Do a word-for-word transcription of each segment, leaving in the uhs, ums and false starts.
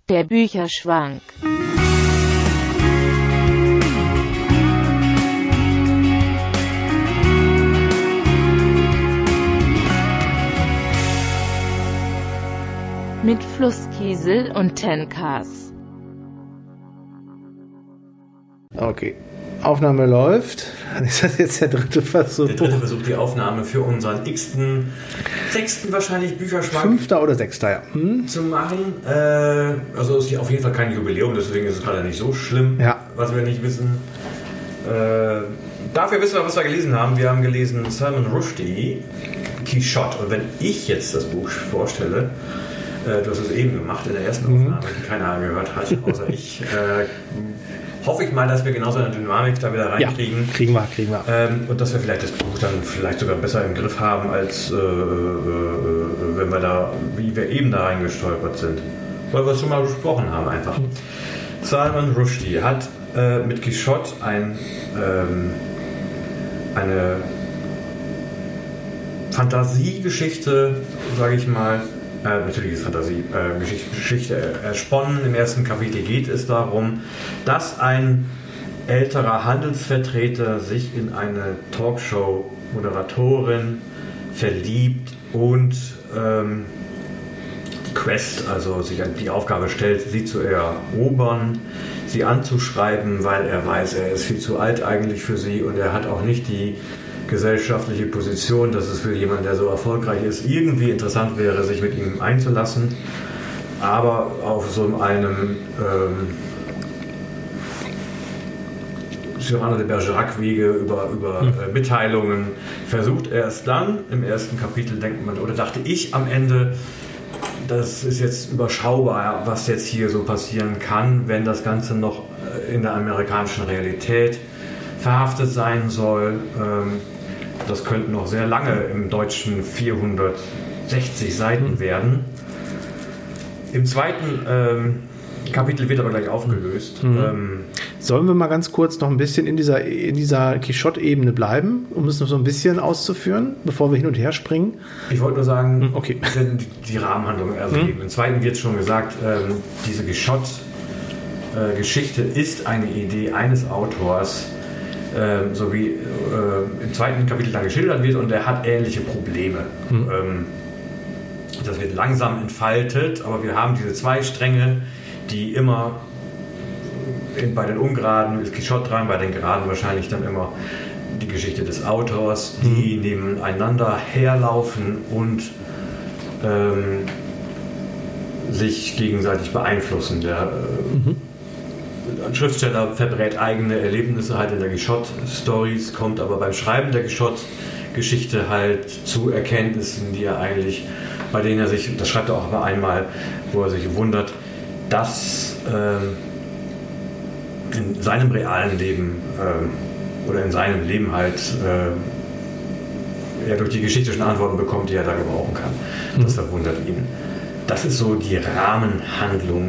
Der Bücherschwank. Mit Flusskiesel und Tenkas. Okay. Aufnahme läuft. Ist das jetzt der dritte Versuch? Der dritte Versuch, die Aufnahme für unseren x-ten, sechsten wahrscheinlich Bücherschwank. Fünfter oder sechster, ja. Hm? Zu machen. Äh, also ist auf jeden Fall kein Jubiläum, deswegen ist es gerade nicht so schlimm, ja. was wir nicht wissen. Äh, dafür wissen wir, was wir gelesen haben. Wir haben gelesen Salman Rushdie, Quichotte. Und wenn ich jetzt das Buch vorstelle, äh, du hast es eben gemacht in der ersten Aufnahme, mhm. die keiner gehört hat, außer ich, äh, hoffe ich mal, dass wir genauso eine Dynamik da wieder reinkriegen. Ja, kriegen wir, kriegen wir. Ähm, und dass wir vielleicht das Buch dann vielleicht sogar besser im Griff haben, als äh, äh, wenn wir da, wie wir eben da reingestolpert sind. Weil wir es schon mal besprochen haben einfach. Mhm. Salman Rushdie hat äh, mit Quichotte ein, ähm, eine Fantasiegeschichte, sage ich mal, Äh, natürlich ist Fantasie, äh, Geschichte, Geschichte ersponnen. Im ersten Kapitel geht es darum, dass ein älterer Handelsvertreter sich in eine Talkshow-Moderatorin verliebt und ähm, die Quest, also sich an die Aufgabe stellt, sie zu erobern, sie anzuschreiben, weil er weiß, er ist viel zu alt eigentlich für sie und er hat auch nicht die gesellschaftliche Position, dass es für jemanden, der so erfolgreich ist, irgendwie interessant wäre, sich mit ihm einzulassen. Aber auf so einem ähm, Cyrano de Bergerac-Wege über, über hm. äh, Mitteilungen versucht er es dann. Im ersten Kapitel denkt man, oder dachte ich am Ende, das ist jetzt überschaubar, was jetzt hier so passieren kann, wenn das Ganze noch in der amerikanischen Realität verhaftet sein soll. Ähm, Das könnten noch sehr lange im Deutschen vierhundertsechzig Seiten werden. Im zweiten ähm, Kapitel wird aber gleich aufgelöst. Mhm. Ähm, Sollen wir mal ganz kurz noch ein bisschen in dieser, in dieser Quichotte-Ebene bleiben, um es noch so ein bisschen auszuführen, bevor wir hin und her springen? Ich wollte nur sagen, okay. die, die Rahmenhandlung also mhm. Im zweiten wird schon gesagt, ähm, diese Quichotte-Geschichte ist eine Idee eines Autors, Ähm, so wie äh, im zweiten Kapitel dann geschildert wird, und er hat ähnliche Probleme. Mhm. Ähm, das wird langsam entfaltet, aber wir haben diese zwei Stränge, die immer in, bei den Ungeraden ist Quichotte dran, bei den Geraden wahrscheinlich dann immer die Geschichte des Autors, die mhm. nebeneinander herlaufen und ähm, sich gegenseitig beeinflussen. Der äh, mhm. Ein Schriftsteller verbrät eigene Erlebnisse halt in der Quichotte-Stories, kommt aber beim Schreiben der Quichotte-Geschichte halt zu Erkenntnissen, die er eigentlich, bei denen er sich, das schreibt er auch aber einmal, wo er sich wundert, dass ähm, in seinem realen Leben ähm, oder in seinem Leben halt äh, er durch die Geschichte schon Antworten bekommt, die er da gebrauchen kann. Das mhm. verwundert ihn. Das ist so die Rahmenhandlung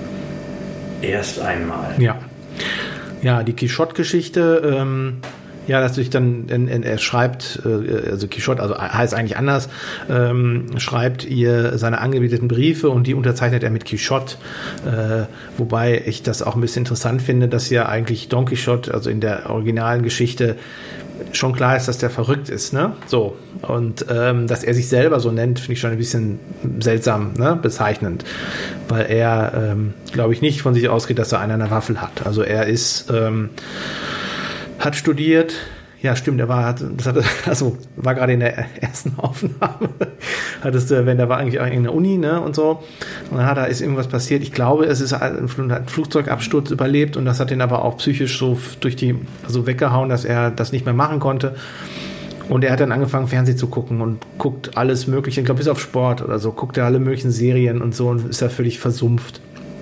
erst einmal. Ja, ja, die Quichotte-Geschichte, ähm, ja, dass sich dann, in, in, er schreibt, äh, also Quichotte, also heißt eigentlich anders, ähm, schreibt ihr seine angebeteten Briefe und die unterzeichnet er mit Quichotte, äh, wobei ich das auch ein bisschen interessant finde, dass ja eigentlich Don Quixote, also in der originalen Geschichte, schon klar ist, dass der verrückt ist, ne? So. Und ähm, dass er sich selber so nennt, finde ich schon ein bisschen seltsam, ne? Bezeichnend. Weil er, ähm, glaube ich, nicht von sich ausgeht, dass er einen an der Waffel hat. Also er ist, ähm, hat studiert, ja, stimmt, er war, hat, das hatte, also war gerade in der ersten Aufnahme, hattest du, wenn der war eigentlich auch in der Uni, ne, und so, und dann hat da ist irgendwas passiert. Ich glaube, es ist ein Flugzeugabsturz überlebt und das hat ihn aber auch psychisch so durch die, also weggehauen, dass er das nicht mehr machen konnte. Und er hat dann angefangen, Fernsehen zu gucken und guckt alles Mögliche, ich glaube, bis auf Sport oder so, guckt er alle möglichen Serien und so und ist da völlig versumpft.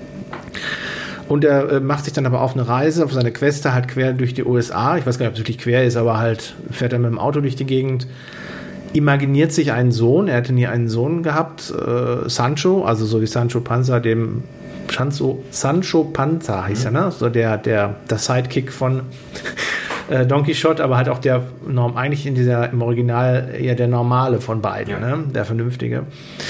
Und er äh, macht sich dann aber auf eine Reise, auf seine Quest halt quer durch die U S A. Ich weiß gar nicht, ob es wirklich quer ist, aber halt fährt er mit dem Auto durch die Gegend. Imaginiert sich einen Sohn. Er hatte nie einen Sohn gehabt. Äh, Sancho, also so wie Sancho Panza, dem Sancho, Sancho Panza hieß er, ne? So der, der, der Sidekick von äh, Don Quixote, aber halt auch der, eigentlich in dieser, im Original eher der Normale von beiden, ja. Ne? Der Vernünftige.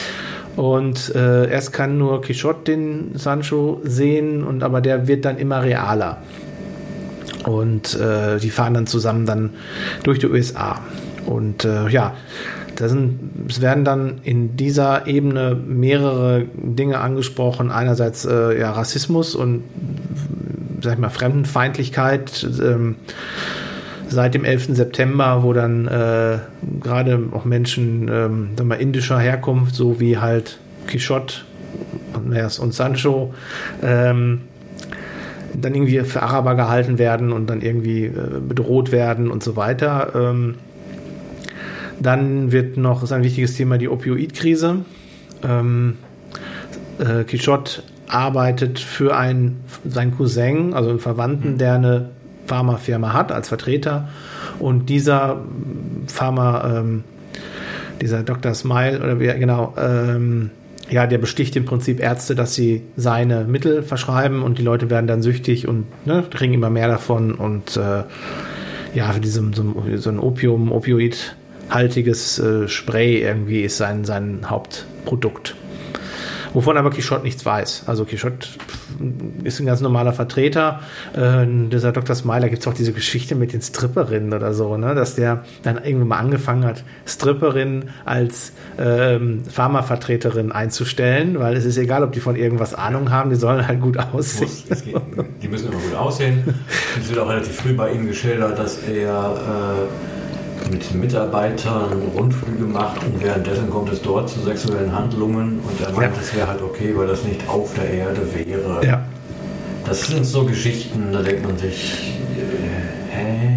Und äh, erst kann nur Quichotte den Sancho sehen, und aber der wird dann immer realer. Und äh, die fahren dann zusammen dann durch die U S A. Und äh, ja, da sind, es werden dann in dieser Ebene mehrere Dinge angesprochen. Einerseits äh, ja, Rassismus und, sag ich mal, Fremdenfeindlichkeit. Ähm, seit dem elften September, wo dann äh, gerade auch Menschen ähm, sag mal, indischer Herkunft, so wie halt Quichotte und Sancho, ähm, dann irgendwie für Araber gehalten werden und dann irgendwie äh, bedroht werden und so weiter. Ähm, dann wird noch, ist ein wichtiges Thema, die Opioidkrise. Ähm, äh, Quichotte arbeitet für einen, seinen Cousin, also einen Verwandten, der eine Pharmafirma hat als Vertreter, und dieser Pharma, ähm, dieser Doktor Smile oder wie genau, ähm, ja, der besticht im Prinzip Ärzte, dass sie seine Mittel verschreiben, und die Leute werden dann süchtig und ne, kriegen immer mehr davon, und äh, ja, für diesem, so, so ein Opium, Opioidhaltiges äh, Spray irgendwie ist sein, sein Hauptprodukt. Wovon aber Quichotte nichts weiß. Also Quichotte ist ein ganz normaler Vertreter. Äh, dieser Doktor Smiler, gibt es auch diese Geschichte mit den Stripperinnen oder so, ne? Dass der dann irgendwann mal angefangen hat, Stripperinnen als ähm, Pharmavertreterin einzustellen, weil es ist egal, ob die von irgendwas Ahnung haben, die sollen halt gut aussehen. Muss, es geht, die müssen immer gut aussehen. Es wird auch relativ früh bei ihm geschildert, dass er äh, mit Mitarbeitern Rundflüge macht, und währenddessen kommt es dort zu sexuellen Handlungen, und er meint, es ja. wäre halt okay, weil das nicht auf der Erde wäre. Ja. Das sind so Geschichten, da denkt man sich, äh, hä?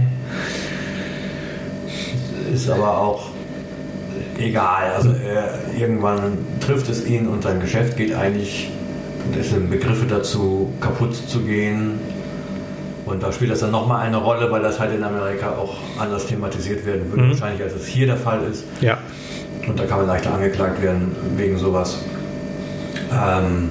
Ist aber auch egal. Also er, irgendwann trifft es ihn, und sein Geschäft geht eigentlich, es sind Begriffe dazu, kaputt zu gehen. Und da spielt das dann nochmal eine Rolle, weil das halt in Amerika auch anders thematisiert werden würde, mhm. wahrscheinlich, als es hier der Fall ist. Ja. Und da kann man leichter angeklagt werden wegen sowas. Ähm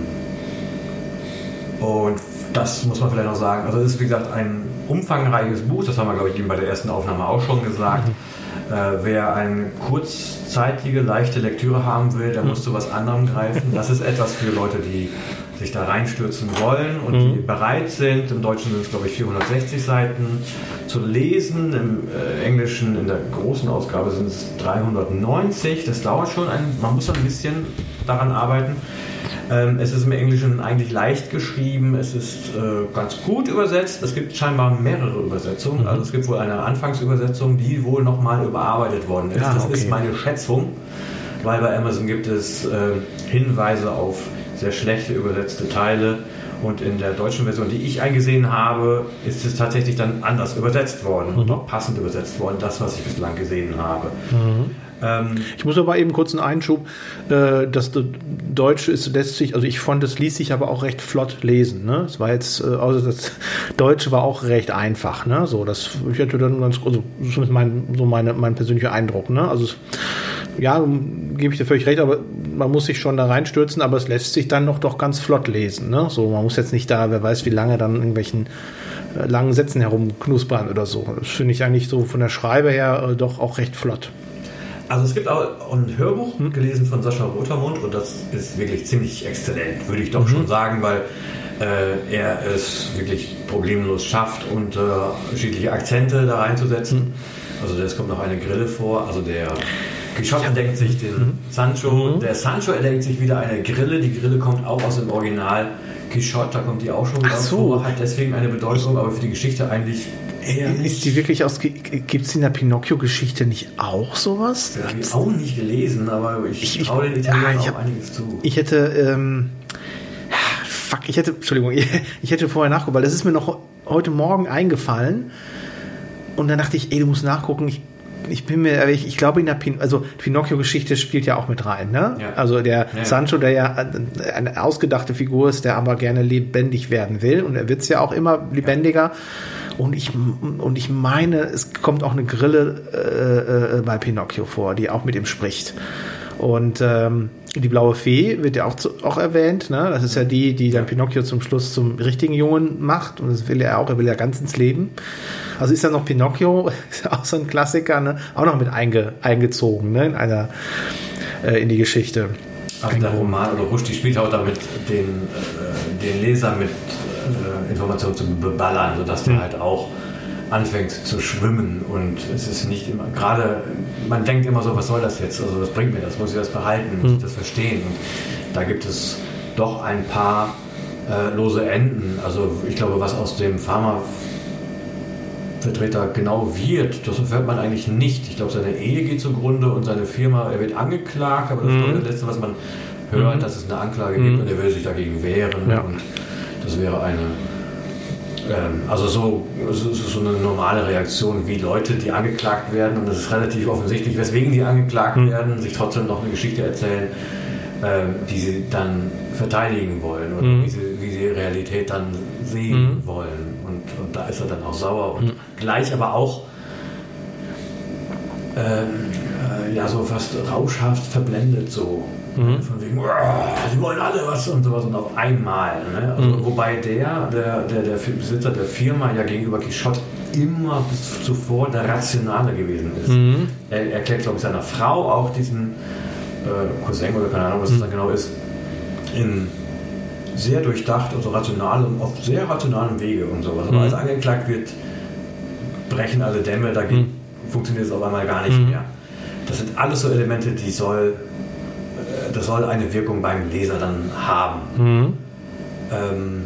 und das muss man vielleicht noch sagen. Also es ist, wie gesagt, ein umfangreiches Buch. Das haben wir, glaube ich, eben bei der ersten Aufnahme auch schon gesagt. Mhm. Äh, wer eine kurzzeitige, leichte Lektüre haben will, der mhm. muss zu was anderem greifen. Das ist etwas für Leute, die sich da reinstürzen wollen und mhm. die bereit sind. Im Deutschen sind es, glaube ich, vierhundertsechzig Seiten zu lesen. Im äh, Englischen, in der großen Ausgabe, sind es dreihundertneunzig. Das dauert schon. Ein, man muss ein bisschen daran arbeiten. Ähm, es ist im Englischen eigentlich leicht geschrieben. Es ist äh, ganz gut übersetzt. Es gibt scheinbar mehrere Übersetzungen. Mhm. Also es gibt wohl eine Anfangsübersetzung, die wohl nochmal überarbeitet worden ist. Ja, das okay. ist meine Schätzung, weil bei Amazon gibt es äh, Hinweise auf sehr schlechte übersetzte Teile, und in der deutschen Version, die ich eingesehen habe, ist es tatsächlich dann anders übersetzt worden, mhm. und auch passend übersetzt worden, das, was ich bislang gesehen habe. Mhm. Ähm, ich muss aber eben kurz einen Einschub, äh, das Deutsche ist lässt sich, also ich fand, es ließ sich aber auch recht flott lesen, ne? Es war jetzt, äh, also das Deutsche war auch recht einfach, ne? So, das, ich hätte dann ganz, also das ist mein, so meine, mein persönlicher Eindruck, ne? Also es, ja, gebe ich dir völlig recht, aber man muss sich schon da reinstürzen, aber es lässt sich dann noch doch ganz flott lesen, ne? So, man muss jetzt nicht da, wer weiß wie lange, dann in irgendwelchen äh, langen Sätzen herumknuspern oder so. Das finde ich eigentlich so von der Schreibe her äh, doch auch recht flott. Also es gibt auch ein Hörbuch, hm? gelesen von Sascha Rotermund, und das ist wirklich ziemlich exzellent, würde ich doch mhm. schon sagen, weil äh, er es wirklich problemlos schafft, unterschiedliche Akzente da reinzusetzen. Mhm. Also es kommt noch eine Grille vor, also der Quichotte entdeckt sich den mhm. Sancho, mhm. der Sancho entdeckt sich wieder eine Grille, die Grille kommt auch aus dem Original Quichotte, da kommt die auch schon wieder so. vor, hat deswegen eine Bedeutung, aber für die Geschichte eigentlich eher nicht. Ist die wirklich aus, gibt es in der Pinocchio-Geschichte nicht auch sowas? Ja, habe ich auch nicht gelesen, aber ich, ich traue den Italienern auch einiges zu. Ich hätte, ähm, fuck, ich hätte, Entschuldigung, ich hätte vorher nachgeguckt, weil das ist mir noch heute Morgen eingefallen, und dann dachte ich, ey, du musst nachgucken, ich Ich bin mir, ich, ich glaube in der Pin, also Pinocchio-Geschichte spielt ja auch mit rein, ne? Ja. Also der ja. Sancho, der ja eine ausgedachte Figur ist, der aber gerne lebendig werden will, und er wird es ja auch immer lebendiger. Ja. Und ich und ich meine, es kommt auch eine Grille äh, äh, bei Pinocchio vor, die auch mit ihm spricht. Und ähm, die blaue Fee wird ja auch, zu, auch erwähnt, ne? Das ist ja die, die dann Pinocchio zum Schluss zum richtigen Jungen macht, und das will er auch, er will ja ganz ins Leben. Also ist dann noch Pinocchio, ist ja auch so ein Klassiker, ne? Auch noch mit einge, eingezogen, ne? In einer äh, in die Geschichte. Also der Roman oder Rushdie spielt auch damit, den, äh, den Leser mit äh, Informationen zu beballern, sodass der mhm. halt auch anfängt zu schwimmen. Und es ist nicht immer, gerade, man denkt immer so, was soll das jetzt? Also was bringt mir das? Muss ich das behalten? Muss ich das verstehen? Und da gibt es doch ein paar äh, lose Enden. Also ich glaube, was aus dem Pharmavertreter genau wird, das erfährt man eigentlich nicht. Ich glaube, seine Ehe geht zugrunde und seine Firma, er wird angeklagt, aber das mhm. ist doch das Letzte, was man hört, mhm. dass es eine Anklage mhm. gibt und er will sich dagegen wehren. Ja. Und das wäre eine, ähm, also so, so, so eine normale Reaktion, wie Leute, die angeklagt werden, und das ist relativ offensichtlich, weswegen die angeklagt mhm. werden, sich trotzdem noch eine Geschichte erzählen, ähm, die sie dann verteidigen wollen oder mhm. wie, sie, wie sie Realität dann sehen mhm. wollen. Und, und da ist er dann auch sauer und mhm. gleich aber auch ähm, äh, ja, so fast rauschhaft verblendet, so mhm. von wegen, sie wollen alle was und sowas, und auf einmal. Ne? Also, mhm. Wobei der, der, der, der Besitzer der Firma ja gegenüber Quichotte immer bis zuvor der Rationale gewesen ist. Mhm. Er erklärt, glaube ich, seiner Frau auch diesen äh, Cousin oder keine Ahnung, was mhm. das dann genau ist, in sehr durchdacht, also rational und auf sehr rationalem Wege und sowas. Aber mhm. als angeklagt wird, brechen alle Dämme, dagegen mhm. funktioniert es auf einmal gar nicht mhm. mehr. Das sind alles so Elemente, die soll, äh, das soll eine Wirkung beim Leser dann haben. Mhm. Ähm,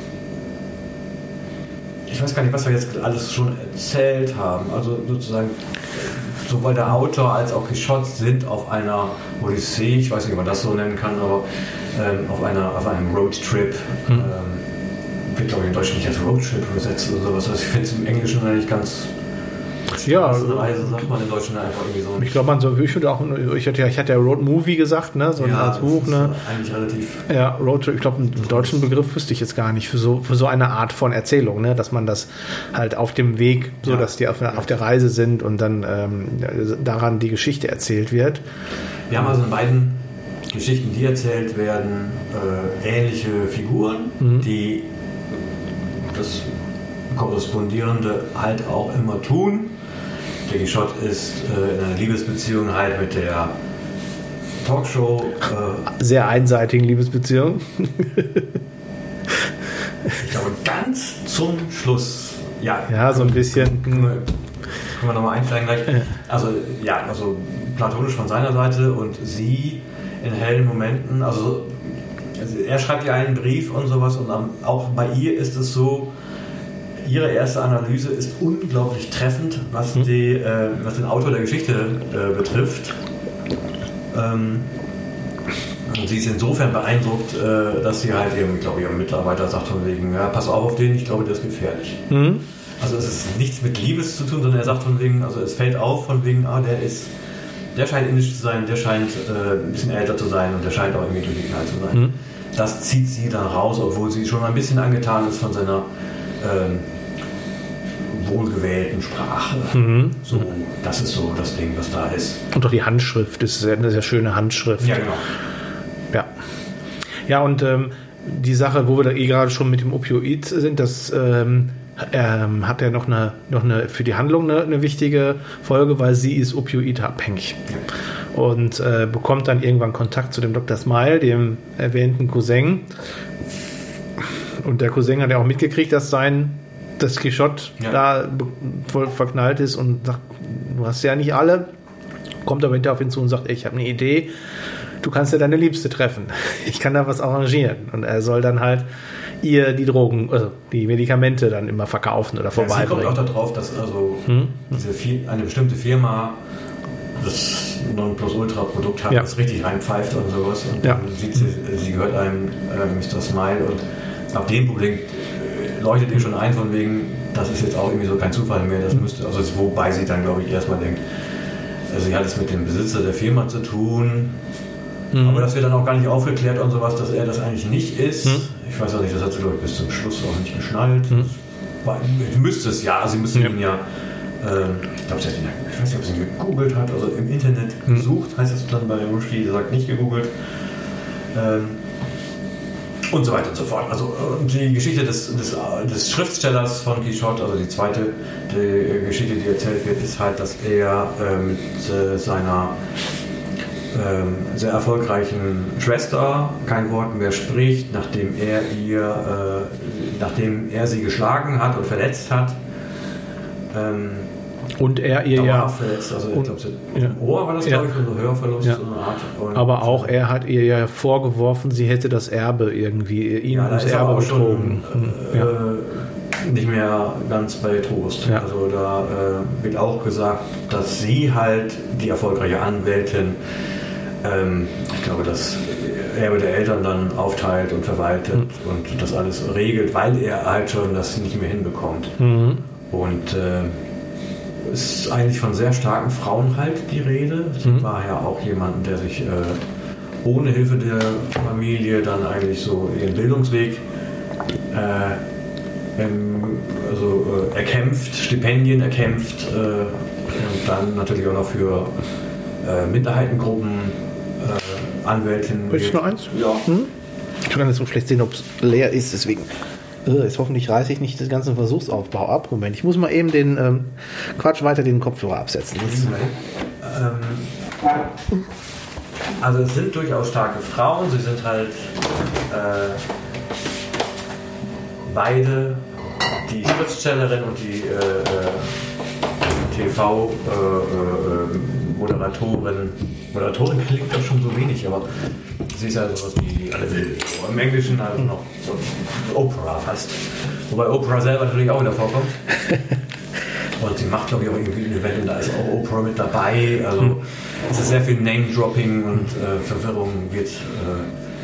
ich weiß gar nicht, was wir jetzt alles schon erzählt haben. Also sozusagen, sowohl der Autor als auch Quichotte sind auf einer Odyssee, ich weiß nicht, ob man das so nennen kann, aber ähm, auf, einer, auf einem Roadtrip. Mhm. Ähm, wird, glaube ich, in Deutsch nicht als Roadtrip übersetzt oder sowas. Also ich finde es im Englischen eigentlich ganz... Ja, Reise sagt man in Deutschland einfach irgendwie so. Ich glaube, man so, ich würde auch, ich hatte ja, ich hatte ja Road Movie gesagt, ne, so ja, als Buch, ne. Eigentlich relativ. Ja, Roadtrip, ich glaube, einen deutschen Begriff wüsste ich jetzt gar nicht für so, für so eine Art von Erzählung, ne, dass man das halt auf dem Weg, so ja. dass die auf, auf der Reise sind und dann ähm, daran die Geschichte erzählt wird. Wir haben also in beiden Geschichten, die erzählt werden, äh, ähnliche Figuren, mhm. die das Korrespondierende halt auch immer tun. Der Quichotte ist äh, in einer Liebesbeziehung halt mit der Talkshow. Äh, Sehr einseitigen Liebesbeziehung. Ich glaube, ganz zum Schluss. Ja, ja so ein bisschen. Können wir, können wir nochmal einsteigen gleich. Also, ja, also platonisch von seiner Seite und sie in hellen Momenten. Also, also er schreibt ihr einen Brief und sowas, und auch bei ihr ist es so, ihre erste Analyse ist unglaublich treffend, was, mhm. die, äh, was den Autor der Geschichte äh, betrifft. Ähm, und sie ist insofern beeindruckt, äh, dass sie halt ihrem, ich glaube, ihrem Mitarbeiter sagt von wegen, ja, pass auf auf den, ich glaube, der ist gefährlich. Mhm. Also es ist nichts mit Liebes zu tun, sondern er sagt von wegen, also es fällt auf von wegen, ah, der ist, der scheint indisch zu sein, der scheint äh, ein bisschen älter zu sein und der scheint auch irgendwie durchgeknallt zu sein. Mhm. Das zieht sie dann raus, obwohl sie schon ein bisschen angetan ist von seiner ähm, wohlgewählten Sprache. Mhm. So, das ist so das Ding, was da ist. Und auch die Handschrift, das ist eine sehr schöne Handschrift. Ja, genau. Ja, ja, und ähm, die Sache, wo wir da eh gerade schon mit dem Opioid sind, das ähm, ähm, hat ja noch eine, noch eine für die Handlung eine, eine wichtige Folge, weil sie ist opioidabhängig. Ja. Und äh, bekommt dann irgendwann Kontakt zu dem Doktor Smile, dem erwähnten Cousin. Und der Cousin hat ja auch mitgekriegt, dass sein dass Quichotte ja. da voll verknallt ist und sagt, du hast ja nicht alle, kommt aber hinterher auf ihn zu und sagt, ey, ich habe eine Idee, du kannst ja deine Liebste treffen, ich kann da was arrangieren, und er soll dann halt ihr die Drogen, also die Medikamente dann immer verkaufen oder vorbeibringen. Ja, sie kommt auch darauf, dass also hm? diese, eine bestimmte Firma das Nonplusultra-Produkt hat, ja. das richtig reinpfeift und sowas, und ja. dann sieht sie, sie gehört einem äh, Mister Smile, und ab dem Punkt leuchtet ihr schon ein von wegen, das ist jetzt auch irgendwie so kein Zufall mehr, das müsste, also wobei sie dann, glaube ich, erstmal denkt, also sie hat es mit dem Besitzer der Firma zu tun, mhm. aber das wird dann auch gar nicht aufgeklärt und sowas, dass er das eigentlich nicht ist. Mhm. Ich weiß auch nicht, das hat sie, glaube ich, bis zum Schluss auch nicht geschnallt. Mhm. War, müsste es ja, also sie müsste ja. ihn ja, ähm, ich glaube, sie hat ihn ja, ich weiß nicht, ob sie ihn gegoogelt hat, also im Internet mhm. gesucht, heißt das dann bei Rushdie, der sagt nicht gegoogelt. Ähm, Und so weiter und so fort. Also die Geschichte des, des, des Schriftstellers von Quichotte, also die zweite die Geschichte, die erzählt wird, ist halt, dass er äh, mit äh, seiner ähm, sehr erfolgreichen Schwester kein Wort mehr spricht, nachdem er ihr, äh, nachdem er sie geschlagen hat und verletzt hat. Ähm, und er ihr ja verletzt, also und, ich glaube, im ja. Ohr war das, ja. glaube ich, so Hörverlust, ja. so eine Art. Und aber auch er hat ihr ja vorgeworfen, sie hätte das Erbe irgendwie, ihn ja, ums Erbe betrogen. Schon, äh, ja. nicht mehr ganz bei Trost. Ja. Also da äh, wird auch gesagt, dass sie halt die erfolgreiche Anwältin, ähm, ich glaube, das Erbe der Eltern dann aufteilt und verwaltet mhm. und das alles regelt, weil er halt schon das nicht mehr hinbekommt. Mhm. Und äh, es ist eigentlich von sehr starken Frauen halt die Rede. Sie mhm. war ja auch jemand, der sich äh, ohne Hilfe der Familie dann eigentlich so ihren Bildungsweg äh, ähm, also, äh, erkämpft, Stipendien erkämpft äh, und dann natürlich auch noch für äh, Minderheitengruppen äh, Anwältin. Willst du noch eins? Ja. Hm? Ich kann jetzt so schlecht sehen, ob es leer ist, deswegen. Jetzt hoffentlich reiße ich nicht den ganzen Versuchsaufbau ab. Moment, ich muss mal eben den ähm, Quatsch weiter den Kopfhörer absetzen. Ähm, also es sind durchaus starke Frauen, sie sind halt äh, beide, die Schriftstellerin und die äh, T V-Moderatorin. Äh, Moderatorin klingt doch schon so wenig, aber sie ist ja sowas wie alle im Englischen also noch so Oprah fast. Wobei Oprah selber natürlich auch wieder vorkommt. Und sie macht, glaube ich, auch irgendwie ein Event und da ist auch Oprah mit dabei. Also hm. es ist sehr viel Name-Dropping und äh, Verwirrung wird äh,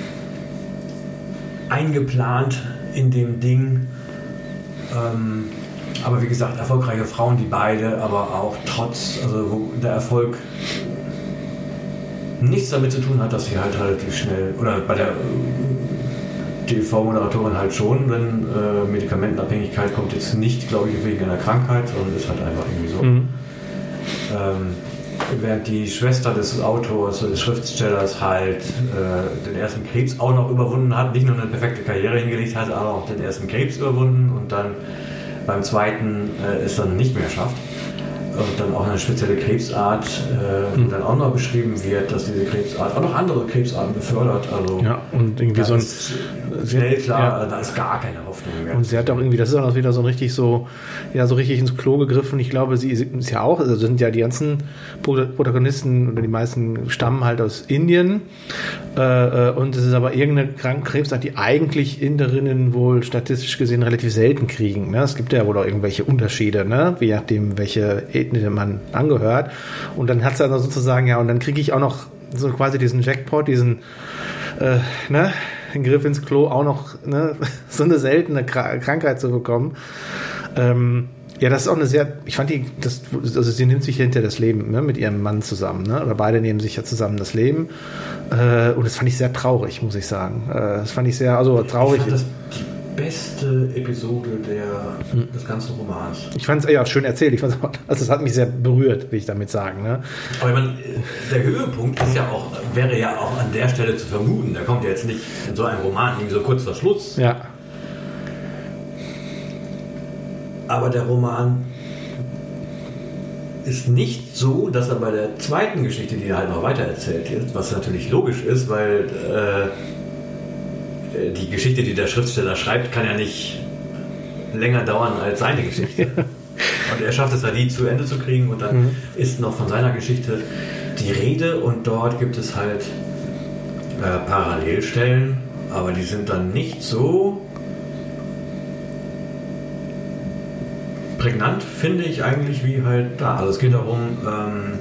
eingeplant in dem Ding. Ähm, aber wie gesagt, erfolgreiche Frauen, die beide, aber auch trotz, also wo der Erfolg nichts damit zu tun hat, dass sie halt relativ schnell, oder bei der T V-Moderatorin halt schon, wenn äh, Medikamentenabhängigkeit kommt jetzt nicht, glaube ich, wegen einer Krankheit, sondern ist halt einfach irgendwie so. Mhm. Ähm, während die Schwester des Autors, des Schriftstellers halt äh, den ersten Krebs auch noch überwunden hat, nicht nur eine perfekte Karriere hingelegt hat, aber auch den ersten Krebs überwunden und dann beim zweiten äh, es dann nicht mehr schafft. Und dann auch eine spezielle Krebsart, äh, mhm. dann auch noch beschrieben wird, dass diese Krebsart auch noch andere Krebsarten befördert. Also ja, und irgendwie so ein schnell klar, ja. Da ist gar keine Hoffnung mehr. Und sie hat auch irgendwie, das ist auch wieder so ein richtig so, ja, so richtig ins Klo gegriffen. Ich glaube, sie ist ja auch, also sind ja die ganzen Protagonisten oder die meisten stammen halt aus Indien. Äh, und es ist aber irgendeine Krebsart, die eigentlich Inderinnen wohl statistisch gesehen relativ selten kriegen. Ne? Es gibt ja wohl auch irgendwelche Unterschiede, ne? Je nachdem, welche man angehört und dann hat es also sozusagen, ja, und dann kriege ich auch noch so quasi diesen Jackpot, diesen äh, ne, den Griff ins Klo, auch noch ne, so eine seltene Kr- Krankheit zu bekommen. Ähm, ja, das ist auch eine sehr, ich fand die, das, also sie nimmt sich hinter das Leben ne, mit ihrem Mann zusammen, ne, oder beide nehmen sich ja zusammen das Leben äh, und das fand ich sehr traurig, muss ich sagen. Äh, das fand ich sehr, also traurig. Ich fand das beste Episode der, hm. des ganzen Romans. Ich fand es ja schön erzählt. Ich fand's, also es hat mich sehr berührt, will ich damit sagen. Ne? Aber ich meine, der Höhepunkt ist ja auch, wäre ja auch an der Stelle zu vermuten. Der kommt ja jetzt nicht in so einem Roman irgendwie so kurz vor Schluss. Ja. Aber der Roman ist nicht so, dass er bei der zweiten Geschichte, die er halt noch weiter erzählt wird, was natürlich logisch ist, weil äh, die Geschichte, die der Schriftsteller schreibt, kann ja nicht länger dauern als seine Geschichte. Ja. Und er schafft es ja, die zu Ende zu kriegen und dann mhm. ist noch von seiner Geschichte die Rede und dort gibt es halt äh, Parallelstellen, aber die sind dann nicht so prägnant, finde ich eigentlich, wie halt da. Also es geht darum, ähm,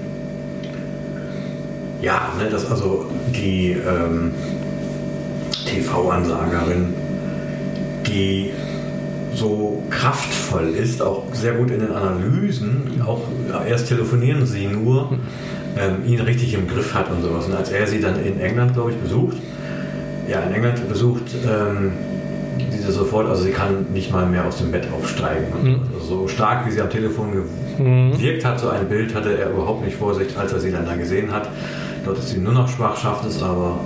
ja, ne, dass also die ähm, T V-Ansagerin, die so kraftvoll ist, auch sehr gut in den Analysen, auch erst telefonieren sie nur, ähm, ihn richtig im Griff hat und sowas. Und als er sie dann in England, glaube ich, besucht, ja, in England besucht, ähm, diese sofort, also sie kann nicht mal mehr aus dem Bett aufsteigen. Mhm. Also so stark, wie sie am Telefon gewirkt mhm. hat, so ein Bild hatte er überhaupt nicht vor sich, als er sie dann da gesehen hat. Dort ist sie nur noch schwach, schafft es aber,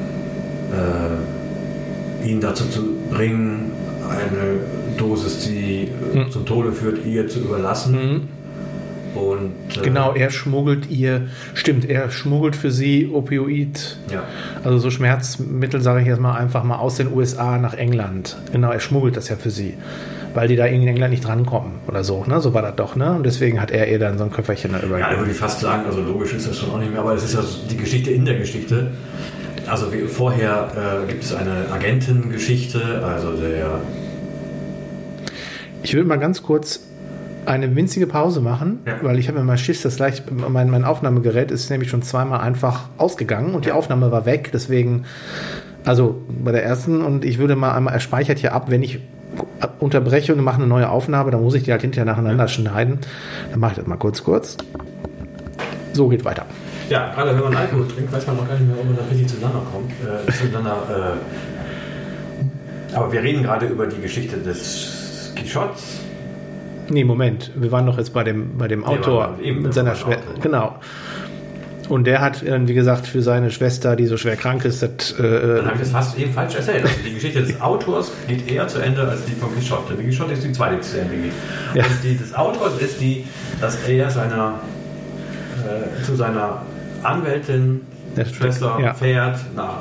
Äh, ihn dazu zu bringen, eine Dosis, die mhm. zum Tode führt, ihr zu überlassen. Mhm. Und, äh, genau, er schmuggelt ihr, stimmt, er schmuggelt für sie Opioid, ja. also so Schmerzmittel, sage ich jetzt mal, einfach mal aus den U S A nach England. Genau, er schmuggelt das ja für sie, weil die da irgendwie in England nicht drankommen oder so, ne? So war das doch, ne? Und deswegen hat er ihr dann so ein Köfferchen da übergeben. Ja, da würde ich fast sagen, also logisch ist das schon auch nicht mehr, aber es ist ja die Geschichte in der Geschichte. Also wie, vorher äh, gibt es eine Agentengeschichte, also der... Ich will mal ganz kurz eine winzige Pause machen, ja. weil ich habe mir mal Schiss, das gleich, mein, mein Aufnahmegerät ist nämlich schon zweimal einfach ausgegangen und die Aufnahme war weg, deswegen, also bei der ersten, und ich würde mal einmal, er speichert hier ab, wenn ich unterbreche und mache eine neue Aufnahme, dann muss ich die halt hinterher nacheinander ja. schneiden, dann mache ich das mal kurz, kurz. So, geht weiter. Ja, gerade wenn man Alkohol trinkt, weiß man noch gar nicht mehr, ob man da richtig zueinander kommt. Äh, zueinander, äh, aber wir reden gerade über die Geschichte des Quixotes. Nee, Moment. Wir waren doch jetzt bei dem, bei dem Autor nee, eben, mit seiner Schwester. Genau. Und der hat, wie gesagt, für seine Schwester, die so schwer krank ist, das... Äh, Dann habe ich das fast eben falsch erzählt. Also die Geschichte des Autors geht eher zu Ende als die von Quixote. Die Quixote ist die zweite, die zu Ende geht. Ja. Und die des Autors ist die, dass er seiner, äh, zu seiner Anwältin, der Schwester, ja. fährt nach...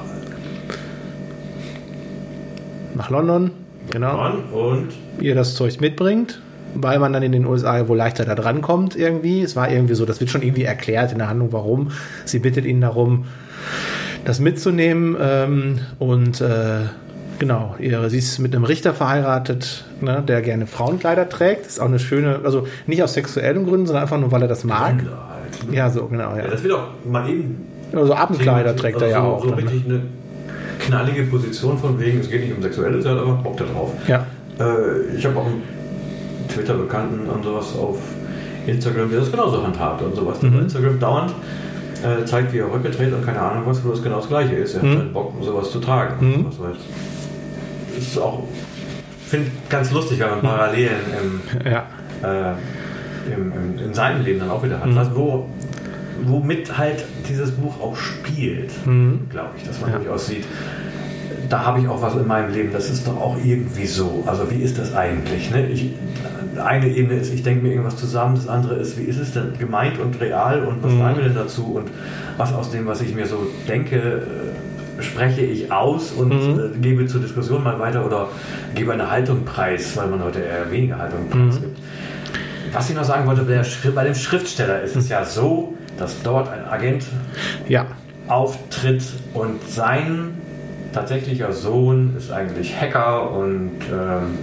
Nach London, genau. Und ihr das Zeug mitbringt, weil man dann in den U S A wohl leichter da dran kommt irgendwie. Es war irgendwie so, das wird schon irgendwie erklärt in der Handlung, warum. Sie bittet ihn darum, das mitzunehmen ähm, und äh, genau, ihre, sie ist mit einem Richter verheiratet, ne, der gerne Frauenkleider trägt. Das ist auch eine schöne, also nicht aus sexuellen Gründen, sondern einfach nur, weil er das mag. Halt, ne? Ja, so, genau. Ja. Ja, das wird auch mal eben... Also Abendkleider trägt er ja so, auch. So dann, richtig ne? eine knallige Position von wegen, es geht nicht um Sexuelles, er hat einfach Bock da drauf. Ja. Äh, ich habe auch einen Twitter-Bekannten und sowas auf Instagram, der das genauso handhabt und sowas. Mhm. Instagram dauernd äh, zeigt, wie er Röcke dreht und keine Ahnung was, wo das genau das Gleiche ist. Er mhm. hat halt Bock, um sowas zu tragen. Mhm. Was weiß. Ist auch, finde ich ganz lustig, wenn man Parallelen im, ja. äh, im, im, in seinem Leben dann auch wieder hat. Mhm. Was, wo, womit halt dieses Buch auch spielt, mhm. glaube ich, dass man ja. durchaus sieht, da habe ich auch was in meinem Leben, das ist doch auch irgendwie so. Also wie ist das eigentlich? Ne? Ich, eine Ebene ist, ich denke mir irgendwas zusammen, das andere ist, wie ist es denn gemeint und real und was mhm. sagen wir denn dazu und was aus dem, was ich mir so denke, spreche ich aus und mhm. äh, gebe zur Diskussion mal weiter oder gebe eine Haltung preis, weil man heute eher weniger Haltung preis mhm. gibt. Was ich noch sagen wollte, der, bei dem Schriftsteller ist es ja so, dass dort ein Agent ja. auftritt und sein tatsächlicher Sohn ist eigentlich Hacker und ähm,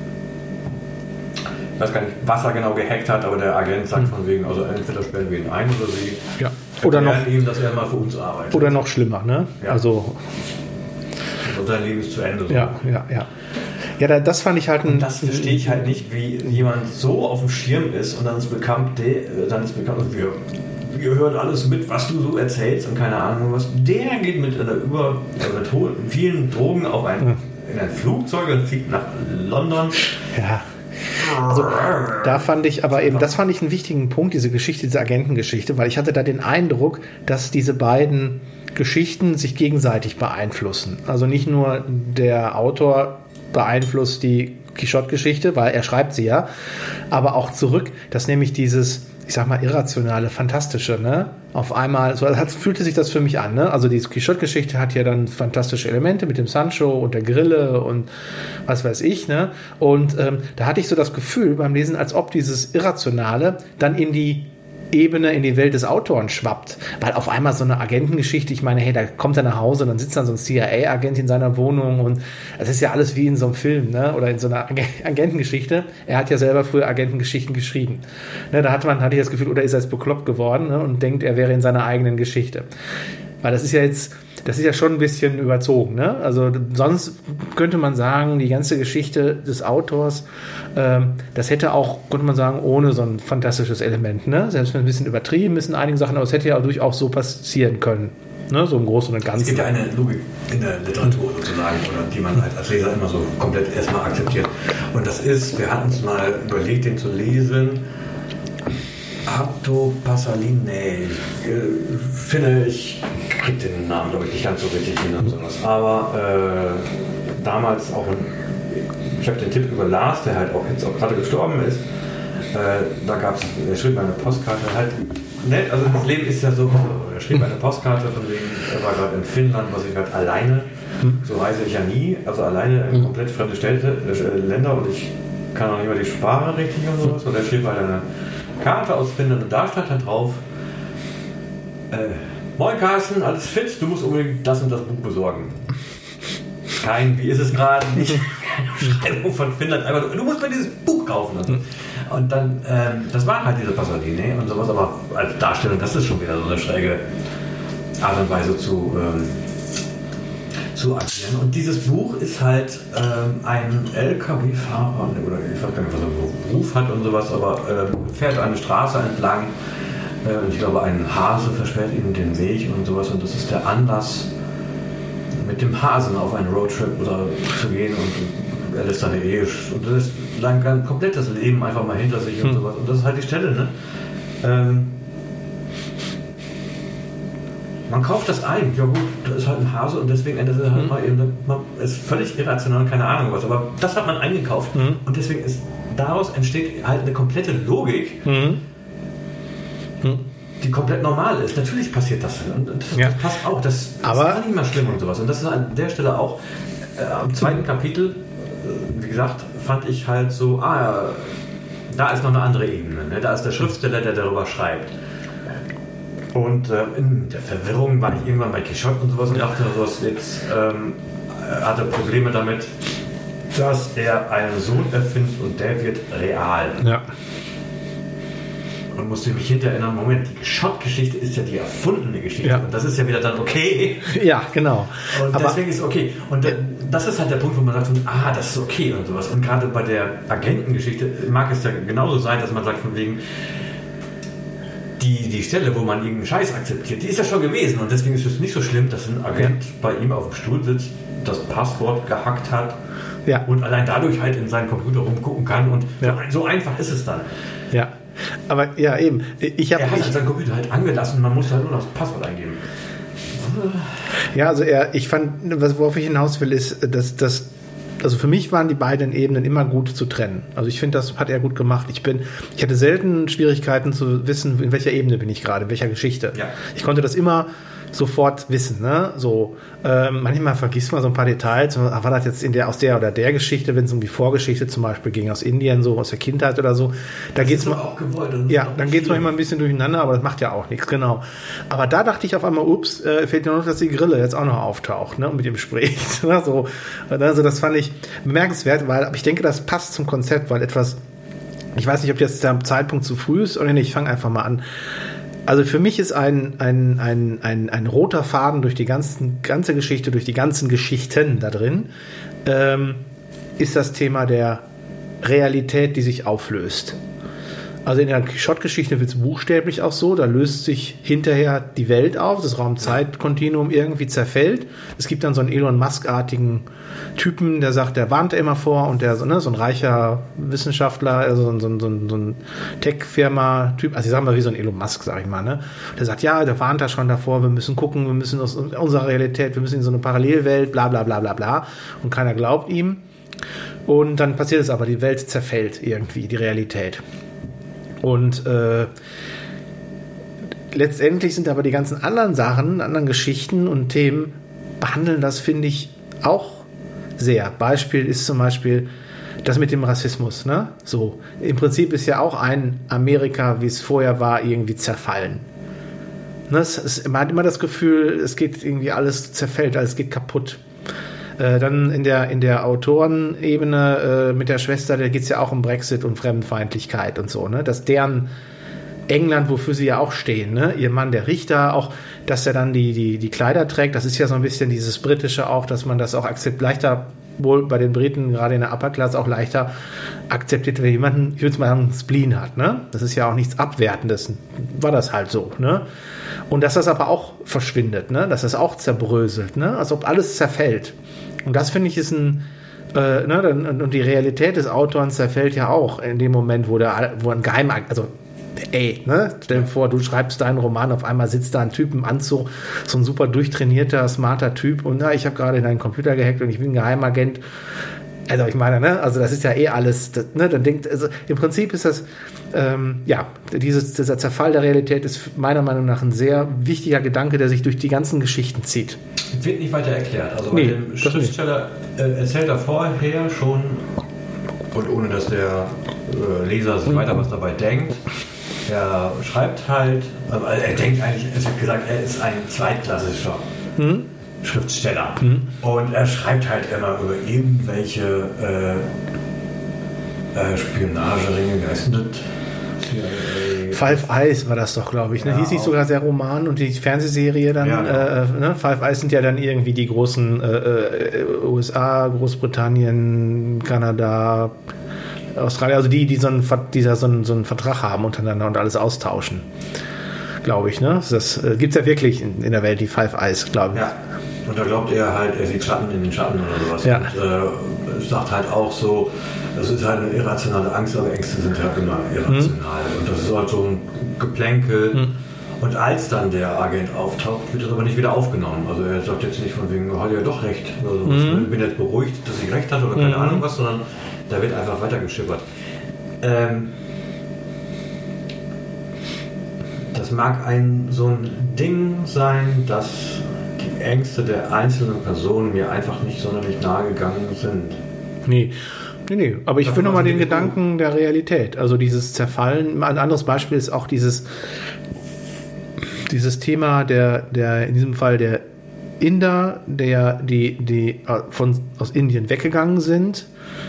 ich weiß gar nicht, was er genau gehackt hat, aber der Agent sagt von wegen, also entweder sperren wir ihn ein oder sie ja. oder noch ihm, dass er mal für uns arbeitet. Oder noch schlimmer, ne? Ja. Also und sein Leben ist zu Ende. So. Ja, ja, ja. Ja, das fand ich halt ein... Und das verstehe ich halt nicht, wie jemand so auf dem Schirm ist und dann ist bekannt, dann ist bekannt, wir ihr hört alles mit, was du so erzählst und keine Ahnung was. Der geht mit einer über also mit vielen Drogen auf ein, in ein Flugzeug und fliegt nach London. Ja. Also da fand ich aber eben, das fand ich einen wichtigen Punkt, diese Geschichte, diese Agentengeschichte, weil ich hatte da den Eindruck, dass diese beiden Geschichten sich gegenseitig beeinflussen. Also nicht nur der Autor beeinflusst die Quixote-Geschichte, weil er schreibt sie ja, aber auch zurück, dass nämlich dieses, ich sag mal, irrationale, fantastische, ne? Auf einmal, so hat, fühlte sich das für mich an, ne? Also die Quixote-Geschichte hat ja dann fantastische Elemente mit dem Sancho und der Grille und was weiß ich, ne? Und ähm, da hatte ich so das Gefühl beim Lesen, als ob dieses Irrationale dann in die Ebene, in die Welt des Autoren schwappt, weil auf einmal so eine Agentengeschichte, ich meine, hey, da kommt er nach Hause und dann sitzt dann so ein C I A-Agent in seiner Wohnung und das ist ja alles wie in so einem Film, ne? Oder in so einer Agentengeschichte. Er hat ja selber früher Agentengeschichten geschrieben. Ne? Da hat man, hatte ich das Gefühl, oder ist er jetzt bekloppt geworden, ne? Und denkt, er wäre in seiner eigenen Geschichte. Weil das ist ja jetzt, das ist ja schon ein bisschen überzogen, ne? Also sonst könnte man sagen, die ganze Geschichte des Autors, ähm, das hätte auch, könnte man sagen, ohne so ein fantastisches Element, ne? Selbst wenn ein bisschen übertrieben ist in einigen Sachen, aber es hätte ja durchaus so passieren können, ne? So im Großen und Ganzen. Es gibt ja eine Logik in der Literatur sozusagen, oder die man halt als Leser immer so komplett erstmal akzeptiert. Und das ist, wir hatten es mal überlegt, den zu lesen, Abdo Passalin, nee, ich finde, ich krieg den Namen, glaube ich, nicht ganz so richtig hin und sowas. Aber äh, damals auch, ein, ich habe den Tipp über Lars, der halt auch jetzt auch gerade gestorben ist, äh, da gab es, er schrieb eine Postkarte halt, ne, also das Leben ist ja so, er schrieb eine Postkarte von wegen, er war gerade in Finnland, was ich gerade alleine, so reise ich ja nie, also alleine in komplett fremde Städte, äh, Länder und ich kann auch nicht mehr die Sprache richtig und sowas. Und er schrieb halt eine Karte aus Finnland und da stand halt drauf, äh, moin Carsten, alles fit, du musst unbedingt das und das Buch besorgen. Kein, wie ist es gerade, nicht keine Beschreibung von Finnland, einfach, du musst mir dieses Buch kaufen. Und, so. Und dann, ähm, das war halt diese Pasolini und sowas, aber als Darstellung, das ist schon wieder so eine schräge Art und Weise zu, ähm, zu agieren. Und dieses Buch ist halt ähm, ein L K W-Fahrer, oder ich weiß gar nicht, was er für Beruf hat und sowas, aber äh, fährt eine Straße entlang äh, und ich glaube, ein Hase versperrt ihm den Weg und sowas und das ist der Anlass, mit dem Hasen auf einen Roadtrip oder zu gehen und er lässt seine Ehe und das ist lang ein komplettes Leben einfach mal hinter sich und hm. sowas und das ist halt die Stelle, ne? Ähm, man kauft das ein, ja gut, das ist halt ein Hase und deswegen endet es halt hm. mal eben, man ist völlig irrational, keine Ahnung was, aber das hat man eingekauft hm. und deswegen ist daraus entsteht halt eine komplette Logik, hm. Hm. die komplett normal ist. Natürlich passiert das und das, ja. das passt auch. Das, das aber ist nicht mal schlimm und sowas. Und das ist an der Stelle auch äh, am zweiten Kapitel, äh, wie gesagt, fand ich halt so, ah, da ist noch eine andere Ebene. Ne? Da ist der Schriftsteller, der darüber schreibt. Und äh, in der Verwirrung war ich irgendwann bei Quixote und sowas und dachte, sowas jetzt ähm, er hatte Probleme damit, dass er einen Sohn erfindet und der wird real. Ja. Und musste mich hinterher erinnern, Moment, die Quixote-Geschichte ist ja die erfundene Geschichte. Ja. Und das ist ja wieder dann okay. Ja, genau. Und aber deswegen ist es okay. Und das ist halt der Punkt, wo man sagt, ah, das ist okay und sowas. Und gerade bei der Agentengeschichte mag es ja genauso sein, dass man sagt, von wegen, die, die Stelle, wo man irgendeinen Scheiß akzeptiert, die ist ja schon gewesen. Und deswegen ist es nicht so schlimm, dass ein Agent bei ihm auf dem Stuhl sitzt, das Passwort gehackt hat ja. und allein dadurch halt in seinen Computer rumgucken kann. Und ja. so, so einfach ist es dann. Ja. Aber ja, eben. Ich hab, er hat ich, seinen Computer halt angelassen, man muss halt nur noch das Passwort eingeben. Ja, also er, ich fand, worauf ich hinaus will, ist, dass das, also für mich waren die beiden Ebenen immer gut zu trennen. Also ich finde, das hat er gut gemacht. Ich bin, ich hatte selten Schwierigkeiten zu wissen, in welcher Ebene bin ich gerade, in welcher Geschichte. Ja. Ich konnte das immer sofort wissen, ne? So, ähm, manchmal vergisst man so ein paar Details. Ach, war das jetzt in der, aus der oder der Geschichte, wenn es um die Vorgeschichte zum Beispiel ging, aus Indien, so aus der Kindheit oder so. Da geht's mal, auch gewollt, ja, dann geht's manchmal ein bisschen durcheinander, aber das macht ja auch nichts, genau. Aber da dachte ich auf einmal, ups, äh, fehlt nur noch, dass die Grille jetzt auch noch auftaucht, ne? Und mit ihm spricht. Ne? So, also das fand ich bemerkenswert, weil, aber ich denke, das passt zum Konzept, weil etwas, ich weiß nicht, ob jetzt der Zeitpunkt zu früh ist oder nicht, ich fange einfach mal an. Also für mich ist ein, ein, ein, ein, ein roter Faden durch die ganzen, ganze Geschichte, durch die ganzen Geschichten da drin, ähm, ist das Thema der Realität, die sich auflöst. Also in der Quixote-Geschichte wird es buchstäblich auch so, da löst sich hinterher die Welt auf, das Raum-Zeit-Kontinuum irgendwie zerfällt. Es gibt dann so einen Elon Musk-artigen Typen, der sagt, der warnt immer vor und der ne, so ein reicher Wissenschaftler, also so, so, so, so ein Tech-Firma-Typ, also ich sag mal wie so ein Elon Musk, sag ich mal, ne? Der sagt, ja, der warnt da schon davor, wir müssen gucken, wir müssen aus unserer Realität, wir müssen in so eine Parallelwelt, bla bla bla bla bla und keiner glaubt ihm. Und dann passiert es aber, die Welt zerfällt irgendwie, die Realität. Und äh, letztendlich sind aber die ganzen anderen Sachen, anderen Geschichten und Themen behandeln das, finde ich, auch sehr. Beispiel ist zum Beispiel das mit dem Rassismus. Ne? So, im Prinzip ist ja auch ein Amerika, wie es vorher war, irgendwie zerfallen. Ne? Es ist, man hat immer das Gefühl, es geht irgendwie alles zerfällt, alles geht kaputt. Äh, dann in der, in der Autorenebene äh, mit der Schwester, da geht es ja auch um Brexit und Fremdenfeindlichkeit und so, ne? Dass deren England, wofür sie ja auch stehen, ne? Ihr Mann, der Richter, auch, dass er dann die, die, die Kleider trägt, das ist ja so ein bisschen dieses Britische auch, dass man das auch akzeptiert, leichter wohl bei den Briten, gerade in der Upper Class, auch leichter akzeptiert, wenn jemand, ich würde mal sagen, Spleen hat, ne? Das ist ja auch nichts Abwertendes, war das halt so, ne? Und dass das aber auch verschwindet, ne? Dass das auch zerbröselt, ne? Als ob alles zerfällt. Und das finde ich ist ein, äh, ne? Und die Realität des Autors zerfällt ja auch in dem Moment, wo der, wo ein Geheimagent, also ey, ne? Stell dir vor, du schreibst deinen Roman, auf einmal sitzt da ein Typ im Anzug, so ein super durchtrainierter, smarter Typ und na, ich habe gerade in deinen Computer gehackt und ich bin ein Geheimagent. Also ich meine, ne, also das ist ja eh alles, das, ne, dann denkt, also im Prinzip ist das, ähm, ja, dieses, dieser Zerfall der Realität ist meiner Meinung nach ein sehr wichtiger Gedanke, der sich durch die ganzen Geschichten zieht. Wird nicht weiter erklärt. Also nee, bei dem Schriftsteller äh, erzählt er vorher schon, und ohne dass der äh, Leser sich weiter was dabei denkt, er schreibt halt, also er denkt eigentlich, es wird gesagt, er ist ein zweitklassischer hm? Schriftsteller. Hm. Und er schreibt halt immer über irgendwelche äh, äh, Spionageringe, wie heißt denn das? Five Eyes war das doch, glaube ich. Ne? Ja, hieß nicht sogar der Roman und die Fernsehserie dann. Ja, ja. Äh, ne? Five Eyes sind ja dann irgendwie die großen äh, äh, U S A, Großbritannien, Kanada, Australien, also die, die so einen, die so einen, so einen Vertrag haben untereinander und alles austauschen. Glaube ich, ne? Das äh, gibt es ja wirklich in, in der Welt, die Five Eyes, glaube ich. Ja. Und da glaubt er halt, er sieht Schatten in den Schatten oder sowas. Ja. Und äh, sagt halt auch so, das ist halt eine irrationale Angst, aber Ängste sind halt immer irrational. Mhm. Und das ist halt so ein Geplänkel. Mhm. Und als dann der Agent auftaucht, wird das aber nicht wieder aufgenommen. Also er sagt jetzt nicht von wegen, hat ja doch recht. Also mhm. Ich bin jetzt beruhigt, dass ich recht hatte oder keine mhm. Ahnung was, sondern da wird einfach weitergeschippert. Ähm, das mag ein so ein Ding sein, dass die Ängste der einzelnen Personen mir einfach nicht sonderlich nahe gegangen sind. Nee. Nee, nee, aber ich finde nochmal den Gedanken der Realität. Also dieses Zerfallen. Ein anderes Beispiel ist auch dieses, dieses Thema der, der, in diesem Fall der Inder, der, die, die von, aus Indien weggegangen sind,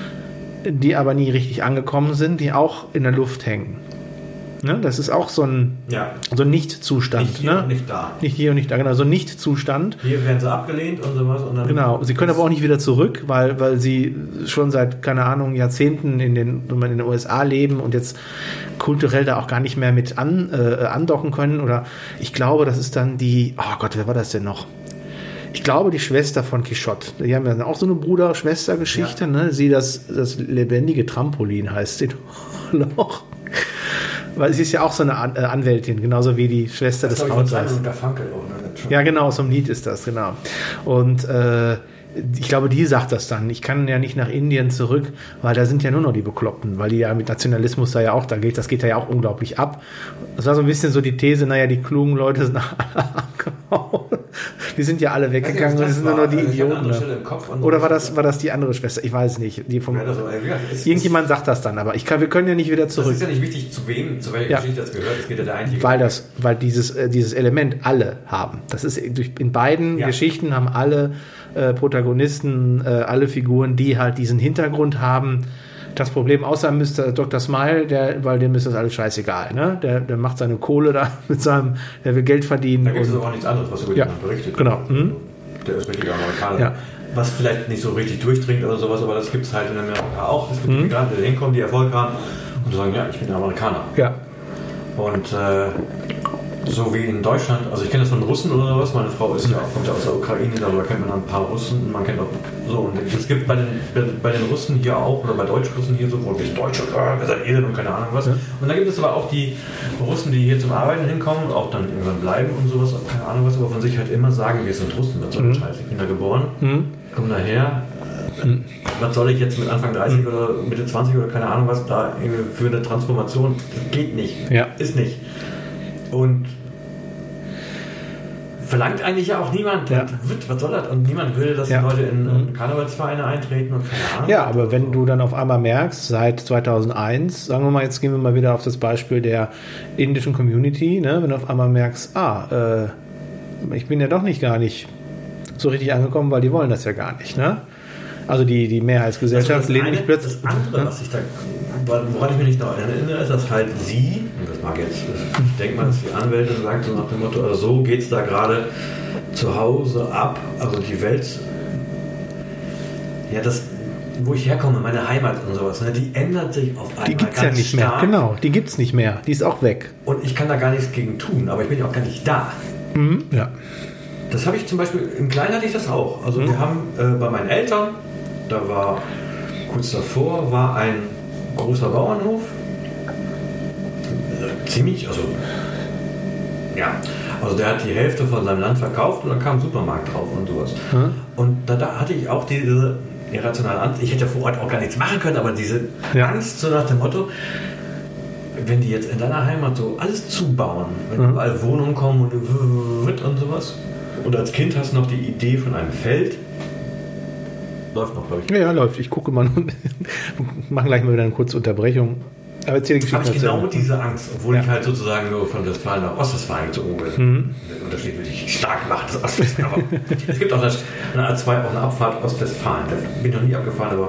die aber nie richtig angekommen sind, die auch in der Luft hängen. Ne? Das ist auch so ein, ja. so ein Nicht-Zustand. Nicht hier ne? und nicht da. Nicht hier und nicht da, genau, so ein Nicht-Zustand. Hier werden sie abgelehnt und sowas. Und dann genau, sie können aber auch nicht wieder zurück, weil, weil sie schon seit, keine Ahnung, Jahrzehnten in den, in den U S A leben und jetzt kulturell da auch gar nicht mehr mit an, äh, andocken können. Oder ich glaube, das ist dann die, oh Gott, wer war das denn noch? Ich glaube, die Schwester von Quixote. Die haben ja auch so eine Bruder-Schwester-Geschichte. Ja. Ne? Sie, das, das lebendige Trampolin heißt sie noch. Weil sie ist ja auch so eine An- äh, Anwältin, genauso wie die Schwester das des Autors. Ja, genau, so ein Lied ist das, genau. Und äh, ich glaube, die sagt das dann. Ich kann ja nicht nach Indien zurück, weil da sind ja nur noch die Bekloppten, weil die ja mit Nationalismus da ja auch, da geht, das geht da ja auch unglaublich ab. Das war so ein bisschen so die These, naja, die klugen Leute sind alle abgehauen. Die sind ja alle weggegangen und es sind nur noch die also Idioten. Oder war das, war das die andere Schwester? Ich weiß es nicht. Die vom, ja, so, ja, irgendjemand sagt das dann, aber ich kann, wir können ja nicht wieder zurück. Das ist ja nicht wichtig, zu wem, zu welcher ja. Geschichte das gehört. Es geht ja der einzige. Weil das, weil dieses, äh, dieses Element alle haben. Das ist durch, in beiden ja. Geschichten haben alle äh, Protagonisten, äh, alle Figuren, die halt diesen Hintergrund haben. Das Problem, außer Mister Doktor Smile, der, weil dem ist das alles scheißegal. Ne? Der, der macht seine Kohle da mit seinem, der will Geld verdienen. Da gibt es aber auch nichts anderes, was über ja, jemanden berichtet. Genau. Mhm. Der ist richtiger Amerikaner. Ja. Was vielleicht nicht so richtig durchdringt oder sowas, aber das gibt es halt in Amerika auch. Es gibt mhm. Migranten, die hinkommen, die Erfolg haben und sagen, ja, ich bin Amerikaner. Ja. Und äh, so wie in Deutschland, also ich kenne das von Russen oder sowas, meine Frau ist ja auch, kommt ja aus der Ukraine, darüber kennt man ein paar Russen, man kennt auch so, und es gibt bei den, bei den Russen hier auch, oder bei Deutschrussen hier so, wo wir sind Deutsche, wir sind ihr und keine Ahnung was. Ja. Und dann gibt es aber auch die Russen, die hier zum Arbeiten hinkommen und auch dann irgendwann bleiben und sowas, keine Ahnung was, aber von sich halt immer sagen, wir sind Russen, was soll mhm. Scheiße, ich bin da geboren, mhm. komm daher, mhm. was soll ich jetzt mit Anfang dreißig mhm. oder Mitte zwanzig oder keine Ahnung was da für eine Transformation, geht nicht, ja. ist nicht. Und verlangt eigentlich ja auch niemand, ja. was soll das? Und niemand will, dass ja. die Leute in, in Karnevalsvereine eintreten und keine Ahnung. Ja, aber wenn du dann auf einmal merkst, seit zweitausendeins, sagen wir mal, jetzt gehen wir mal wieder auf das Beispiel der indischen Community, ne? Wenn du auf einmal merkst, ah, äh, ich bin ja doch nicht gar nicht so richtig angekommen, weil die wollen das ja gar nicht, ne? Also die, die Mehrheitsgesellschaft also lehnt mich plötzlich. Das andere, ne? was ich da, woran ich mich nicht noch erinnere, ist, dass halt sie, und das mag jetzt, ich denke mal, dass die Anwältin sagt, so nach dem Motto, also so geht es da gerade zu Hause ab, also die Welt, ja, das, wo ich herkomme, meine Heimat und sowas, ne, die ändert sich auf einmal. Die gibt es ja nicht stark. mehr, genau, die gibt es nicht mehr, die ist auch weg. Und ich kann da gar nichts gegen tun, aber ich bin ja auch gar nicht da. Mhm, ja. Das habe ich zum Beispiel, im Kleinen hatte ich das auch. Also mhm. wir haben äh, bei meinen Eltern, da war kurz davor, war ein großer Bauernhof. Äh, ziemlich, also ja, also der hat die Hälfte von seinem Land verkauft und dann kam ein Supermarkt drauf und sowas. Mhm. Und da, da hatte ich auch diese, irrationale Angst. Ich hätte vor Ort auch gar nichts machen können, aber diese Ja. Angst, so nach dem Motto, wenn die jetzt in deiner Heimat so alles zubauen, wenn Mhm. überall Wohnungen kommen und und sowas. Und als Kind hast du noch die Idee von einem Feld. Läuft noch, glaube ich. Ja, ja, läuft. Ich gucke mal. Wir machen gleich mal wieder eine kurze Unterbrechung. Aber erzähl die Habe Geschichte. ich genau erzählen. diese Angst, obwohl Ja. ich halt sozusagen nur von Westfalen nach Ostwestfalen gezogen bin. Mhm. Der Unterschied würde ich stark machen, das Ostwestfalen. Aber es gibt auch eine, eine A zwei, auch eine Abfahrt Ostwestfalen. Da bin ich noch nie abgefahren, aber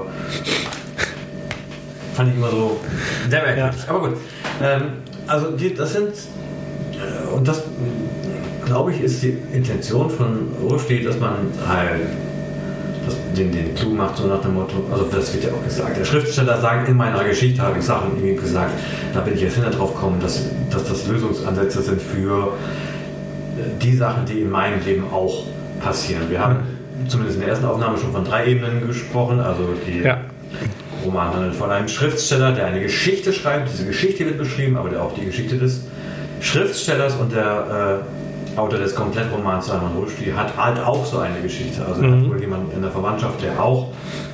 fand ich immer so sehr merkwürdig. Ja. Aber gut. Ähm, also die, das sind, äh, und das glaube ich ist die Intention von Rushdie, dass man halt das, den, den Clou macht, so nach dem Motto, also das wird ja auch gesagt, der Schriftsteller sagt, in meiner Geschichte habe ich Sachen irgendwie gesagt, da bin ich jetzt hinter drauf gekommen, dass, dass das Lösungsansätze sind für die Sachen, die in meinem Leben auch passieren. Wir haben zumindest in der ersten Aufnahme schon von drei Ebenen gesprochen, also die Ja. Roman handelt von einem Schriftsteller, der eine Geschichte schreibt, diese Geschichte wird beschrieben, aber der auch die Geschichte des Schriftstellers und der äh, Autor des Komplettromans Salman Rushdie hat halt auch so eine Geschichte. Also er Mhm. hat wohl jemanden in der Verwandtschaft, der auch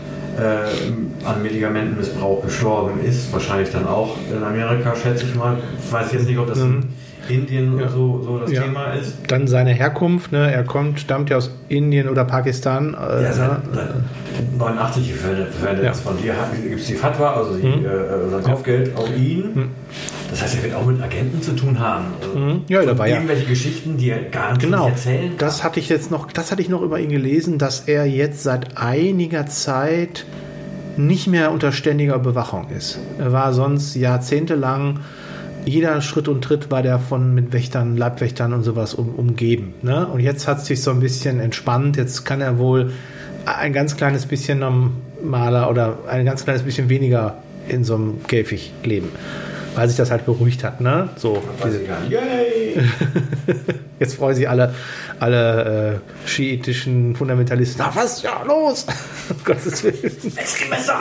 äh, an Medikamentenmissbrauch gestorben ist. Wahrscheinlich dann auch in Amerika, schätze ich mal. Ich weiß jetzt nicht, ob das Mhm. in Indien Ja. so, so das Ja. Thema ist. Dann seine Herkunft, ne? Er kommt, stammt ja aus Indien oder Pakistan. Äh, Ja, seit, ne? seit neunundachtzig verwendet Ja. es von dir. Gibt es die Fatwa, also die, Mhm. äh, sein Kopfgeld auf ihn. Mhm. Das heißt, er wird auch mit Agenten zu tun haben. Also Mhm. Ja, da war ja. irgendwelche Geschichten, die er gar nicht Genau, erzählen kann. das hatte ich jetzt noch, das hatte ich noch über ihn gelesen, dass er jetzt seit einiger Zeit nicht mehr unter ständiger Bewachung ist. Er war sonst jahrzehntelang, jeder Schritt und Tritt war der von mit Wächtern, Leibwächtern und sowas um, umgeben. Ne? Und jetzt hat es sich so ein bisschen entspannt. Jetzt kann er wohl ein ganz kleines bisschen normaler oder ein ganz kleines bisschen weniger in so einem Käfig leben, weil sich das halt beruhigt hat. Ne? So, Weiß diese, ich gar nicht. Yay! Jetzt freuen sich alle, alle äh, schiitischen Fundamentalisten. Na was? Ja, los! Um Gottes Willen. Extremesser!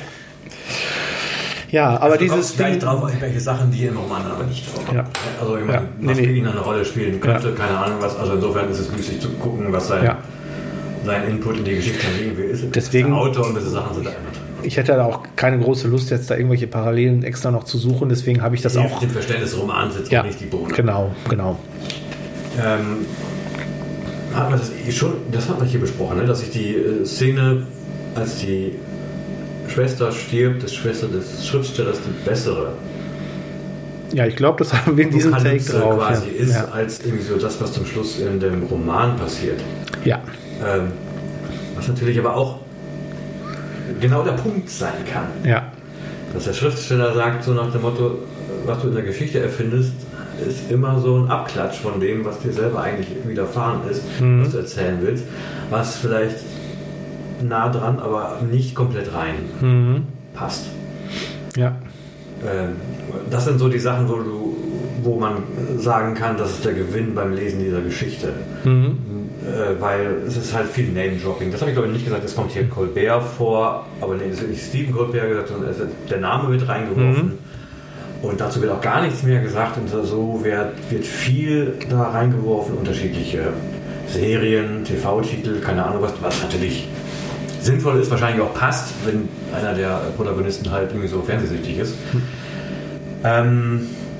Ja, aber Du dieses kommst gleich Ding, drauf, welche Sachen, die im Roman aber nicht vorkommen. Ja. Also ich meine, Ja. was Nee, für nee. ihn eine Rolle spielen könnte, Ja. keine Ahnung was. Also insofern ist es müßig zu gucken, was sein, Ja. sein Input in die Geschichte dann irgendwie ist. Deswegen- Der Autor und diese Sachen sind da immer drin. ich hätte da auch keine große Lust, jetzt da irgendwelche Parallelen extra noch zu suchen, deswegen habe ich das Hilft auch. dem Verständnis des Romans jetzt Ja, auch nicht die Bohne. genau, genau. Ähm, hat man das eh schon, das haben wir hier besprochen, ne? Dass ich die äh, Szene, als die Schwester stirbt, die Schwester des Schriftstellers, die bessere Ja, ich glaube, das haben wir in diesem Take Apokalypse drauf. quasi Ja. ist, Ja. als irgendwie so das, was zum Schluss in dem Roman passiert. Ja. Ähm, was natürlich aber auch genau der Punkt sein kann. Ja. Dass der Schriftsteller sagt, so nach dem Motto, was du in der Geschichte erfindest, ist immer so ein Abklatsch von dem, was dir selber eigentlich widerfahren ist, Mhm. was du erzählen willst, was vielleicht nah dran, aber nicht komplett rein Mhm. passt. Ja. Ähm, das sind so die Sachen, wo du, wo man sagen kann, das ist der Gewinn beim Lesen dieser Geschichte. Mhm. Äh, weil es ist halt viel Name-Dropping. Das habe ich glaube ich nicht gesagt, es kommt hier Colbert vor, aber nee, es wird nicht Stephen Colbert gesagt, sondern es wird, der Name wird reingeworfen. Mhm. Und dazu wird auch gar nichts mehr gesagt und so wird, wird viel da reingeworfen, unterschiedliche Serien, T V-Titel, keine Ahnung was, was natürlich sinnvoll ist, wahrscheinlich auch passt, wenn einer der Protagonisten halt irgendwie so fernsehsüchtig ist. Mhm. Ähm,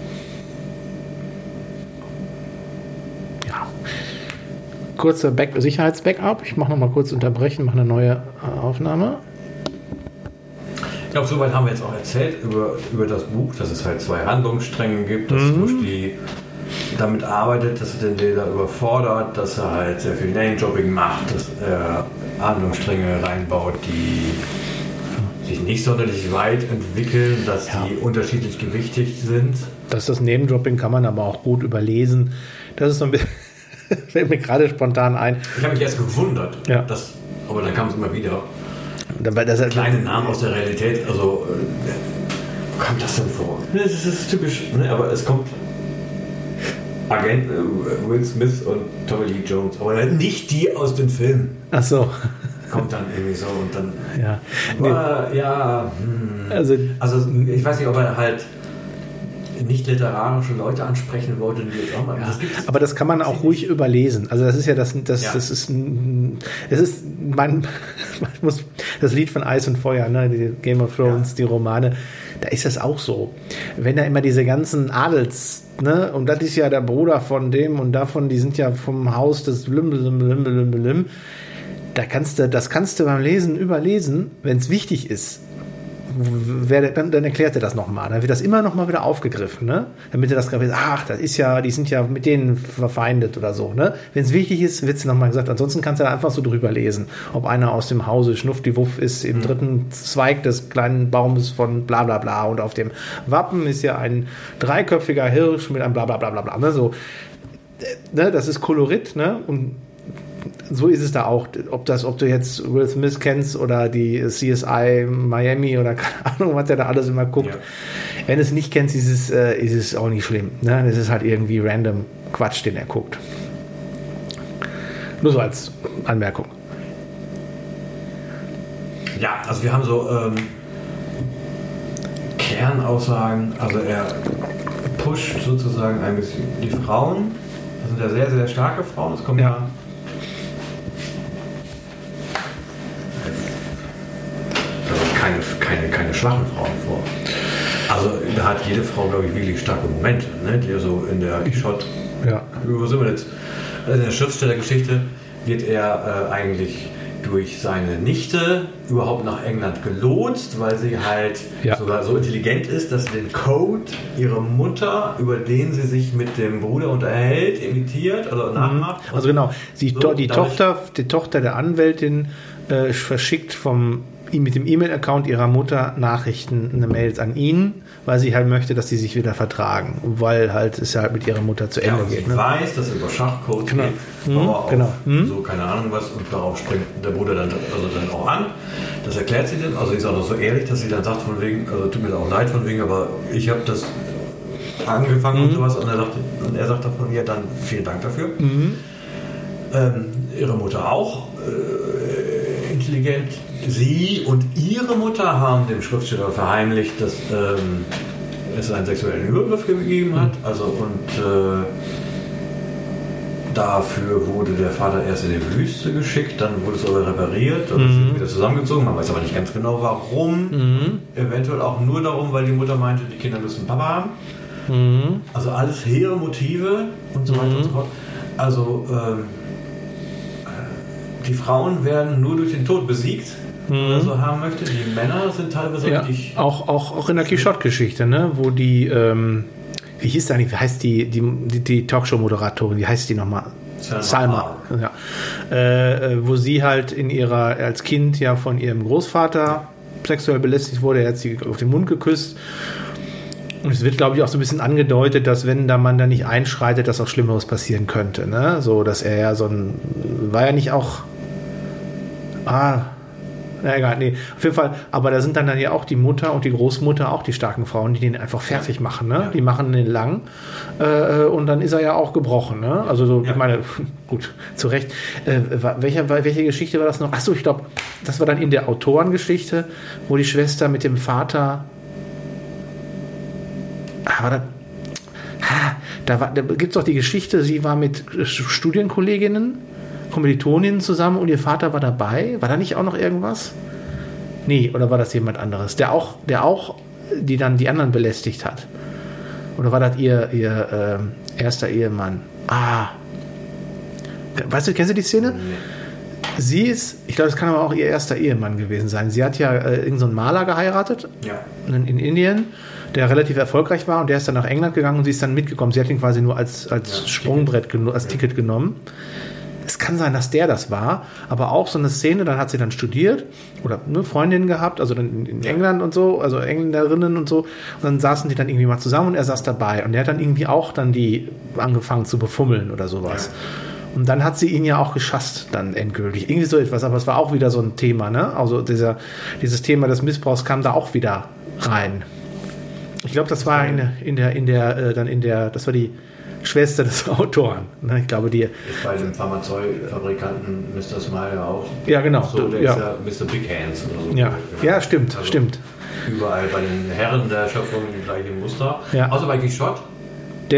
Ja. Kurzer Back Sicherheitsbackup. Ich mache nochmal kurz unterbrechen, mache eine neue äh, Aufnahme. Ich glaube, soweit haben wir jetzt auch erzählt über, über das Buch, dass es halt zwei Handlungsstränge gibt, dass Mhm. Rushdie damit arbeitet, dass er den Leser überfordert, dass er halt sehr viel Name-Dropping macht, dass er Handlungsstränge reinbaut, die sich nicht sonderlich weit entwickeln, dass Ja. die unterschiedlich gewichtig sind. Das, das Name-Dropping kann man aber auch gut überlesen. Das ist so ein bisschen, fällt mir gerade spontan ein. Ich habe mich erst gewundert, Ja. dass, aber dann kam es immer wieder. Dabei, das, Kleine Namen aus der Realität, also äh, wo kam das denn vor? Ne, das ist typisch, ne, aber es kommt Agent äh, Will Smith und Tommy Lee Jones, aber nicht die aus den Filmen. Ach so. Kommt dann irgendwie so und dann. Ja. Nee. Ah, ja, hm. Also, Also ich weiß nicht, ob er halt nicht literarische Leute ansprechen wollte, die jetzt auch mal. ja, Das gibt's. aber das kann man auch ruhig überlesen. Also das ist ja das, das, Ja. das ist, ein- es ist, man, man muss, das Lied von Eis und Feuer, ne, die Game of Thrones, ja. die Romane, da ist das auch so. Wenn da immer diese ganzen Adels, ne, und das ist ja der Bruder von dem und davon, die sind ja vom Haus des Blim, Blim, Blim, Blim, Blim, da kannst du, das kannst du beim Lesen überlesen, wenn es wichtig ist. Wer, dann, dann erklärt er das nochmal. Dann wird das immer nochmal wieder aufgegriffen, ne? Damit er das gerade sagt, ach, das ist ja, die sind ja mit denen verfeindet oder so, ne? Wenn es wichtig ist, wird es nochmal gesagt. Ansonsten kannst du da einfach so drüber lesen. Ob einer aus dem Hause Schnuffdiwuff ist im mhm. dritten Zweig des kleinen Baumes von bla bla bla und auf dem Wappen ist ja ein dreiköpfiger Hirsch mit einem bla bla bla bla bla, ne? So, ne? Das ist Kolorit, ne? Und so ist es da auch, ob das, ob du jetzt Will Smith kennst oder die C S I Miami oder keine Ahnung, was der da alles immer guckt. Ja. Wenn du es nicht kennst, ist es, äh, ist es auch nicht schlimm. Ne? Das ist halt irgendwie random Quatsch, den er guckt. Nur so als Anmerkung. Ja, also wir haben so ähm, Kernaussagen, also er pusht sozusagen ein bisschen die Frauen. Das sind ja sehr, sehr starke Frauen. Es kommt ja, ja Keine, keine, keine schwachen Frauen vor. Also da hat jede Frau, glaube ich, wirklich starke Momente, ne? Die so in der Quixote, ja. Wo sind wir jetzt? Also in der Schriftstellergeschichte wird er äh, eigentlich durch seine Nichte überhaupt nach England gelotst, weil sie halt ja. sogar so intelligent ist, dass sie den Code ihrer Mutter, über den sie sich mit dem Bruder unterhält, imitiert, also nachmacht. Also genau, sie, so, die, Tochter, die Tochter der Anwältin äh, verschickt vom mit dem E-Mail-Account ihrer Mutter Nachrichten, eine Mails an ihn, weil sie halt möchte, dass sie sich wieder vertragen, weil halt es halt mit ihrer Mutter zu Ende ja, geht. Sie ne? weiß, dass er über Schachcode genau. geht, mhm, aber genau. auch mhm. so, keine Ahnung was, und darauf springt der Bruder dann, also dann auch an. Das erklärt sie dann, also sie ist auch noch so ehrlich, dass sie dann sagt von wegen, also tut mir auch leid von wegen, aber ich habe das angefangen mhm. und sowas, und er sagt, und er sagt dann von mir dann vielen Dank dafür. Mhm. Ähm, ihre Mutter auch äh, intelligent. Sie und ihre Mutter haben dem Schriftsteller verheimlicht, dass ähm, es einen sexuellen Übergriff gegeben hat. Also und äh, dafür wurde der Vater erst in die Wüste geschickt, dann wurde es aber repariert und mhm. wieder zusammengezogen. Man weiß aber nicht ganz genau warum. Mhm. Eventuell auch nur darum, weil die Mutter meinte, die Kinder müssen Papa haben. Mhm. Also alles hehre Motive und so weiter mhm. und so fort. Also ähm, die Frauen werden nur durch den Tod besiegt. Oder so haben möchte. Die Männer sind teilweise ja, richtig. Auch, auch, auch in der Quixote-Geschichte, ne? Wo die, ähm, wie hieß die eigentlich, wie heißt die, die, die, die Talkshow-Moderatorin, wie heißt die nochmal? Salma. Salma. Ja. Äh, wo sie halt in ihrer, als Kind ja von ihrem Großvater sexuell belästigt wurde, er hat sie auf den Mund geküsst. Und es wird, glaube ich, auch so ein bisschen angedeutet, dass wenn da man da nicht einschreitet, dass auch Schlimmeres passieren könnte, ne? So, dass er ja so ein, war ja nicht auch, ah, na egal, nee, auf jeden Fall, aber da sind dann, dann ja auch die Mutter und die Großmutter, auch die starken Frauen, die den einfach fertig machen, ne? Ja. Die machen den lang äh, und dann ist er ja auch gebrochen, ne? Also so, ja. Ich meine, gut, zu Recht. Äh, welche, welche Geschichte war das noch? Achso, ich glaube, das war dann in der Autorengeschichte, wo die Schwester mit dem Vater, aber da, da, war, da gibt es doch die Geschichte, sie war mit Studienkolleginnen, Kommilitoninnen zusammen und ihr Vater war dabei. War da nicht auch noch irgendwas? Nee, oder war das jemand anderes? Der auch, der auch, die dann die anderen belästigt hat. Oder war das ihr, ihr äh, erster Ehemann? Ah. Weißt du, kennst du die Szene? Nee. Sie ist, ich glaube, das kann aber auch ihr erster Ehemann gewesen sein. Sie hat ja äh, irgendeinen so einen Maler geheiratet. Ja. In, in Indien, der relativ erfolgreich war und der ist dann nach England gegangen und sie ist dann mitgekommen. Sie hat ihn quasi nur als, als ja, Sprungbrett, geno- als ja. Ticket genommen. Es kann sein, dass der das war, aber auch so eine Szene, dann hat sie dann studiert oder eine Freundin gehabt, also dann in, in England und so, also Engländerinnen und so, und dann saßen die dann irgendwie mal zusammen und er saß dabei und er hat dann irgendwie auch dann die angefangen zu befummeln oder sowas. Ja. Und dann hat sie ihn ja auch geschasst, dann endgültig. Irgendwie so etwas, aber es war auch wieder so ein Thema, ne? Also dieser, dieses Thema des Missbrauchs kam da auch wieder rein. Ich glaube, das war in, in der, in der, äh, dann in der, das war die Schwester des Autoren. Ne? Ich glaube, die. Ist bei dem Pharmazeufabrikanten Mister Smile auch. Ja, genau. So, der ja. ist ja Mister Big Hands oder so. Ja, ja stimmt, also stimmt. Überall bei den Herren der Schöpfung die gleichen Muster. Ja. Außer bei Quixote. Der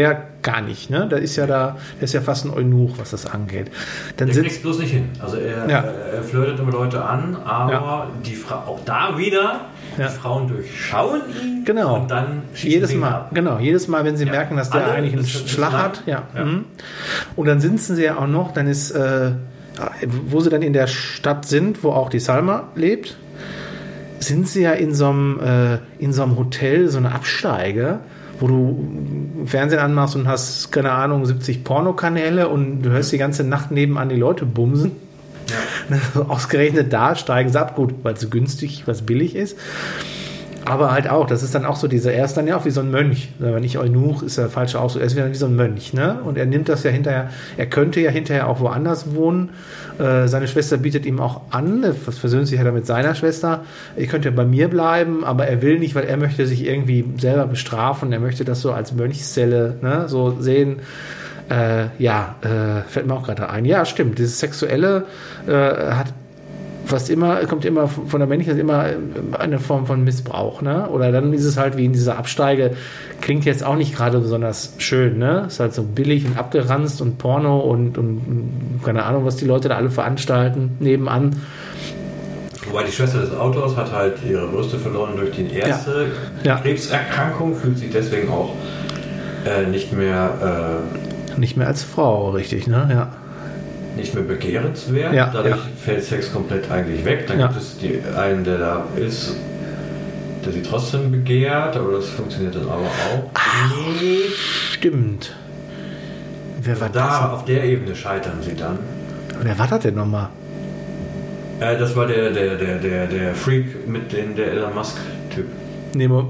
gar nicht. Ne? Da ist ja da, der ist ja fast ein Eunuch, was das angeht. Dann der kriegt bloß nicht hin. Also er, ja. er flirtet immer Leute an, aber ja. die Fra- auch da wieder, ja. die Frauen durchschauen ihn genau. und dann schießen jedes sie ihn Mal, ab. Genau, jedes Mal, wenn sie ja. merken, dass der Alle, eigentlich einen das Schlag hat. Ja. ja. Mhm. Und dann sitzen sie ja auch noch, dann ist, äh, wo sie dann in der Stadt sind, wo auch die Salma lebt, sind sie ja in so einem, äh, in so einem Hotel, so eine Absteige, wo du Fernsehen anmachst und hast, keine Ahnung, siebzig Pornokanäle und du hörst die ganze Nacht nebenan die Leute bumsen. Ja. Ausgerechnet da steigen sie ab, gut, weil es so günstig, was billig ist. Aber halt auch, das ist dann auch so dieser, er ist dann ja auch wie so ein Mönch. Aber nicht Eunuch, ist der falsche Ausdruck, er ist wie so ein Mönch, ne? Und er nimmt das ja hinterher, er könnte ja hinterher auch woanders wohnen. Äh, seine Schwester bietet ihm auch an, was versöhnt sich ja mit seiner Schwester, er könnte bei mir bleiben, aber er will nicht, weil er möchte sich irgendwie selber bestrafen, er möchte das so als Mönchszelle, ne, so sehen. Äh, ja, äh, fällt mir auch gerade ein. Ja, stimmt, dieses Sexuelle äh, hat fast immer, kommt immer von der Männlichkeit immer eine Form von Missbrauch, ne? Oder dann ist es halt wie in dieser Absteige, klingt jetzt auch nicht gerade besonders schön, ne? Ist halt so billig und abgeranzt und Porno und, und keine Ahnung, was die Leute da alle veranstalten, nebenan. Wobei die Schwester des Autors hat halt ihre Brüste verloren durch die erste ja. Ja. Krebserkrankung, fühlt sich deswegen auch äh, nicht mehr äh, nicht mehr als Frau, richtig, ne? Ja. Nicht mehr begehrenswert, ja, dadurch ja. fällt Sex komplett eigentlich weg. Dann ja. gibt es die, einen, der da ist, der sie trotzdem begehrt, aber das funktioniert dann aber auch. Ach, nee. Stimmt. Wer war da, das? auf der Ebene scheitern sie dann. Wer war das denn nochmal? Äh, das war der, der, der, der, der Freak mit dem der Elon Musk-Typ. Nee, Mo-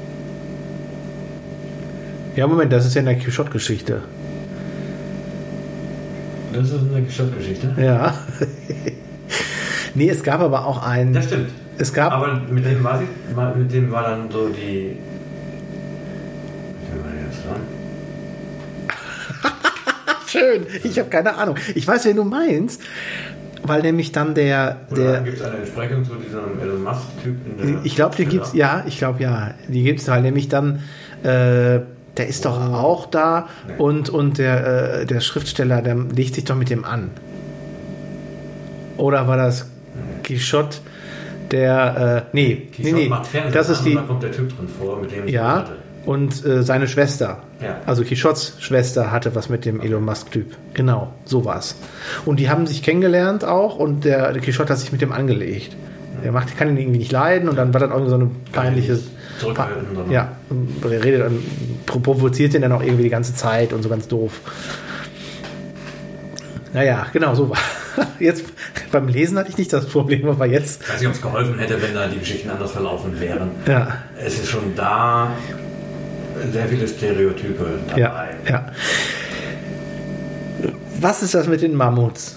ja, Moment, das ist ja in der Q-Shot-Geschichte. Das ist eine Geschichte. Ja. Nee, es gab aber auch einen. Das stimmt. Es gab. Aber mit dem war sie, mit dem war dann so die. Wie war jetzt Schön. Ich habe keine Ahnung. Ich weiß, wen du meinst, weil nämlich dann der. der gibt es eine Entsprechung zu diesem Elon Musk-Typ? Ich glaube, die gibt's. Ja, ich glaube ja. Die gibt es, weil nämlich dann. Äh, Der ist doch oh. auch da nee. und, und der, äh, der Schriftsteller, der legt sich doch mit dem an. Oder war das Quichotte, der, äh, nee, Quichotte nee, nee, macht Fernsehen das ist an, die, da kommt der Typ drin vor, mit dem ich ja, hatte. Und äh, seine Schwester, ja. also Quichottes Schwester hatte was mit dem okay. Elon Musk-Typ. Genau, so war's. Und die haben sich kennengelernt auch und der, der Quichotte hat sich mit dem angelegt. Er macht, kann ihn irgendwie nicht leiden und dann war das irgendwie so eine peinliche... Zurückhalten. Ja, redet und provoziert ihn dann auch irgendwie die ganze Zeit und so ganz doof. Naja, genau, so war. Jetzt beim Lesen hatte ich nicht das Problem, aber jetzt. Ich weiß nicht, ob es geholfen hätte, wenn da die Geschichten anders verlaufen wären. Ja. Es ist schon da sehr viele Stereotype dabei. Ja, ja. Was ist das mit den Mammuts?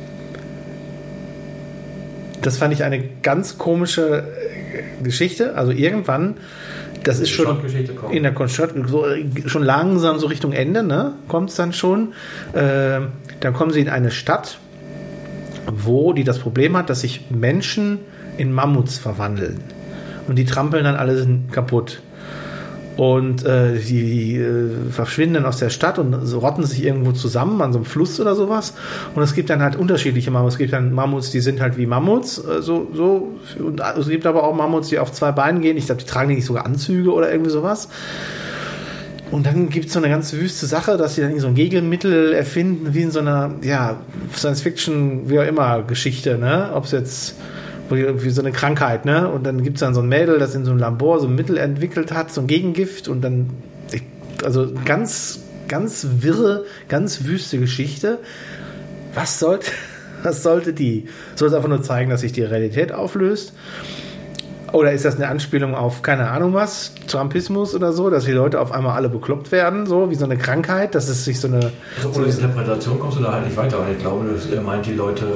Das fand ich eine ganz komische Geschichte. Also irgendwann, das ist schon in der Konzert, so, schon langsam so Richtung Ende, ne? Kommt es dann schon. Äh, dann kommen sie in eine Stadt, wo die das Problem hat, dass sich Menschen in Mammuts verwandeln. Und die trampeln dann alles kaputt. Und äh, die, die äh, verschwinden dann aus der Stadt und so rotten sich irgendwo zusammen an so einem Fluss oder sowas. Und es gibt dann halt unterschiedliche Mammuts. Es gibt dann Mammuts, die sind halt wie Mammuts. Äh, so, so. Und es gibt aber auch Mammuts, die auf zwei Beinen gehen. Ich glaube, die tragen nicht sogar Anzüge oder irgendwie sowas. Und dann gibt es so eine ganz wüste Sache, dass sie dann so ein Gegenmittel erfinden, wie in so einer ja, Science-Fiction, wie auch immer, Geschichte. Ne? Ob es jetzt... wie so eine Krankheit, ne? Und dann gibt es dann so ein Mädel, das in so einem Labor so ein Mittel entwickelt hat, so ein Gegengift und dann, also ganz, ganz wirre, ganz wüste Geschichte. Was sollte, was sollte die? Soll es einfach nur zeigen, dass sich die Realität auflöst? Oder ist das eine Anspielung auf, keine Ahnung was, Trumpismus oder so, dass die Leute auf einmal alle bekloppt werden, so wie so eine Krankheit, dass es sich so eine... Also ohne Interpretation kommst du da halt nicht weiter, und ich glaube, dass er meint, die Leute...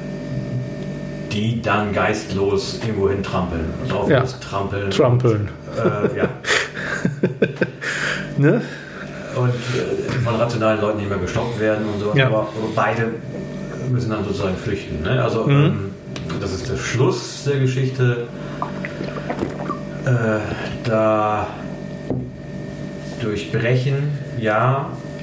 die dann geistlos irgendwo hin trampeln. Drauf ja. trampeln. Trampeln. Und, äh, ja. ne? Und äh, von rationalen Leuten nicht mehr gestoppt werden und so. Ja. Aber, aber beide müssen dann sozusagen flüchten. Ne? Also mhm. ähm, das ist der Schluss der Geschichte. Äh, da durchbrechen, ja,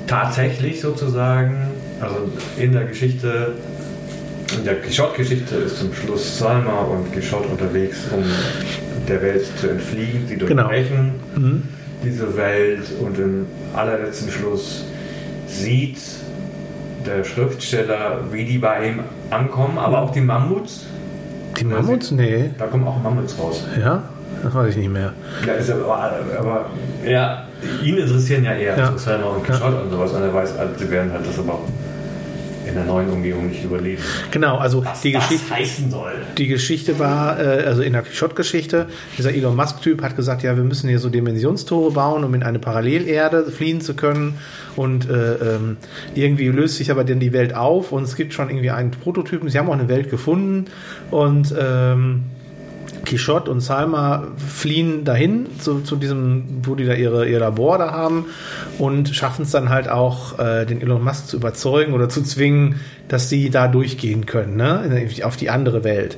tatsächlich sozusagen, also in der Geschichte, in der Quichotte-Geschichte ist zum Schluss Salma und Quichotte unterwegs, um der Welt zu entfliehen. Sie durchbrechen genau. mhm. diese Welt und im allerletzten Schluss sieht der Schriftsteller, wie die bei ihm ankommen, aber auch die Mammuts. Die Mammuts? Nee. Da kommen auch Mammuts raus. Ja? Das weiß ich nicht mehr. Ja, ist aber, aber ja, ihn interessieren ja eher ja. so Salma und Quichotte ja. und sowas. Und er weiß, sie werden halt das aber in der neuen Umgebung nicht überleben. Genau, also was die das Geschichte, heißen soll. Die Geschichte war, äh, also in der Quichotte-Geschichte, dieser Elon Musk-Typ hat gesagt, ja, wir müssen hier so Dimensionstore bauen, um in eine Parallelerde fliehen zu können. Und äh, ähm, irgendwie löst sich aber dann die Welt auf und es gibt schon irgendwie einen Prototypen. Sie haben auch eine Welt gefunden und ähm, Quichotte und Salma fliehen dahin zu, zu diesem, wo die da ihre, ihr Labor da haben und schaffen es dann halt auch, äh, den Elon Musk zu überzeugen oder zu zwingen, dass sie da durchgehen können, ne? Auf die andere Welt.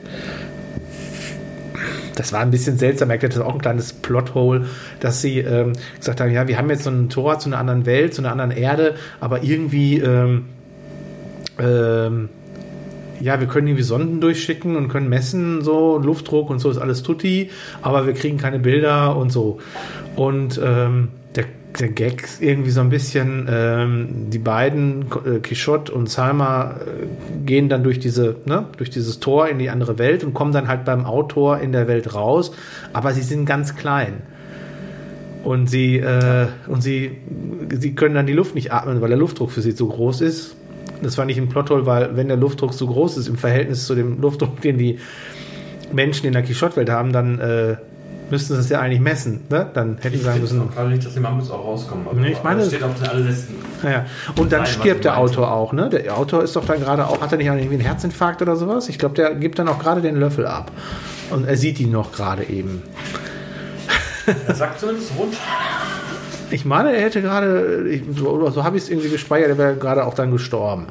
Das war ein bisschen seltsam, merkt ihr, das ist auch ein kleines Plothole, dass sie ähm, gesagt haben, ja, wir haben jetzt so ein Tor zu einer anderen Welt, zu einer anderen Erde, aber irgendwie ähm, ähm, ja, wir können irgendwie Sonden durchschicken und können messen, so Luftdruck und so ist alles tutti, aber wir kriegen keine Bilder und so. Und ähm, der, der Gag ist irgendwie so ein bisschen, ähm, die beiden, äh, Quichotte und Salma, äh, gehen dann durch diese, ne, durch dieses Tor in die andere Welt und kommen dann halt beim Autor in der Welt raus, aber sie sind ganz klein. Und sie, äh, und sie, sie können dann die Luft nicht atmen, weil der Luftdruck für sie zu groß ist. Das war nicht ein Plothole, weil wenn der Luftdruck zu groß ist im Verhältnis zu dem Luftdruck, den die Menschen in der Quichotte-Welt haben, dann äh, müssten sie es ja eigentlich messen. Ne? Dann hätten sie sagen müssen. Ich nicht, dass die Mammuts auch rauskommen. Aber nee, ich meine, das steht auf den allerletzten. Ja. Und dann stirbt der Autor auch. Ne? Der Autor ist doch dann gerade auch, hat er nicht irgendwie einen Herzinfarkt oder sowas? Ich glaube, der gibt dann auch gerade den Löffel ab. Und er sieht ihn noch gerade eben. Er sagt zumindest rund. Ich meine, er hätte gerade, so, so habe ich es irgendwie gespeichert, er wäre gerade auch dann gestorben.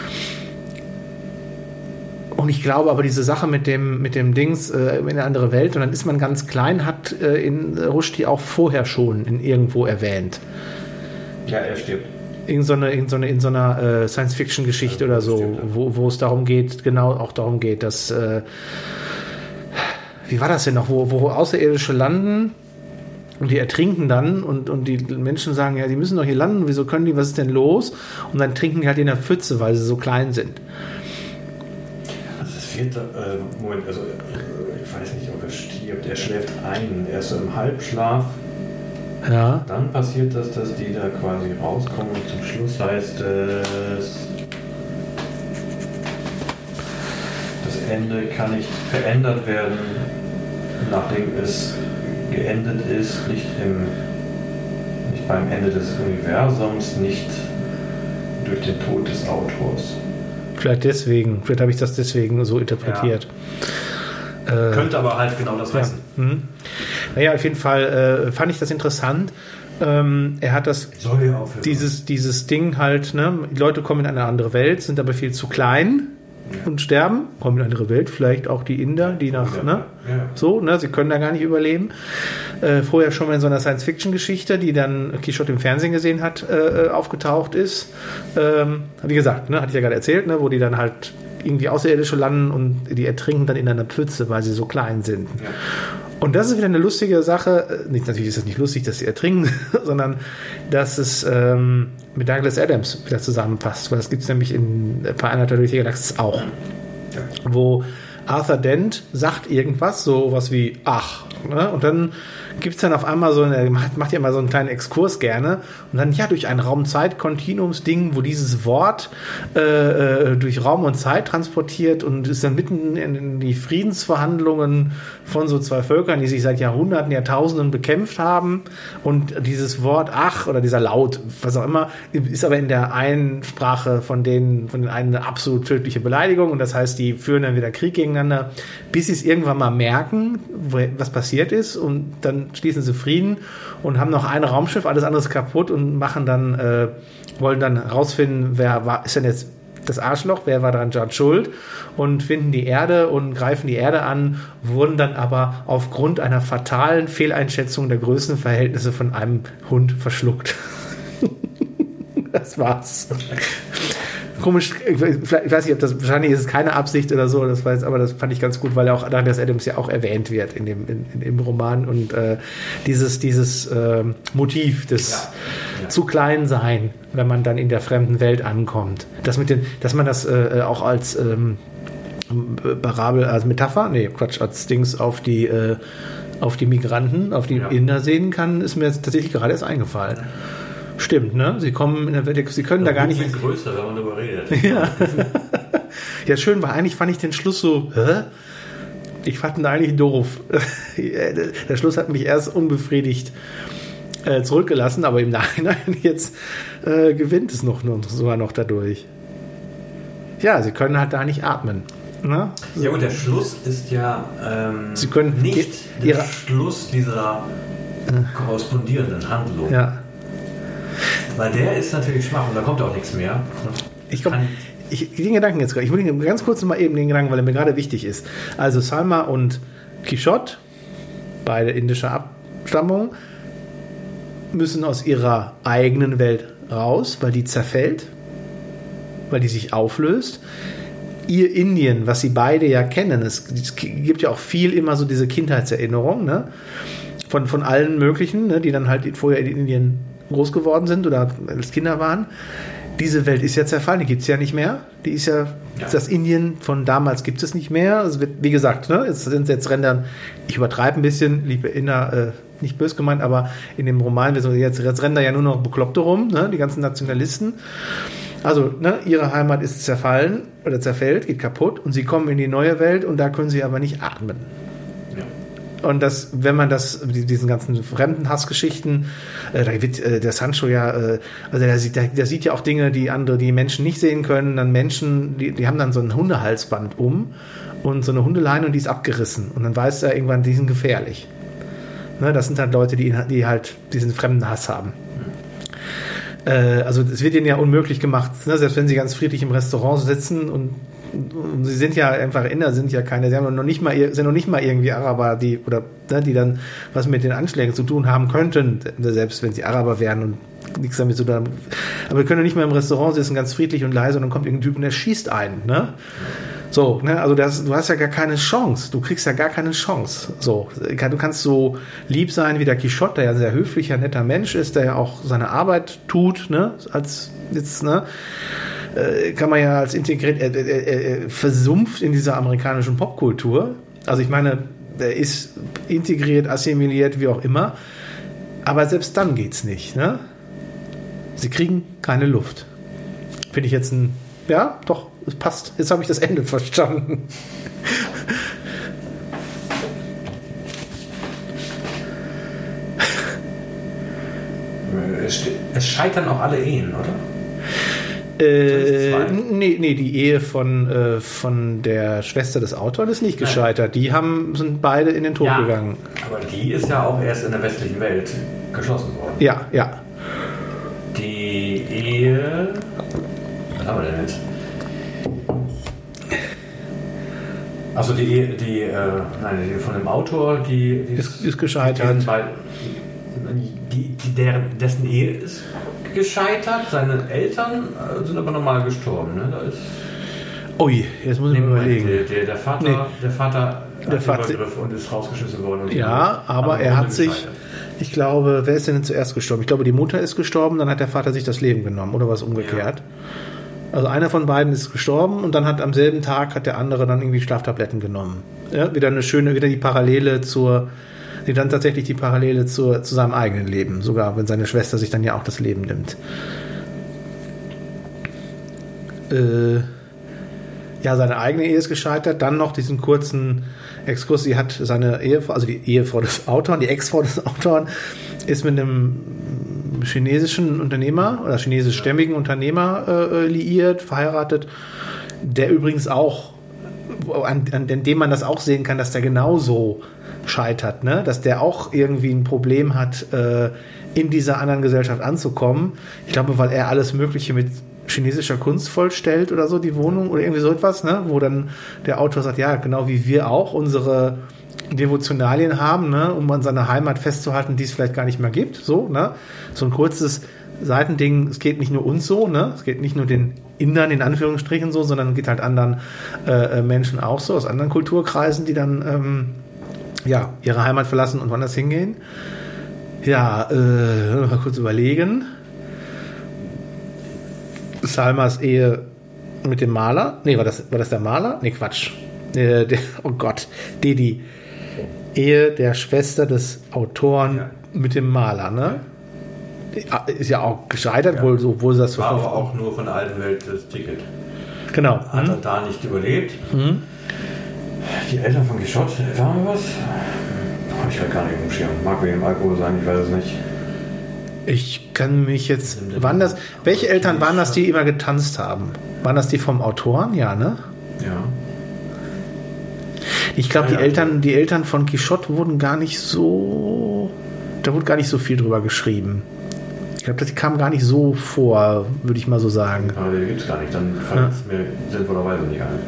Und ich glaube aber, diese Sache mit dem, mit dem Dings äh, in eine andere Welt und dann ist man ganz klein, hat äh, in Rushdie auch vorher schon in irgendwo erwähnt. Ja, er stirbt. In so einer, in so einer, in so einer äh, Science-Fiction-Geschichte ja, oder so, stimmt, ja. wo, wo es darum geht, genau auch darum geht, dass, äh, wie war das denn noch, wo, wo Außerirdische landen und die ertrinken dann und, und die Menschen sagen, ja, die müssen doch hier landen, wieso können die, was ist denn los? Und dann trinken die halt in der Pfütze, weil sie so klein sind. Also das vierte, äh, Moment, also ich weiß nicht, ob er stirbt, er schläft ein, er ist so im Halbschlaf. Ja. Dann passiert das, dass die da quasi rauskommen und zum Schluss heißt es, das Ende kann nicht verändert werden, nachdem es geendet ist, nicht, im, nicht beim Ende des Universums, nicht durch den Tod des Autors. Vielleicht deswegen, vielleicht habe ich das deswegen so interpretiert. Ja. Äh, Könnte aber halt genau das heißen. Ja. Mhm. Naja, auf jeden Fall äh, fand ich das interessant. Ähm, er hat das, Soll ja aufhören. dieses, dieses Ding halt, ne, die Leute kommen in eine andere Welt, sind aber viel zu klein. Ja. Und sterben, kommen in eine andere Welt, vielleicht auch die Inder, die nach, ja. ne, ja. so, ne, sie können da gar nicht überleben. Äh, vorher schon mal in so einer Science-Fiction-Geschichte, die dann Quichotte im Fernsehen gesehen hat, äh, aufgetaucht ist. Ähm, wie gesagt, ne, hatte ich ja gerade erzählt, ne, wo die dann halt irgendwie Außerirdische landen und die ertrinken dann in einer Pfütze, weil sie so klein sind. Ja. Und das ist wieder eine lustige Sache. Nicht, natürlich ist das nicht lustig, dass sie ertrinken, sondern dass es ähm, mit Douglas Adams wieder zusammenpasst. Weil das gibt es nämlich in Vereinigter durch die Galaxis auch. Ja. Wo Arthur Dent sagt irgendwas, so was wie ach. Ne? Und dann gibt es dann auf einmal so, eine, macht, macht ja mal so einen kleinen Exkurs gerne und dann ja durch ein Raum-Zeit-Kontinuums-Ding, wo dieses Wort äh, durch Raum und Zeit transportiert und ist dann mitten in die Friedensverhandlungen von so zwei Völkern, die sich seit Jahrhunderten, Jahrtausenden bekämpft haben und dieses Wort ach oder dieser Laut, was auch immer, ist aber in der einen Sprache von denen, von den einen eine absolut tödliche Beleidigung und das heißt, die führen dann wieder Krieg gegeneinander, bis sie es irgendwann mal merken, was passiert ist und dann schließen sie Frieden und haben noch ein Raumschiff, alles andere ist kaputt und machen dann, äh, wollen dann rausfinden, wer war, ist denn jetzt das Arschloch, wer war daran schuld und finden die Erde und greifen die Erde an, wurden dann aber aufgrund einer fatalen Fehleinschätzung der Größenverhältnisse von einem Hund verschluckt. Das war's. Komisch, ich weiß nicht, ob das, wahrscheinlich ist es keine Absicht oder so, das weiß, aber das fand ich ganz gut, weil auch Douglas Adams ja auch erwähnt wird in dem, in, in, im Roman und äh, dieses, dieses äh, Motiv des ja. Ja. zu klein sein, wenn man dann in der fremden Welt ankommt. Das mit den, dass man das äh, auch als ähm, Parabel, als Metapher, nee, Quatsch, als Dings auf die, äh, auf die Migranten, auf die ja. Inder sehen kann, ist mir jetzt tatsächlich gerade erst eingefallen. Stimmt, ne? Sie kommen in der Welt, sie können ja, da gar nicht. Größer, wenn man darüber redet. Ja. Ja, schön war. Eigentlich fand ich den Schluss so, hä? Ich fand ihn eigentlich doof. Der Schluss hat mich erst unbefriedigt äh, zurückgelassen, aber im Nachhinein jetzt äh, gewinnt es noch, noch sogar noch dadurch. Ja, sie können halt da nicht atmen. Ne? Ja, und der Schluss ist ja ähm, sie können nicht die, der Schluss dieser äh, korrespondierenden Handlung. Ja. Weil der ist natürlich schwach und da kommt auch nichts mehr. Ich komme ich, den Gedanken jetzt gerade. Ich will ihn ganz kurz mal eben den Gedanken, weil er mir gerade wichtig ist. Also Salma und Quixote, beide indischer Abstammung, müssen aus ihrer eigenen Welt raus, weil die zerfällt, weil die sich auflöst. Ihr Indien, was sie beide ja kennen, es, es gibt ja auch viel immer so diese Kindheitserinnerung, ne? Von, von allen möglichen, ne? Die dann halt vorher in Indien groß geworden sind oder als Kinder waren. Diese Welt ist ja zerfallen, die gibt es ja nicht mehr. Die ist ja, ja, das Indien von damals gibt es nicht mehr. Es wird, wie gesagt, ne, jetzt sind jetzt Rändern, ich übertreibe ein bisschen, liebe Inner, äh, nicht böse gemeint, aber in dem Roman, jetzt, jetzt rennen da ja nur noch Bekloppte rum, ne, die ganzen Nationalisten. Also, ne, ihre Heimat ist zerfallen oder zerfällt, geht kaputt und sie kommen in die neue Welt und da können sie aber nicht atmen. Und das, wenn man das, diesen ganzen fremden Hassgeschichten, äh, da wird äh, der Sancho ja, äh, also der sieht, der, der sieht ja auch Dinge, die andere, die Menschen nicht sehen können. Dann Menschen, die, die haben dann so ein Hundehalsband um und so eine Hundeleine und die ist abgerissen. Und dann weiß er irgendwann, die sind gefährlich. Ne, das sind halt Leute, die, die halt diesen fremden Hass haben. Äh, also es wird ihnen ja unmöglich gemacht, ne, selbst wenn sie ganz friedlich im Restaurant sitzen und Und sie sind ja einfach Inder, sind ja keine, sie haben noch nicht mal, sind noch nicht mal irgendwie Araber, die, oder, ne, die dann was mit den Anschlägen zu tun haben könnten, selbst wenn sie Araber wären und nichts damit zu tun haben. Aber wir können nicht mal im Restaurant sitzen, ganz friedlich und leise, und dann kommt irgendein Typ und der schießt einen, ne? So, ne, also das, du hast ja gar keine Chance, du kriegst ja gar keine Chance. So, du kannst so lieb sein wie der Quixote, der ja ein sehr höflicher, netter Mensch ist, der ja auch seine Arbeit tut, ne, als jetzt, ne, kann man ja als integriert, er, er, er versumpft in dieser amerikanischen Popkultur. Also ich meine, er ist integriert, assimiliert, wie auch immer. Aber selbst dann geht's nicht. Ne? Sie kriegen keine Luft. Finde ich jetzt ein, ja, doch, es passt. Jetzt habe ich das Ende verstanden. Es scheitern auch alle Ehen, oder? Äh, nee, nee, die Ehe von, äh, von der Schwester des Autors ist nicht gescheitert. Die haben, sind beide in den Tod ja, gegangen. Aber die ist ja auch erst in der westlichen Welt geschlossen worden. Ja, ja. Die Ehe... Was haben wir denn jetzt? Also die Ehe, die, äh, nein, die von dem Autor, die... die ist, ist gescheitert. Die, die, deren, dessen Ehe ist gescheitert, seine Eltern sind aber normal gestorben. Ne? Da ist Ui, jetzt muss ich mir überlegen. Der, der, der Vater, nee. der Vater der hat Vater Übergriff und ist rausgeschmissen worden. Und ja, so. aber, aber er hat sich, ich glaube, wer ist denn zuerst gestorben? Ich glaube, die Mutter ist gestorben, dann hat der Vater sich das Leben genommen, oder was umgekehrt? Ja. Also einer von beiden ist gestorben und dann hat am selben Tag hat der andere dann irgendwie Schlaftabletten genommen. Ja, wieder eine schöne, wieder die Parallele zur die dann tatsächlich die Parallele zu, zu seinem eigenen Leben, sogar wenn seine Schwester sich dann ja auch das Leben nimmt. Äh, ja, seine eigene Ehe ist gescheitert, dann noch diesen kurzen Exkurs, sie hat seine Ehefrau, also die Ehefrau des Autors, die Ex-Frau des Autors, ist mit einem chinesischen Unternehmer oder chinesischstämmigen Unternehmer äh, liiert, verheiratet, der übrigens auch, an, an dem man das auch sehen kann, dass der genauso scheitert, ne? Dass der auch irgendwie ein Problem hat, äh, in dieser anderen Gesellschaft anzukommen. Ich glaube, weil er alles Mögliche mit chinesischer Kunst vollstellt oder so, die Wohnung oder irgendwie so etwas, ne? Wo dann der Autor sagt, ja, genau wie wir auch unsere Devotionalien haben, ne? Um an seiner Heimat festzuhalten, die es vielleicht gar nicht mehr gibt. So, ne? So ein kurzes Seitending, es geht nicht nur uns so, ne? Es geht nicht nur den Indern in Anführungsstrichen so, sondern es geht halt anderen äh, Menschen auch so, aus anderen Kulturkreisen, die dann ähm, ja, ihre Heimat verlassen und woanders hingehen. Ja, äh, mal kurz überlegen. Salmas Ehe mit dem Maler. Nee, war das, war das der Maler? Nee, Quatsch. Äh, der, oh Gott, die, die Ehe der Schwester des Autoren ja. mit dem Maler, ne? Ist ja auch gescheitert, ja. wohl so, wohl das war aber auch nur von der alten Welt das Ticket. Genau. Hat mhm. er da nicht überlebt. Mhm. Die Eltern von Quichotte, erfahren wir was? Habe ich halt gar nicht im Schirm. Mag wegen dem Alkohol sein, ich weiß es nicht. Ich kann mich jetzt. Waren das, welche Eltern waren das, die immer getanzt haben? Waren das die vom Autoren? Ja, ne? Ja. Ich glaube, ja, die ja, Eltern, ja. die Eltern von Quichotte wurden gar nicht so. Da wurde gar nicht so viel drüber geschrieben. Ich glaube, das kam gar nicht so vor, würde ich mal so sagen. Aber die gibt es gar nicht, dann fällt es ja. mir sinnvollerweise nicht ein.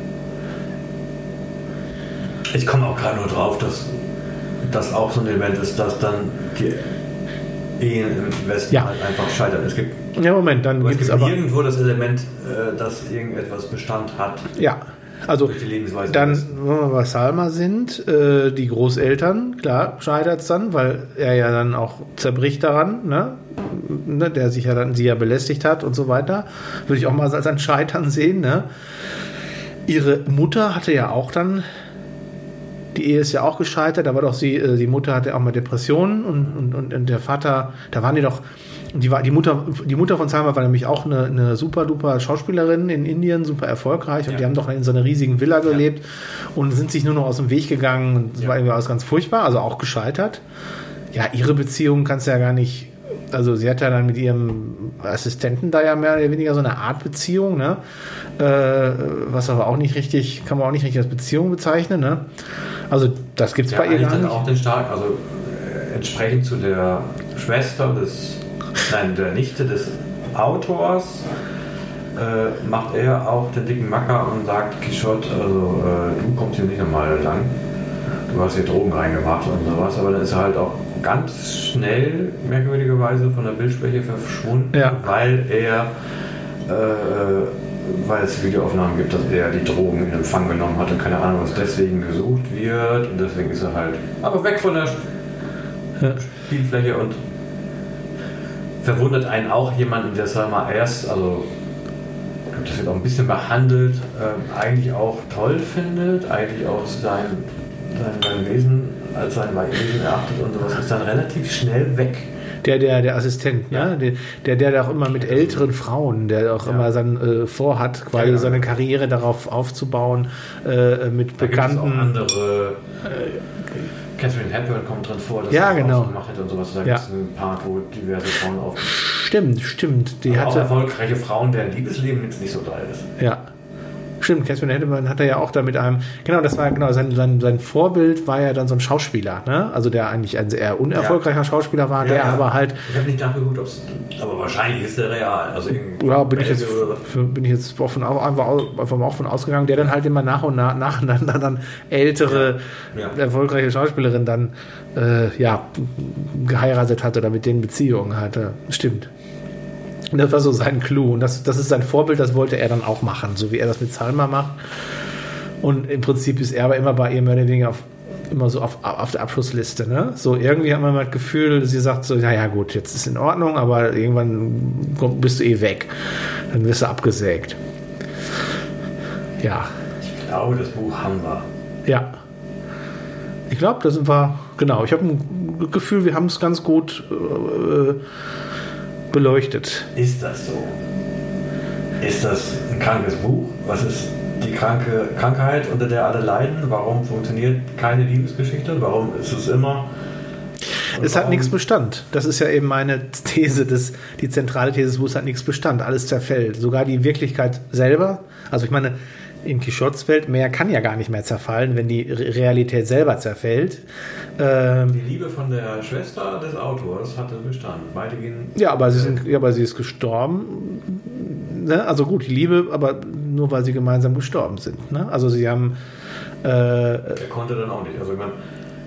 Ich komme auch gerade nur drauf, dass das auch so ein Element ist, dass dann die Ehen im Westen ja. halt einfach scheitern. Es gibt, ja, Moment, dann gibt es gibt aber irgendwo das Element, dass irgendetwas Bestand hat. Ja. Also dann, wenn wir bei Salma sind, äh, die Großeltern, klar, scheitert es dann, weil er ja dann auch zerbricht daran, ne? ne? Der sich ja dann sie ja belästigt hat und so weiter. Würde ich auch mal als ein Scheitern sehen, ne? Ihre Mutter hatte ja auch dann, die Ehe ist ja auch gescheitert, da war doch sie, äh, die Mutter hatte auch mal Depressionen und, und, und der Vater, da waren die doch, Die, war, die, Mutter, die Mutter von Salma war nämlich auch eine, eine super duper Schauspielerin in Indien, super erfolgreich und ja. die haben doch in so einer riesigen Villa gelebt ja. und sind sich nur noch aus dem Weg gegangen und das ja. war irgendwie alles ganz furchtbar, also auch gescheitert. Ja, ihre Beziehung kannst du ja gar nicht, also sie hat ja dann mit ihrem Assistenten da ja mehr oder weniger so eine Art Beziehung, ne? Äh, was aber auch nicht richtig, kann man auch nicht richtig als Beziehung bezeichnen, ne? Also das gibt's ja, bei ihr gar nicht. Auch den stark, also äh, entsprechend zu der Schwester des Nein, der Nichte des Autors äh, macht er auch den dicken Macker und sagt, Quichotte, also äh, du kommst hier nicht nochmal lang, du hast hier Drogen reingemacht und sowas, aber dann ist er halt auch ganz schnell, merkwürdigerweise, von der Bildschwäche verschwunden, ja. weil er, äh, weil es Videoaufnahmen gibt, dass er die Drogen in Empfang genommen hat und keine Ahnung, was deswegen gesucht wird und deswegen ist er halt aber weg von der ja. Spielfläche und verwundert einen auch jemanden, der Salma erst, also ich glaube, das wird auch ein bisschen behandelt, äh, eigentlich auch toll findet, eigentlich auch sein, sein, sein Wesen als sein Wesen erachtet und sowas, ist dann relativ schnell weg. Der, der, der Assistent, ja. ne? Der, der, der auch immer mit älteren Frauen, der auch ja. immer sein äh, vorhat, quasi ja, seine ja. Karriere darauf aufzubauen, äh, mit da bekannten. Gibt es auch andere. Äh, Catherine Hepburn kommt drin vor, dass ja, sie genau. auch gemacht hat und sowas. Da ja. gibt es einen Part, wo diverse Frauen auf. Stimmt, stimmt. Die aber hatte auch erfolgreiche Frauen, deren Liebesleben jetzt nicht so geil ist. Ja. Stimmt, Catherine Hepburn hat er ja auch da mit einem, genau, das war genau, sein, sein, sein Vorbild war ja dann so ein Schauspieler, ne? Also der eigentlich ein sehr unerfolgreicher ja. Schauspieler war, ja, der ja. aber halt. Ich habe nicht nachgeguckt, ob es. Aber wahrscheinlich ist der real. Also ja, bin ich, jetzt, bin ich jetzt von, einfach, einfach auch von ausgegangen, der dann halt immer nach und nach, nach dann, dann, dann ältere, ja. Ja. erfolgreiche Schauspielerin dann äh, ja, geheiratet hatte oder mit denen Beziehungen hatte. Stimmt. Und das war so sein Clou. Und das, das ist sein Vorbild, das wollte er dann auch machen, so wie er das mit Salma macht. Und im Prinzip ist er aber immer bei ihr mehr oder weniger auf, immer so auf, auf der Abschlussliste. Ne? So irgendwie hat man mal das Gefühl, sie sagt so, ja, ja gut, jetzt ist in Ordnung, aber irgendwann bist du eh weg. Dann wirst du abgesägt. Ja. Ich glaube, das Buch haben wir. Ja. Ich glaube, da sind wir, genau, ich habe ein Gefühl, wir haben es ganz gut äh, beleuchtet. Ist das so? Ist das ein krankes Buch? Was ist die kranke Krankheit, unter der alle leiden? Warum funktioniert keine Liebesgeschichte? Warum ist es immer... Es hat nichts Bestand. Das ist ja eben meine These, des, die zentrale These des Buchs hat nichts Bestand. Alles zerfällt. Sogar die Wirklichkeit selber. Also ich meine, in Quichottes Welt, mehr kann ja gar nicht mehr zerfallen, wenn die Realität selber zerfällt. Ähm, die Liebe von der Schwester des Autors hatte Bestand. Beide gehen. Ja, aber sie sind, ja, aber sie ist gestorben. Ne? Also gut, die Liebe, aber nur weil sie gemeinsam gestorben sind. Ne? Also sie haben. Äh, er konnte dann auch nicht. Also ich meine,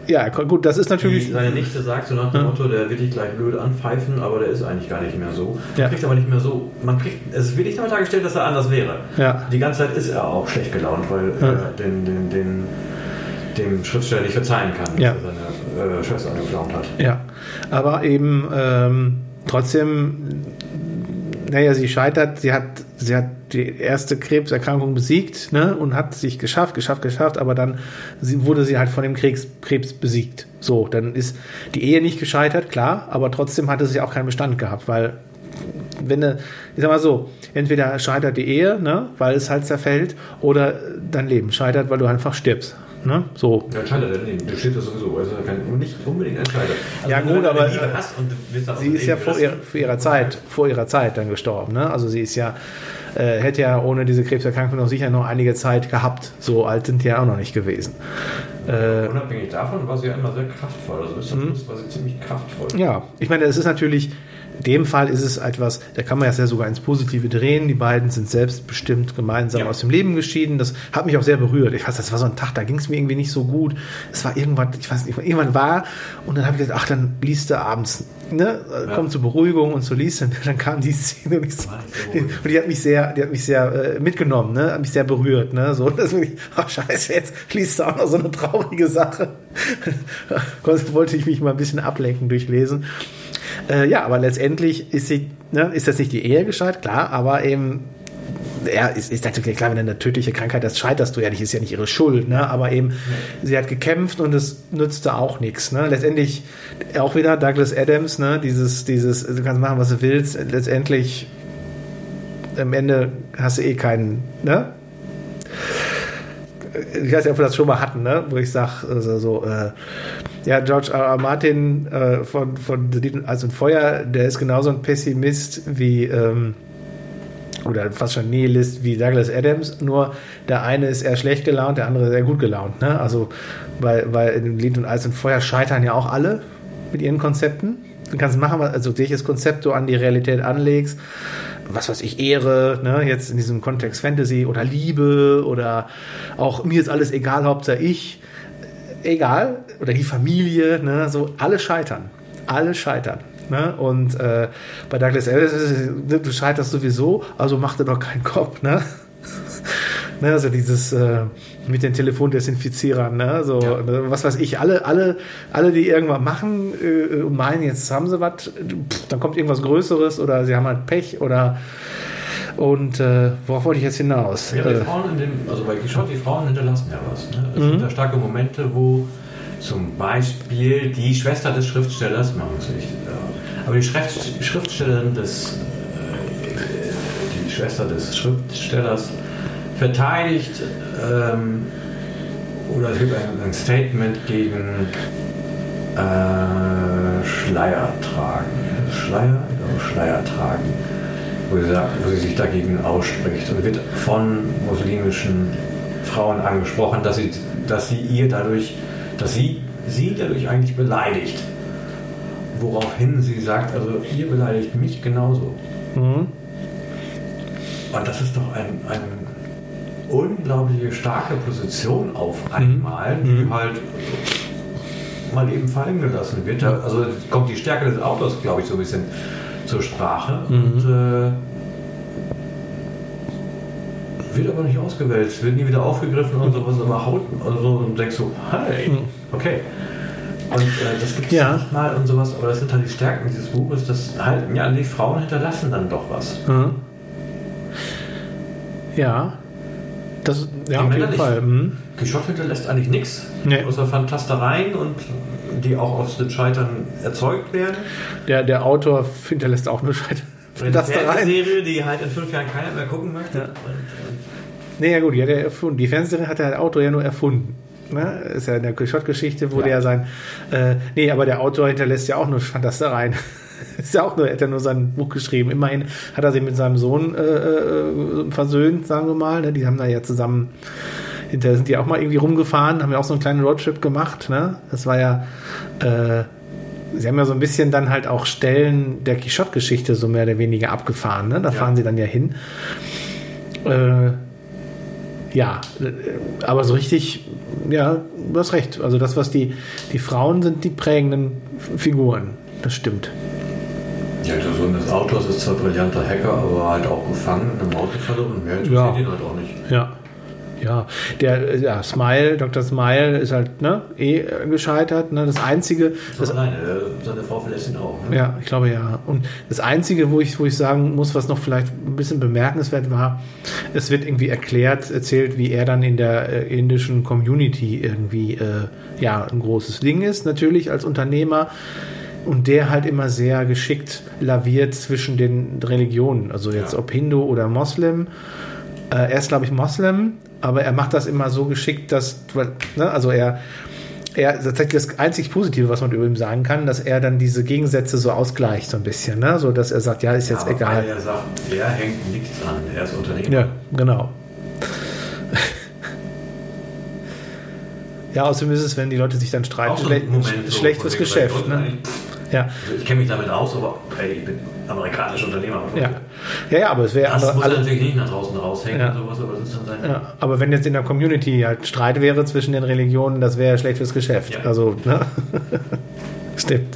Ja, gut, das ist natürlich... Die, seine Nichte sagt so nach dem Motto, der wird dich gleich blöd anpfeifen, aber der ist eigentlich gar nicht mehr so. Man Ja. kriegt aber nicht mehr so... Man kriegt, es wird nicht damit dargestellt, dass er anders wäre. Ja. Die ganze Zeit ist er auch schlecht gelaunt, weil Ja. er den, den, den, dem Schriftsteller nicht verzeihen kann, Ja. dass er seine äh, Schwester angeklaunt hat. Ja, aber eben ähm, trotzdem, naja, sie scheitert, sie hat, sie hat die erste Krebserkrankung besiegt, ne, und hat sich geschafft, geschafft, geschafft, aber dann sie, wurde sie halt von dem Krebs, Krebs besiegt. So, dann ist die Ehe nicht gescheitert, klar, aber trotzdem hatte sie auch keinen Bestand gehabt, weil wenn du, ich sag mal so, entweder scheitert die Ehe, ne, weil es halt zerfällt, oder dein Leben scheitert, weil du einfach stirbst. Ne? So. Ja, entscheidet er nicht. Du steht das sowieso. Also er kann nicht unbedingt entscheiden. Also Ja, wenn gut, du aber Liebe hast und du willst auch sie ist ja vor, ihr, vor ihrer Zeit, vor ihrer Zeit dann gestorben. Ne? Also sie ist ja, äh, hätte ja ohne diese Krebserkrankung noch sicher noch einige Zeit gehabt. So alt sind die ja auch noch nicht gewesen. Äh, Unabhängig davon war sie ja immer sehr kraftvoll. Also bis zum Schluss war sie ziemlich kraftvoll. Ja, ich meine, es ist natürlich, in dem Fall ist es etwas, da kann man ja sogar ins Positive drehen. Die beiden sind selbstbestimmt gemeinsam Ja. aus dem Leben geschieden. Das hat mich auch sehr berührt. Ich weiß, das war so ein Tag, da ging es mir irgendwie nicht so gut. Es war irgendwann, ich weiß nicht, irgendwann war, und dann habe ich gedacht, ach, dann liest du abends, ne, Ja. kommt zur Beruhigung und so liest du. Dann kam die Szene und, ich so, War nicht so gut. und die hat mich sehr, die hat mich sehr äh, mitgenommen, ne, hat mich sehr berührt, ne, so, das ich, ach scheiße, jetzt liest du auch noch so eine traurige Sache. Wollte ich mich mal ein bisschen ablenken durchlesen. Äh, ja, aber letztendlich ist sie, ne, ist das nicht die Ehe gescheitert, klar, aber eben, ja, ist, ist natürlich klar, wenn eine tödliche Krankheit hast, scheiterst du ja nicht, ist ja nicht ihre Schuld, ne, aber eben, sie hat gekämpft und es nützte auch nichts, ne, letztendlich auch wieder Douglas Adams, ne, dieses, dieses, du kannst machen, was du willst, letztendlich am Ende hast du eh keinen, ne, ich weiß nicht, ob wir das schon mal hatten, ne, wo ich sage, also so, äh, ja, George R. R. Martin äh, von, von The Lied und Eis und Feuer, der ist genauso ein Pessimist wie, ähm, oder fast schon Nihilist wie Douglas Adams, nur der eine ist eher schlecht gelaunt, der andere sehr gut gelaunt, ne? Also, weil, weil in Lied und Eis und Feuer scheitern ja auch alle mit ihren Konzepten. Du kannst machen, also welches Konzept du an die Realität anlegst, was weiß ich, Ehre, ne, jetzt in diesem Kontext Fantasy oder Liebe oder auch mir ist alles egal, Hauptsache ich, egal, oder die Familie, ne, so, alle scheitern, alle scheitern. Ne? Und äh, bei Douglas Adams ist es, du scheiterst sowieso, also mach dir doch keinen Kopf, ne? Ne, also dieses äh, mit den Telefondesinfizierern, ne, so, Ja. ne, was weiß ich, alle, alle, alle, die irgendwas machen äh, und meinen, jetzt haben sie was, dann kommt irgendwas Größeres oder sie haben halt Pech oder und äh, worauf wollte ich jetzt hinaus? Ja, die Äh, Frauen in dem, also bei Quichotte, die Frauen hinterlassen ja was. Ne? Es Mhm. gibt da starke Momente, wo zum Beispiel die Schwester des Schriftstellers, machen wir es nicht, ja, aber die Schrift, Schriftstellerin des, äh, die Schwester des Schriftstellers verteidigt ähm, oder es gibt ein, ein Statement gegen äh, Schleier tragen. Schleier? Ich glaube, Schleier tragen. Wo sie, sagt, wo sie sich dagegen ausspricht und wird von muslimischen Frauen angesprochen, dass sie, dass sie ihr dadurch, dass sie sie dadurch eigentlich beleidigt. Woraufhin sie sagt, also ihr beleidigt mich genauso. mhm. Und das ist doch ein, eine unglaubliche starke Position auf einmal, die halt mal eben fallen gelassen wird. Da, also kommt die Stärke des Autors, glaube ich, so ein bisschen zur Sprache und äh, wird aber nicht ausgewälzt, wird nie wieder aufgegriffen und sowas, aber haut also, und denkst so, hey, okay. Und äh, das gibt es Ja. mal und sowas, aber das sind halt die Stärken dieses Buches, das halten ja, die Frauen hinterlassen dann doch was. Mhm. Ja, das, ja, Die auf Männer jeden nicht. Fall. Mhm. Quixote hinterlässt eigentlich nichts, Nee. außer Fantastereien und die auch aus den Scheitern erzeugt werden. Der, der Autor hinterlässt auch nur Scheit. Das da rein. Serie, die halt in fünf Jahren keiner mehr gucken möchte. Ja. Und, und Nee, ja gut, die hat er erfunden. Die Fernsehserie hat der Autor ja nur erfunden. Ne? Ist ja in der Quixote-Geschichte, wurde ja, Ja. sein. Äh, nee, aber der Autor hinterlässt ja auch nur Fantastereien. Ist ja auch nur, hat er nur sein Buch geschrieben. Immerhin hat er sich mit seinem Sohn äh, äh, versöhnt, sagen wir mal. Ne? Die haben da ja zusammen, hinterher sind die auch mal irgendwie rumgefahren, haben ja auch so einen kleinen Roadtrip gemacht. Ne? Das war ja, äh, sie haben ja so ein bisschen dann halt auch Stellen der Quixote-Geschichte so mehr oder weniger abgefahren. Ne? Da Ja. fahren sie dann ja hin. Äh, ja, aber so richtig, ja, du hast recht. Also das, was die, die Frauen sind, die prägenden Figuren. Das stimmt. Ja, der Sohn des Autors ist zwar brillanter Hacker, aber halt auch gefangen im Autofalle und mehr interessiert Ja. ihn halt auch nicht. Ja. Ja, der ja, Smile, Doktor Smile ist halt ne, eh gescheitert. Ne? Das Einzige. Das alleine, seine Frau verlässt ihn auch. Ne? Ja, ich glaube ja. Und das Einzige, wo ich, wo ich sagen muss, was noch vielleicht ein bisschen bemerkenswert war, es wird irgendwie erklärt, erzählt, wie er dann in der äh, indischen Community irgendwie äh, ja ein großes Ding ist, natürlich als Unternehmer. Und der halt immer sehr geschickt laviert zwischen den Religionen. Also jetzt Ja. ob Hindu oder Moslem. Äh, er ist, glaube ich, Moslem, aber er macht das immer so geschickt, dass, ne, also er, er, tatsächlich das einzig Positive, was man über ihn sagen kann, dass er dann diese Gegensätze so ausgleicht, so ein bisschen, ne, so dass er sagt, ja, ist jetzt aber egal. Weil er sagt, er hängt nichts an, er ist Unternehmer. Ja, genau. Ja, außerdem ist es, wenn die Leute sich dann streiten, Auch so ein schlecht, Moment so, schlecht von fürs dem Geschäft. Leute Ne? eigentlich- Ja. Also ich kenne mich damit aus, aber hey, ich bin amerikanischer Unternehmer. Ja. ja, ja, aber es wäre Das andere, muss er alle, natürlich nicht nach draußen raushängen Ja. und sowas, aber das ist dann sein. ja, aber wenn jetzt in der Community halt Streit wäre zwischen den Religionen, das wäre schlecht fürs Geschäft. Ja. Also, ne? Stimmt.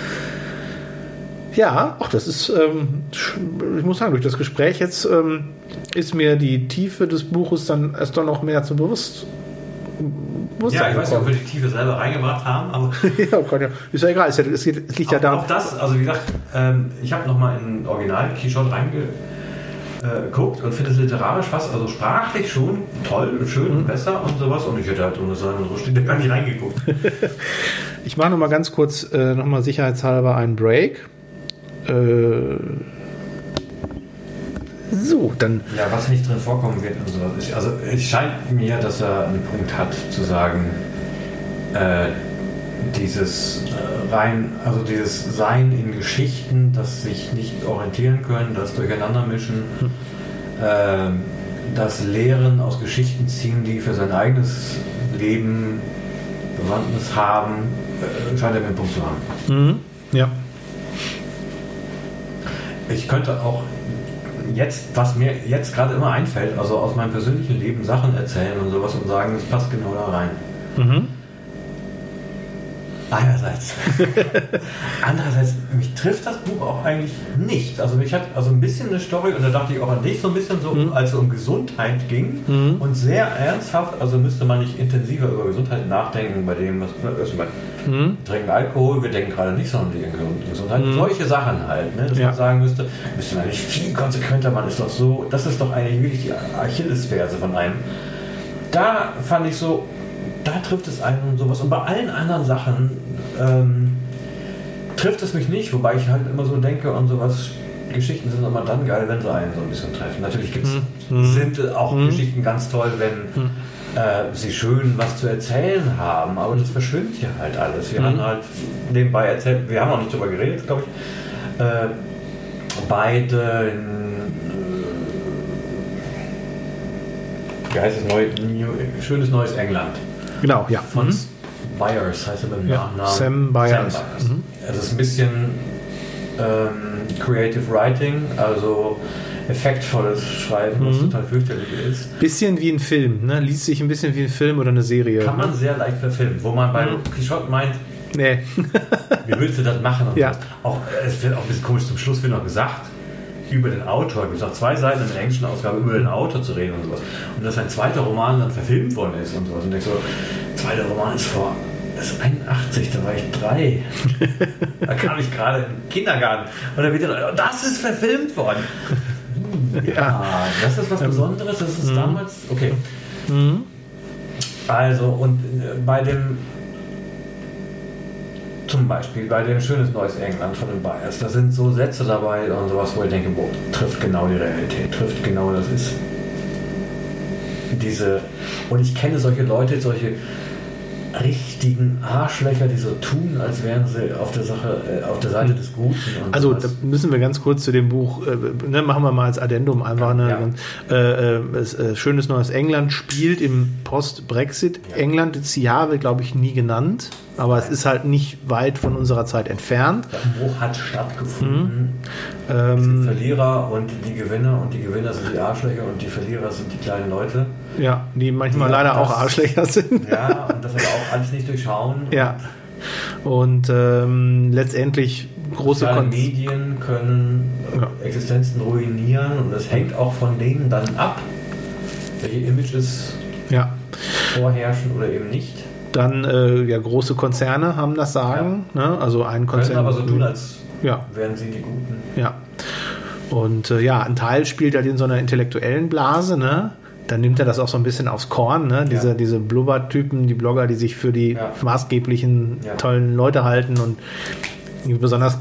Ja, ach, das ist, ähm, ich muss sagen, durch das Gespräch jetzt ähm, ist mir die Tiefe des Buches dann erst doch noch mehr zu bewusst. Ja, ich weiß nicht, ob wir die Tiefe selber reingebracht haben, aber ja, Gott, ja. Ist ja egal, es, es, geht, es liegt ja auch, da. auch das, also wie gesagt, ähm, ich habe nochmal in Original Quichotte reingeguckt und finde es literarisch fast, also sprachlich schon toll und schön und besser und sowas und ich hätte halt ohne Salman Rushdie da gar nicht reingeguckt. Ich mache noch mal ganz kurz, äh, noch mal sicherheitshalber einen Break. Äh, so, dann. Ja, was nicht drin vorkommen wird und sowas. Ich, also es scheint mir, dass er einen Punkt hat, zu sagen, äh, dieses äh, rein, also dieses Sein in Geschichten, das sich nicht orientieren können, das Durcheinander mischen, Hm. äh, das Lehren aus Geschichten ziehen, die für sein eigenes Leben Bewandtnis haben, äh, scheint er mir einen Punkt zu haben. Mhm. Ja. Ich könnte auch jetzt, was mir jetzt gerade immer einfällt, also aus meinem persönlichen Leben Sachen erzählen und sowas und sagen, das passt genau da rein. Mhm. Einerseits. Andererseits, mich trifft das Buch auch eigentlich nicht. Also mich hat also ein bisschen eine Story und da dachte ich auch an dich so ein bisschen so, Mhm. als es um Gesundheit ging Mhm. und sehr ernsthaft, also müsste man nicht intensiver über Gesundheit nachdenken bei dem, was was wir Mhm. trinken Alkohol, wir denken gerade nicht so an die Gesundheit. Mhm. Solche Sachen halt, ne? Dass Ja. man sagen müsste, müsste man nicht viel konsequenter, man ist doch so, das ist doch eigentlich wirklich die Achillesferse von einem. Da fand ich so, da trifft es einen und sowas. Und bei allen anderen Sachen ähm, trifft es mich nicht, wobei ich halt immer so denke und sowas, Geschichten sind immer dann geil, wenn sie einen so ein bisschen treffen. Natürlich gibt's, Mhm. sind auch Mhm. Geschichten ganz toll, wenn Mhm. äh, sie schön was zu erzählen haben, aber das verschwimmt hier halt alles. Wir Mhm. haben halt nebenbei erzählt, wir haben noch nicht drüber geredet, glaube ich, äh, beide in, wie heißt es, neu, new, schönes neues England. Genau, ja. Von Mhm. Byers heißt er beim Ja, Nachnamen. Sam Byers. Sam Byers. Mhm. Es ist ein bisschen ähm, Creative Writing, also effektvolles Schreiben, was Mhm. total fürchterlich ist. Bisschen wie ein Film, ne? Liest sich ein bisschen wie ein Film oder eine Serie. Kann man ne? sehr leicht verfilmen, wo man bei Mhm. Quichotte meint, Nee. wie willst du das machen? Und Ja. sowas. Auch, es wird auch ein bisschen komisch, zum Schluss wird noch gesagt, über den Autor, es gibt noch zwei Seiten in der englischen Ausgabe über den Autor zu reden und sowas. Und dass ein zweiter Roman dann verfilmt worden ist und sowas. Und ich so, zweiter Roman ist vor, das ist einundachtzig, da war ich drei. Da kam ich gerade in den Kindergarten. Und dann wird dann, oh, das ist verfilmt worden. Hm, ja, das ist was Besonderes, das ist Mhm. damals, okay. Mhm. Also, und äh, bei dem, zum Beispiel bei dem Schönes Neues England von den Byers, da sind so Sätze dabei und sowas, wo ich denke, boah, trifft genau die Realität, trifft genau, das ist diese, und ich kenne solche Leute, solche richtigen Arschlöcher, die so tun, als wären sie auf der Sache, äh, auf der Seite des Guten. Und also sowas. da müssen wir ganz kurz zu dem Buch, äh, ne, machen wir mal als Addendum einfach eine ja. äh, äh, schönes neues England spielt im Post-Brexit. Ja. England, das Jahr wird, glaube ich, nie genannt, aber Nein. es ist halt nicht weit von unserer Zeit entfernt. Der Bruch hat stattgefunden. Mhm. Es sind Verlierer und die Gewinner und die Gewinner sind die Arschlöcher und die Verlierer sind die kleinen Leute. Ja, die manchmal die leider das, auch Arschlöcher sind. Ja, und das aber auch alles nicht durchschauen. Ja. Und ähm, letztendlich große Kon- Medien können ja. Existenzen ruinieren und das hängt auch von denen dann ab, welche Images ja. vorherrschen oder eben nicht. Dann äh, ja, große Konzerne haben das Sagen. Ja. Ne? Also ein Konzern. Können aber so tun, als ja. wären sie die Guten. Ja. Und äh, ja, ein Teil spielt halt in so einer intellektuellen Blase, ne? Dann nimmt er das auch so ein bisschen aufs Korn, ne? Diese, ja. diese Blubber-Typen, die Blogger, die sich für die ja. maßgeblichen, ja. tollen Leute halten und besonders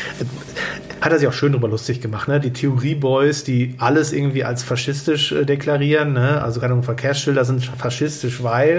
hat er sich auch schön drüber lustig gemacht, ne? Die Theorie-Boys, die alles irgendwie als faschistisch äh, deklarieren, ne? Also gerade Verkehrsschilder sind faschistisch, weil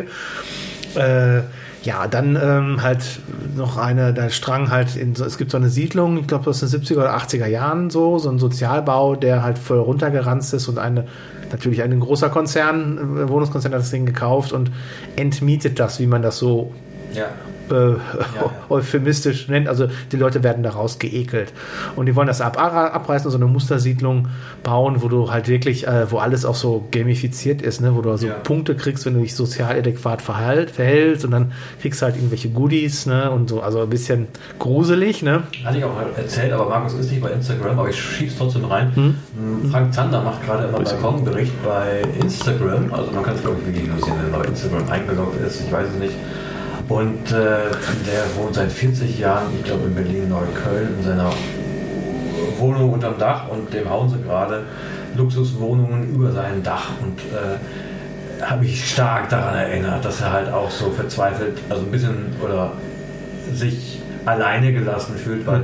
äh, ja, dann ähm, halt noch eine, der Strang halt, in, es gibt so eine Siedlung, ich glaube aus den siebziger oder achtziger Jahren so, so ein Sozialbau, der halt voll runtergeranzt ist und eine, natürlich ein großer Konzern, äh, Wohnungskonzern hat das Ding gekauft und entmietet das, wie man das so ja. Äh, ja, ja. euphemistisch nennt, also die Leute werden daraus geekelt und die wollen das ab, abreißen, so eine Mustersiedlung bauen, wo du halt wirklich, äh, wo alles auch so gamifiziert ist, ne? Wo du also ja. Punkte kriegst, wenn du dich sozial adäquat verhalt, verhältst und dann kriegst du halt irgendwelche Goodies, ne? Und so, also ein bisschen gruselig, ne? Hatte ich auch erzählt, aber Markus ist nicht bei Instagram, aber ich schieb's trotzdem rein. Hm? Frank Zander macht gerade immer Balkonbericht bei Instagram, also man kann es glaube ich wirklich nur sehen, wenn man bei Instagram eingeloggt ist, ich weiß es nicht. Und äh, der wohnt seit vierzig Jahren, ich glaube in Berlin-Neukölln, in seiner Wohnung unterm Dach und dem hauen sie gerade Luxuswohnungen über sein Dach und äh, habe mich stark daran erinnert, dass er halt auch so verzweifelt, also ein bisschen oder sich alleine gelassen fühlt, weil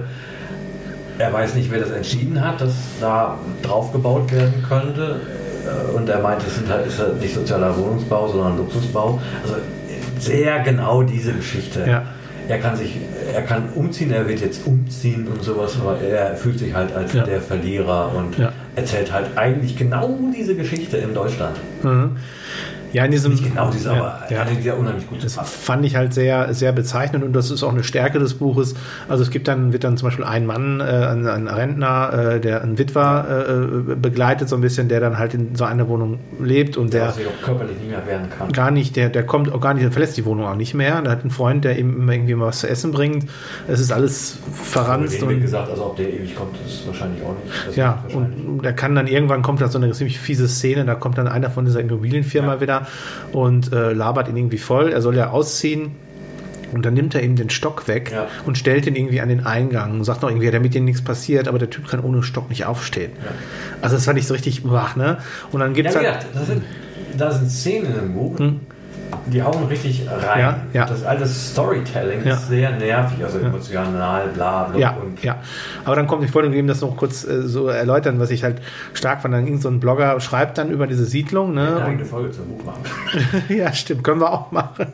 er weiß nicht, wer das entschieden hat, dass da drauf gebaut werden könnte und er meint, es halt, ist halt nicht sozialer Wohnungsbau, sondern Luxusbau. Also sehr genau diese Geschichte. Ja. Er kann sich, er kann umziehen, er wird jetzt umziehen und sowas, aber er fühlt sich halt als ja. der Verlierer und ja. erzählt halt eigentlich genau diese Geschichte in Deutschland. Mhm. Ja, in diesem, nicht genau diese, ja, aber ja. er hat ja unheimlich gut Das fand ich halt sehr, sehr bezeichnend und das ist auch eine Stärke des Buches. Also es gibt dann, wird dann zum Beispiel ein Mann, äh, ein, ein Rentner, äh, der ein Witwer äh, begleitet so ein bisschen, der dann halt in so einer Wohnung lebt und der, der sich auch körperlich nicht mehr wehren kann. Gar nicht, der, der kommt auch gar nicht, der verlässt die Wohnung auch nicht mehr. Der hat einen Freund, der ihm immer irgendwie mal was zu essen bringt. Es ist alles verranzt. Und wie gesagt, also ob der ewig kommt, ist wahrscheinlich auch nicht. Das ja, und der kann dann irgendwann kommt da so eine ziemlich fiese Szene, da kommt dann einer von dieser Immobilienfirma ja. wieder und äh, labert ihn irgendwie voll. Er soll ja ausziehen und dann nimmt er ihm den Stock weg ja. und stellt ihn irgendwie an den Eingang und sagt noch irgendwie, damit dir nichts passiert, aber der Typ kann ohne Stock nicht aufstehen. Ja. Also das fand ich so richtig wach, ne? Und dann gibt's ja, halt... Ja, das sind, da sind Szenen im Buch, hm? die hauen richtig rein. Ja, ja. Das alte Storytelling ja. ist sehr nervig, also ja. emotional, bla, bla. Ja, und ja. Aber dann kommt, ich wollte eben das noch kurz äh, so erläutern, was ich halt stark fand. Dann irgend so ein Blogger schreibt dann über diese Siedlung. Ne? Eine eigene Folge zum Buch machen. Ja, stimmt, können wir auch machen.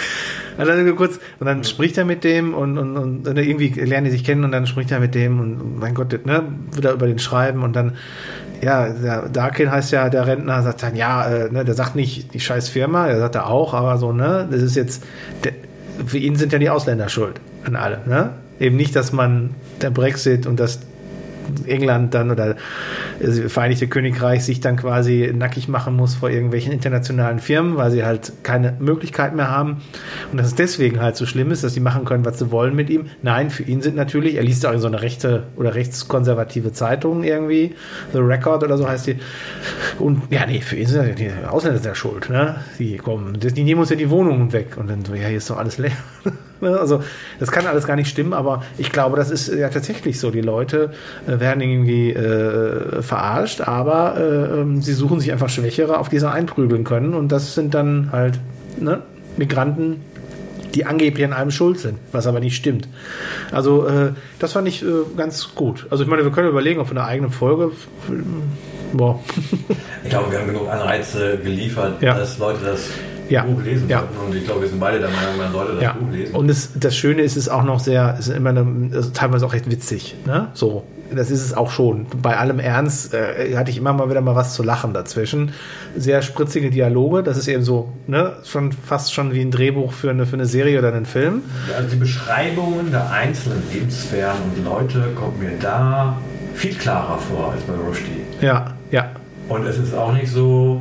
Und dann, kurz, und dann spricht er mit dem und, und, und irgendwie lernen die sich kennen und dann spricht er mit dem und mein Gott, ne, wieder über den Schreiben und dann, ja, der Darkin heißt ja, der Rentner sagt dann, ja, äh, ne, der sagt nicht die scheiß Firma, der sagt er auch, aber so, ne, das ist jetzt, der, für ihn sind ja die Ausländer schuld an allem, ne? Eben nicht, dass man der Brexit und das England dann oder das Vereinigte Königreich sich dann quasi nackig machen muss vor irgendwelchen internationalen Firmen, weil sie halt keine Möglichkeit mehr haben und dass es deswegen halt so schlimm ist, dass sie machen können, was sie wollen mit ihm. Nein, für ihn sind natürlich, er liest auch in so eine rechte oder rechtskonservative Zeitung irgendwie, The Record oder so heißt die und ja, nee, für ihn sind die Ausländer sind ja schuld, ne? Die kommen, die nehmen uns ja die Wohnungen weg und dann so, ja, hier ist doch alles leer. Also das kann alles gar nicht stimmen, aber ich glaube, das ist ja tatsächlich so. Die Leute äh, werden irgendwie äh, verarscht, aber äh, sie suchen sich einfach Schwächere, auf die sie einprügeln können und das sind dann halt ne, Migranten, die angeblich an allem schuld sind, was aber nicht stimmt. Also äh, das fand ich äh, ganz gut. Also ich meine, wir können überlegen, ob wir eine eigene Folge boah. Ich glaube, wir haben genug Anreize geliefert, ja. dass Leute das ja. Buch lesen ja. sollten. Und ich glaube, wir sind beide der Meinung, man sollte das ja. Buch lesen. Und es, das Schöne ist, es ist auch noch sehr, es ist immer eine, es ist teilweise auch recht witzig. Ne? So, das ist es auch schon. Bei allem Ernst äh, hatte ich immer mal wieder mal was zu lachen dazwischen. Sehr spritzige Dialoge, das ist eben so, ne, schon fast schon wie ein Drehbuch für eine, für eine Serie oder einen Film. Also die Beschreibungen der einzelnen Lebenssphären und Leute kommt mir da viel klarer vor als bei Rushdie. Ja, ja. Und es ist auch nicht so,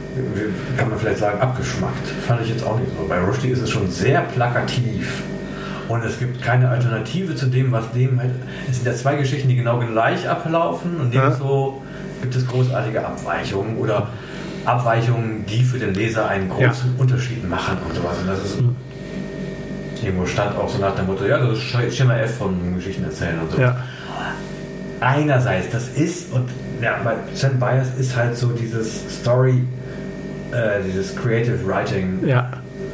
kann man vielleicht sagen, abgeschmackt. Fand ich jetzt auch nicht so. Bei Rushdie ist es schon sehr plakativ. Und es gibt keine Alternative zu dem, was dem halt. Es sind ja zwei Geschichten, die genau gleich ablaufen und ja. so gibt es großartige Abweichungen oder Abweichungen, die für den Leser einen großen ja. Unterschied machen und sowas. Und das ist mhm. irgendwo stand auch so nach dem Motto, ja, das ist Schema F von Geschichten erzählen und so. Ja. Einerseits, das ist, und ja, bei Sam Byers ist halt so dieses Story, äh, dieses Creative Writing. Ja.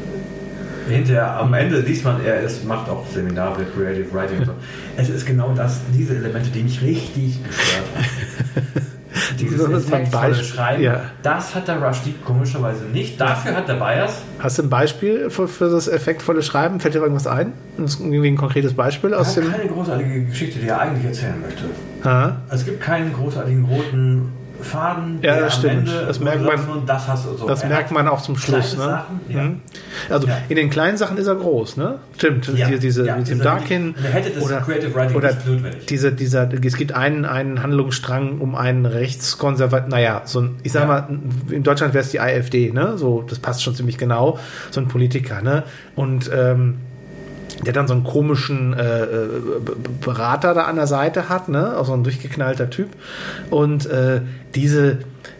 Hinterher, am Ende liest man, er ist, macht auch Seminare für Creative Writing und so. Es ist genau das, diese Elemente, die mich richtig gestört haben. Dieses effektvolle Schreiben, ja. das hat der Rushdie komischerweise nicht. Dafür hat der Byers. Hast du ein Beispiel für, für das effektvolle Schreiben? Fällt dir irgendwas ein? Irgendwie ein konkretes Beispiel? Aus er hat dem keine großartige Geschichte, die er eigentlich erzählen möchte. Aha. Es gibt keinen großartigen roten Faden, ja, der das am stimmt. Ende Das merkt man, und das hast du so. Das merkt man auch zum Schluss. Ne? Sachen, ja. mhm. Also ja. in den kleinen Sachen ist er groß, ne? Stimmt. Ja. Die, diese ja. mit dem Darkin oder, Creative Writing oder diese, dieser, es gibt einen, einen Handlungsstrang um einen rechtskonservativen, naja, so ein, ich sag ja. mal, in Deutschland wäre es die A f D, ne? So, das passt schon ziemlich genau, so ein Politiker, ne? Und ähm, der dann so einen komischen äh, Berater da an der Seite hat, ne? Auch so ein durchgeknallter Typ. Und äh, diese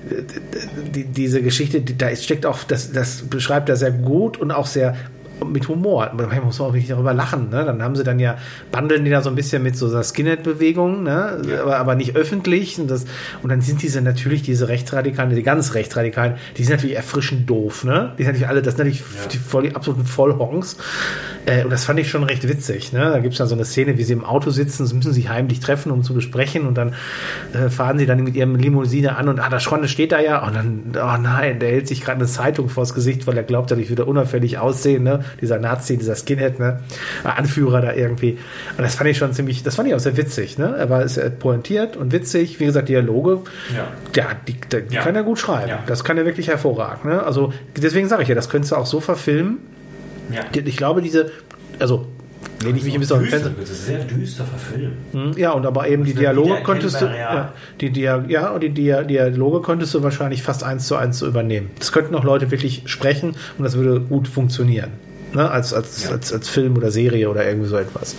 die, diese Geschichte, die, da steckt auch, das, das beschreibt er sehr gut und auch sehr mit Humor. Man muss auch wirklich darüber lachen. Ne? Dann haben sie dann ja, bandeln die da so ein bisschen mit so einer Skinhead-Bewegung, ne? Ja. aber, aber nicht öffentlich. Und, das, und dann sind diese natürlich, diese Rechtsradikalen, die ganz Rechtsradikalen, die sind natürlich erfrischend doof. Ne? Die sind natürlich alle, das sind natürlich ja. die, voll, die absoluten Vollhonks. Äh, und das fand ich schon recht witzig. Ne? Da gibt es dann so eine Szene, wie sie im Auto sitzen, sie müssen sich heimlich treffen, um zu besprechen. Und dann äh, fahren sie dann mit ihrem Limousine an und ah, der Schronne steht da ja. Und dann, oh nein, der hält sich gerade eine Zeitung vors Gesicht, weil er glaubt, dass ich wieder unauffällig aussehe. Ne? Dieser Nazi, dieser Skinhead, ne? Anführer da irgendwie. Und das fand ich schon ziemlich, das fand ich auch sehr witzig. Ne? Er war sehr pointiert und witzig. Wie gesagt, Dialoge, ja, ja die, die, die ja. kann er gut schreiben. Ja. Das kann er wirklich hervorragend. Ne? Also deswegen sage ich ja, das könntest du auch so verfilmen. Ja. Ich glaube, diese, also lehne ich mich ein bisschen auf den Fenster. Das ist sehr düster verfilmt. Ja, und aber eben die Dialoge konntest du, ja, die, die, ja, und die Dialoge konntest du wahrscheinlich fast eins zu eins so übernehmen. Das könnten auch Leute wirklich sprechen und das würde gut funktionieren. Ne, als, als, ja. als, als Film oder Serie oder irgendwie so etwas.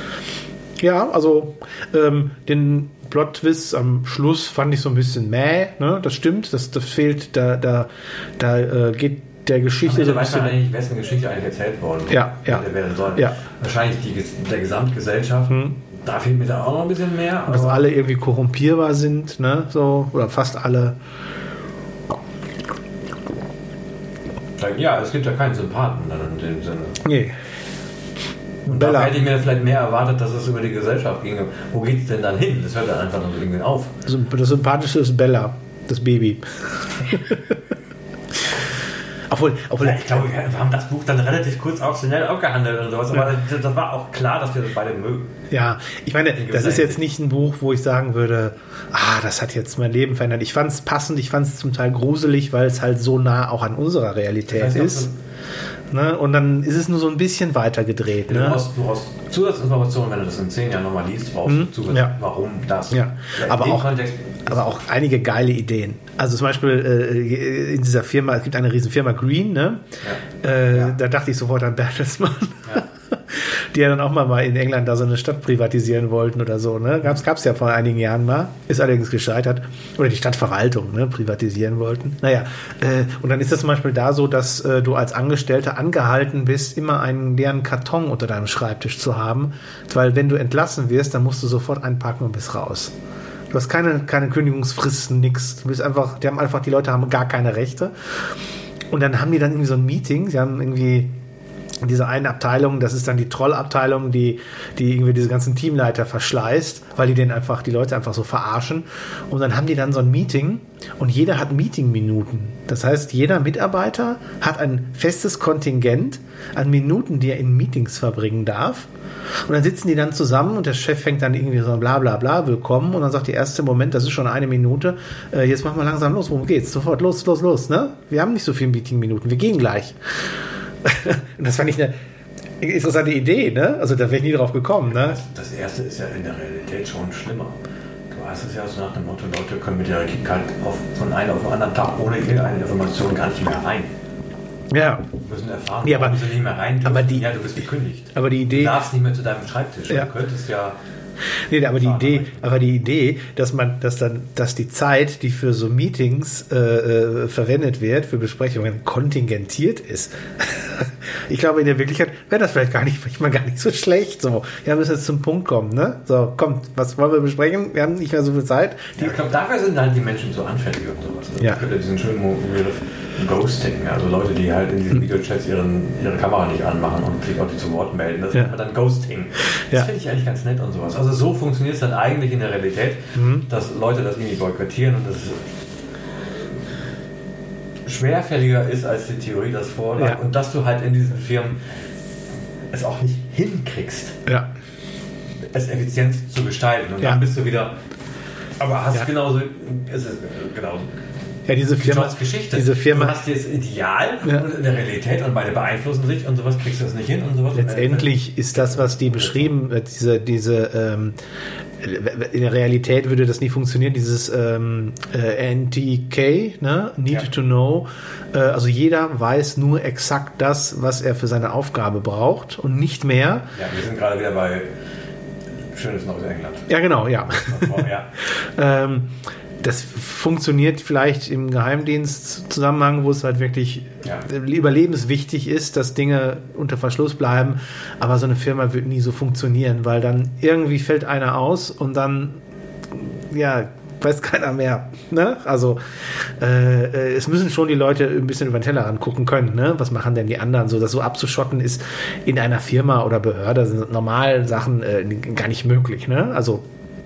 Ja, also ähm, den Plot-Twist am Schluss fand ich so ein bisschen mäh, ne? Das stimmt, das, das fehlt, da, da, da äh, geht der Geschichte so ein bisschen... Ich weiß nicht, wessen Geschichte eigentlich erzählt worden ja, ja, werden soll. Ja. Wahrscheinlich die, der Gesamtgesellschaft. Hm. Da fehlt mir da auch noch ein bisschen mehr. Dass alle irgendwie korrumpierbar sind, ne? So, oder fast alle. Ja, es gibt ja keinen Sympathen dann in dem Sinne. Nee. Und da hätte ich mir vielleicht mehr erwartet, dass es über die Gesellschaft ginge. Wo geht es denn dann hin? Das hört dann einfach nur irgendwie auf. Das Sympathische ist Bella, das Baby. Obwohl, obwohl ja, ich glaube, wir haben das Buch dann relativ kurz auch schnell abgehandelt und sowas, aber ja. das war auch klar, dass wir das beide mögen. Ja, ich meine, das ist jetzt nicht ein Buch, wo ich sagen würde, ah, das hat jetzt mein Leben verändert. Ich fand es passend, ich fand es zum Teil gruselig, weil es halt so nah auch an unserer Realität ist. Ne? Und dann ist es nur so ein bisschen weiter gedreht. Ja, ne? Du brauchst, du brauchst Zusatzinformationen, wenn du das in zehn Jahren nochmal liest, brauchst du hm? Zusatz, ja. warum das. Ja. Aber, auch, aber auch einige geile Ideen. Also zum Beispiel äh, in dieser Firma, es gibt eine riesen Firma Green, ne? Ja. Äh, ja. Da dachte ich sofort an Bertelsmann. Ja. Die ja dann auch mal in England da so eine Stadt privatisieren wollten oder so. Ne? Gab's, gab's ja vor einigen Jahren mal. Ist allerdings gescheitert. Oder die Stadtverwaltung ne? privatisieren wollten. Naja, äh, und dann ist es zum Beispiel da so, dass äh, du als Angestellter angehalten bist, immer einen leeren Karton unter deinem Schreibtisch zu haben. Weil wenn du entlassen wirst, dann musst du sofort einpacken und bist raus. Du hast keine, keine Kündigungsfristen, nix. Du bist einfach, die haben einfach, die Leute haben gar keine Rechte. Und dann haben die dann irgendwie so ein Meeting. Sie haben irgendwie diese eine Abteilung, das ist dann die Trollabteilung, die, die irgendwie diese ganzen Teamleiter verschleißt, weil die den einfach, die Leute einfach so verarschen. Und dann haben die dann so ein Meeting und jeder hat Meeting-Minuten. Das heißt, jeder Mitarbeiter hat ein festes Kontingent an Minuten, die er in Meetings verbringen darf. Und dann sitzen die dann zusammen und der Chef fängt dann irgendwie so bla bla bla, willkommen. Und dann sagt der erste, Moment, das ist schon eine Minute, äh, jetzt machen wir langsam los, worum geht's? Sofort, los, los, los, ne? Wir haben nicht so viele Meeting-Minuten, wir gehen gleich. Und das fand ich eine interessante Idee, ne? Also da wäre ich nie drauf gekommen, ne? Das, das erste ist ja in der Realität schon schlimmer. Du hast es ja so nach dem Motto, Leute können mit ihrer Karte auf, von einem auf den anderen Tag ohne irgendeine Information gar nicht mehr rein. Ja. Wir müssen erfahren, ja, aber, warum sie nicht mehr rein dürfen. Aber die, ja, du bist gekündigt. Aber die Idee... Du darfst nicht mehr zu deinem Schreibtisch. Ja. Du könntest ja... Nee, aber die Idee, aber die Idee, dass man, dass dann, dass die Zeit, die für so Meetings äh, äh, verwendet wird, für Besprechungen, kontingentiert ist. Ich glaube, in der Wirklichkeit wäre das vielleicht gar nicht, manchmal gar nicht so schlecht. So, ja, wir müssen jetzt zum Punkt kommen, ne? So, kommt, was wollen wir besprechen? Wir haben nicht mehr so viel Zeit. Die, ja, ich glaube, dafür sind halt die Menschen so anfällig und sowas. Also ja. Es gibt ja diesen schönen Begriff Ghosting, also Leute, die halt in diesen Videochats ihren, ihre Kamera nicht anmachen und sich auch nicht zu Wort melden. Das ja. nennt man dann Ghosting. Das ja. finde ich eigentlich ganz nett und sowas. Also so funktioniert es dann eigentlich in der Realität, mhm. dass Leute das irgendwie boykottieren und das schwerfälliger ist, als die Theorie das vorlag. Ja. Und dass du halt in diesen Firmen es auch nicht hinkriegst, ja. es effizient zu gestalten. Und ja. dann bist du wieder, aber hast ja. genauso, ist es genauso. Ja, diese Firma, Geschichte. diese Firma. Du hast jetzt Ideal ja. in der Realität und beide beeinflussen sich und sowas, kriegst du das nicht hin und sowas. Letztendlich ist das, was die beschrieben, diese, diese, ähm, in der Realität würde das nie funktionieren, dieses ähm, äh, N T K, ne? Need ja. to know. Äh, also jeder weiß nur exakt das, was er für seine Aufgabe braucht und nicht mehr. Ja, wir sind gerade wieder bei schönes neues England. Ja, genau, ja. ja. ähm, Das funktioniert vielleicht im Geheimdienstzusammenhang, wo es halt wirklich ja. überlebenswichtig ist, dass Dinge unter Verschluss bleiben. Aber so eine Firma wird nie so funktionieren, weil dann irgendwie fällt einer aus und dann, ja, weiß keiner mehr. Ne? Also äh, es müssen schon die Leute ein bisschen über den Tellerrand gucken können. Ne? Was machen denn die anderen? So, das so abzuschotten ist in einer Firma oder Behörde sind normal Sachen äh, gar nicht möglich. Ne? Also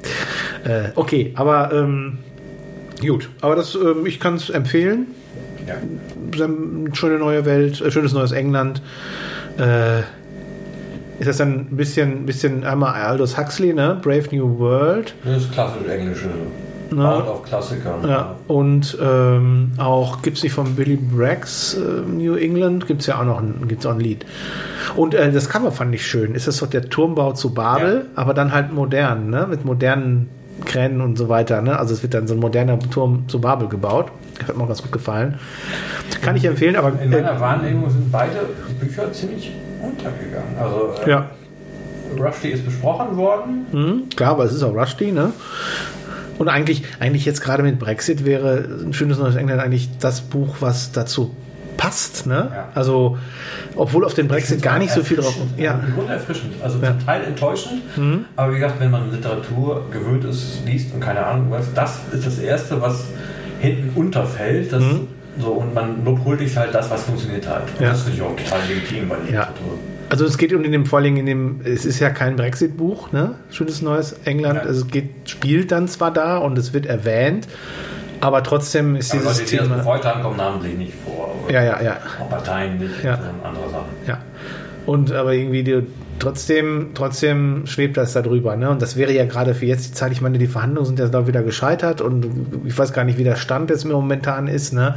äh, okay, aber ähm, gut, aber das, äh, ich kann es empfehlen. Ja. Schöne neue Welt, äh, schönes neues England. Äh, ist das dann ein bisschen, bisschen einmal Aldous Huxley, ne? Brave New World. Das ist klassisch englische. Baut auf Klassikern. Ja. Und ähm, auch gibt es nicht von Billy Braggs äh, New England, gibt es ja auch noch ein, gibt's auch ein Lied. Und äh, das Cover fand ich schön. Ist das doch der Turmbau zu Babel, ja. aber dann halt modern, ne? Mit modernen Kränen und so weiter. Ne? Also es wird dann so ein moderner Turm zu Babel gebaut. Das hat mir auch ganz gut gefallen. Kann ich empfehlen, aber... In meiner äh, Wahrnehmung sind beide Bücher ziemlich untergegangen. Also äh, ja. Rushdie ist besprochen worden. Mhm, klar, aber es ist auch Rushdie, ne? Und eigentlich, eigentlich jetzt gerade mit Brexit wäre ein schönes neues England eigentlich das Buch, was dazu passt, ne? Ja. Also, obwohl auf den Brexit gar nicht so viel drauf... Ja. Im Grunde erfrischend. Also ja. zum Teil enttäuschend, mhm. aber wie gesagt, wenn man Literatur gewöhnt ist, liest und keine Ahnung was, das ist das Erste, was hinten unterfällt, das, mhm. so, und man lobhuldigt halt das, was funktioniert hat. Und ja. das finde ich auch total legitim bei der ja. Literatur. Also es geht um den, vor allem in dem, es ist ja kein Brexit-Buch, ne? Schönes neues England. Ja. Also es geht, spielt dann zwar da und es wird erwähnt, aber trotzdem ist aber dieses Leute, die Thema... das befeuert haben, kommen namentlich nicht vor. Ja, ja, ja. Auch Parteien nicht, ja. sondern andere Sachen. Ja. Und aber irgendwie die, trotzdem, trotzdem schwebt das da drüber, ne? Und das wäre ja gerade für jetzt die Zeit, ich meine, die Verhandlungen sind ja da wieder gescheitert und ich weiß gar nicht, wie der Stand jetzt momentan ist, ne?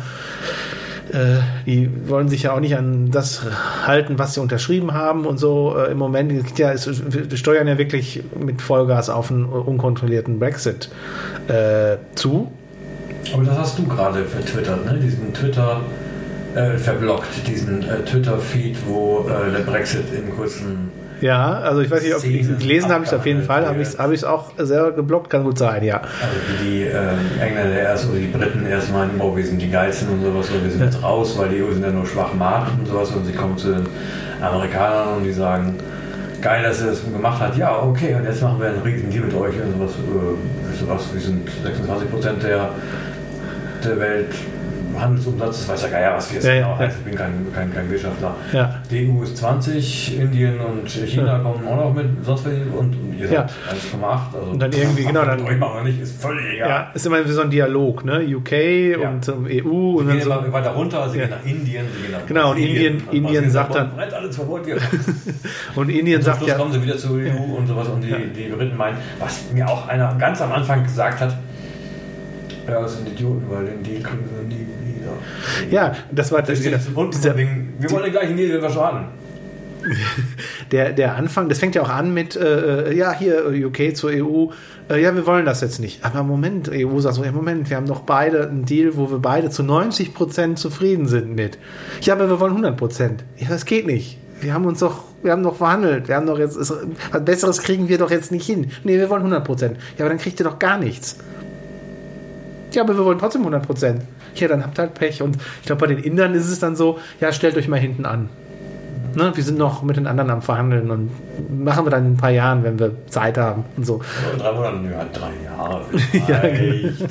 Äh, die wollen sich ja auch nicht an das halten, was sie unterschrieben haben und so. Äh, im Moment, ja, es, wir steuern ja wirklich mit Vollgas auf einen unkontrollierten Brexit äh, zu. Aber das hast du gerade vertwittert, ne? Diesen Twitter äh, verblockt, diesen äh, Twitter-Feed, wo äh, der Brexit in kurzen... Ja, also ich weiß nicht, ob ich gelesen habe ich es auf jeden Fall, habe ich es hab auch selber geblockt, kann gut sein, ja. Also wie die äh, Engländer erst oder die Briten erstmal, oh, wir sind die Geilsten und sowas, oder wir sind jetzt ja. raus, weil die E U sind ja nur Schwachmat und sowas, und sie kommen zu den Amerikanern und die sagen, geil, dass ihr das gemacht habt, ja, okay, und jetzt machen wir einen riesigen Deal mit euch und sowas, äh, wisst ihr was, wir sind sechsundzwanzig Prozent der, der Welt Handelsumsatz, das weiß ja Geier, was wir jetzt ja, genau ja. heißt. Ich bin kein, kein, kein Wirtschaftler. Ja. Die E U ist zwanzig, Indien und China ja. kommen auch noch mit, sonst was, und ihr ja. seid eins Komma acht. Also und dann irgendwie, genau, dann. Euch machen wir nicht, ist völlig egal. Ja, ist immer so ein Dialog, ne? U K ja. und um, E U. Sie und gehen dann immer so, weiter runter, sie ja. gehen nach Indien, sie gehen nach genau, und Indien, und Indien sagt dann. Brennt alles verboten, wir. Und Indien und sagt Schluss ja. kommen sie wieder zur E U und sowas, und die, ja. die Briten meinen, was mir auch einer ganz am Anfang gesagt hat, ja, das sind Idioten, weil den Deal kriegen sie nie wieder. Ja, das war das dieser, dieser Ding. Wir wollen den gleichen Deal, wir schaden. Der, der Anfang, das fängt ja auch an mit, äh, ja, hier U K zur E U, äh, ja, wir wollen das jetzt nicht. Aber Moment, E U sagt so, ja, Moment, wir haben doch beide einen Deal, wo wir beide zu neunzig Prozent zufrieden sind mit. Ja, aber wir wollen hundert Prozent. Ja, das geht nicht. Wir haben uns doch, wir haben doch verhandelt, wir haben doch jetzt, was Besseres kriegen wir doch jetzt nicht hin. Nee, wir wollen hundert Prozent. Ja, aber dann kriegt ihr doch gar nichts. Ja, aber wir wollen trotzdem hundert Prozent. Ja, dann habt ihr halt Pech. Und ich glaube, bei den Indern ist es dann so, ja, stellt euch mal hinten an. Ne, wir sind noch mit den anderen am Verhandeln und machen wir dann in ein paar Jahren, wenn wir Zeit haben und so. In drei Monaten, ja, drei Jahre. Ja, genau.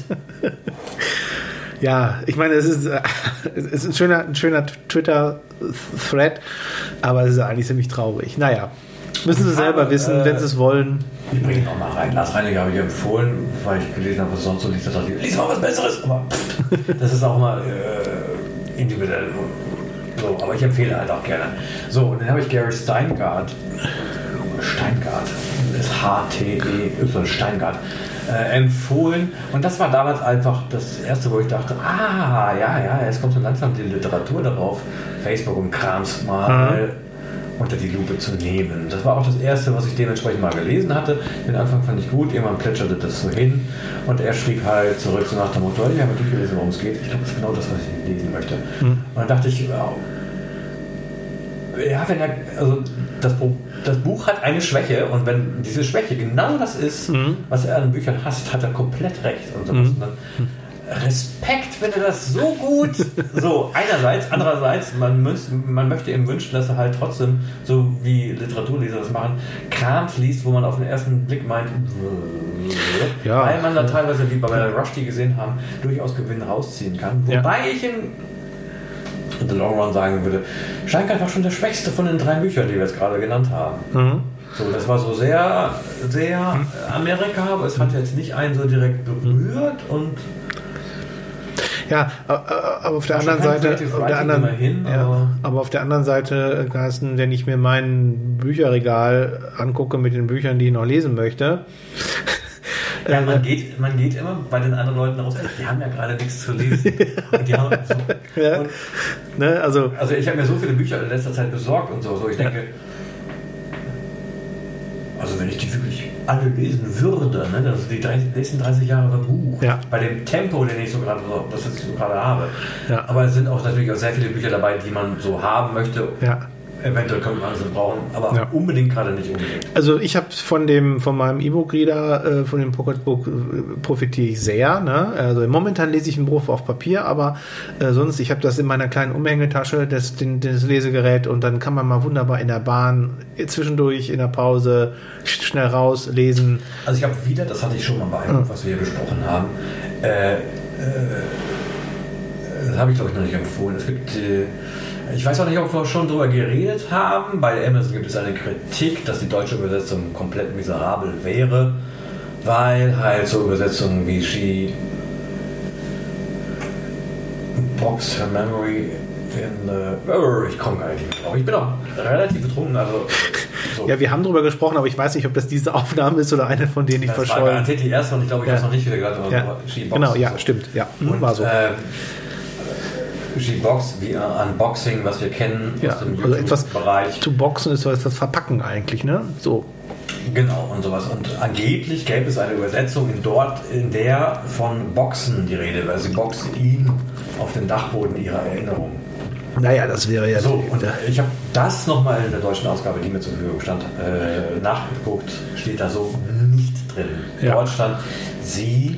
Ja, ich meine, es ist, es ist ein schöner, ein schöner Twitter-Thread, aber es ist eigentlich ziemlich traurig. Naja, müssen Sie selber wissen, äh, wenn Sie es wollen. Ich bringe ihn auch mal rein. Lars Reiniger habe ich empfohlen, weil ich gelesen habe, was sonst so liest. Da dachte ich, lies mal was Besseres. Aber pff, das ist auch mal äh, individuell. So, aber ich empfehle halt auch gerne. So, und dann habe ich Gary Steingart, Steingart, das ist H T E Y, Steingart, äh, empfohlen. Und das war damals einfach das Erste, wo ich dachte, ah, ja, ja, jetzt kommt so langsam die Literatur darauf, Facebook und Krams mal mhm. unter die Lupe zu nehmen. Das war auch das Erste, was ich dementsprechend mal gelesen hatte. Den Anfang fand ich gut, irgendwann plätscherte das so hin. Und er schrieb halt zurück so nach dem Motto, ich habe durchgelesen, worum es geht. Ich glaube, das ist genau das, was ich lesen möchte. Mhm. Und dann dachte ich, wow, ja, wenn er, also das, das Buch hat eine Schwäche, und wenn diese Schwäche genau das ist, mhm. was er an Büchern hasst, hat er komplett recht. Und sowas. Mhm. Und dann, Respekt, wenn er das so gut, so einerseits, andererseits, man, müß, man möchte ihm wünschen, dass er halt trotzdem, so wie Literaturleser das machen, Krams liest, wo man auf den ersten Blick meint, ja, weil man da teilweise, wie bei Rushdie gesehen haben, durchaus Gewinn rausziehen kann. Wobei ja. ich in The Long Run sagen würde, Steingart war schon der schwächste von den drei Büchern, die wir jetzt gerade genannt haben. Mhm. So, das war so sehr, sehr mhm. Amerika, aber es hat jetzt nicht einen so direkt berührt und ja, aber auf der anderen Seite, auf der anderen, hin, ja, aber, aber auf der anderen Seite, Carsten, wenn ich mir mein Bücherregal angucke mit den Büchern, die ich noch lesen möchte. Ja, man geht, man geht immer bei den anderen Leuten raus, die haben ja gerade nichts zu lesen. Und die haben so, ja. und, ne, also, also ich habe mir so viele Bücher in letzter Zeit besorgt und so. so ich denke, ja. also wenn ich die wirklich alle lesen würde, ne, also die nächsten dreißig Jahre Buch, ja. bei dem Tempo, den ich so gerade so, das ich so gerade habe. Ja. Aber es sind auch natürlich auch sehr viele Bücher dabei, die man so haben möchte. Ja. Eventuell könnte man sie brauchen, aber ja. unbedingt gerade nicht unbedingt. Also ich habe von dem von meinem E-Book-Reader, äh, von dem Pocketbook, äh, profitiere ich sehr. Ne? Also momentan lese ich ein Buch auf Papier, aber äh, sonst, ich habe das in meiner kleinen Umhängetasche, das, den, das Lesegerät, und dann kann man mal wunderbar in der Bahn, zwischendurch, in der Pause, schnell raus, lesen. Also ich habe wieder, das hatte ich schon mal bei einem, ja. was wir hier besprochen haben, äh, äh, das habe ich glaube ich noch nicht empfohlen. Es gibt äh, Ich weiß auch nicht, ob wir schon drüber geredet haben. Bei Amazon gibt es eine Kritik, dass die deutsche Übersetzung komplett miserabel wäre, weil halt so Übersetzungen wie She Box Her Memory in the... Oh, ich komme gar nicht drauf. Ich bin auch relativ betrunken, also... So. Ja, wir haben drüber gesprochen, aber ich weiß nicht, ob das diese Aufnahme ist oder eine, von denen ich verschollen. Das war garantiert die erste, und ich glaube, ich ja. habe es noch nicht wieder gehört. Aber ja. She Box genau, ja, so. stimmt. Ja, und, war so. Äh, She-Box, wie Unboxing, was wir kennen ja, aus dem also etwas Bereich. Zu boxen ist so etwas Verpacken eigentlich, ne? So. Genau, und sowas. Und angeblich gäbe es eine Übersetzung in dort, in der von Boxen die Rede wäre. Sie boxt ihn auf den Dachboden ihrer Erinnerung. Naja, das wäre ja... So, und ich habe das nochmal in der deutschen Ausgabe, die mir zur Verfügung stand, äh, nachgeguckt, steht da so nicht drin. Ja. Dort stand, sie...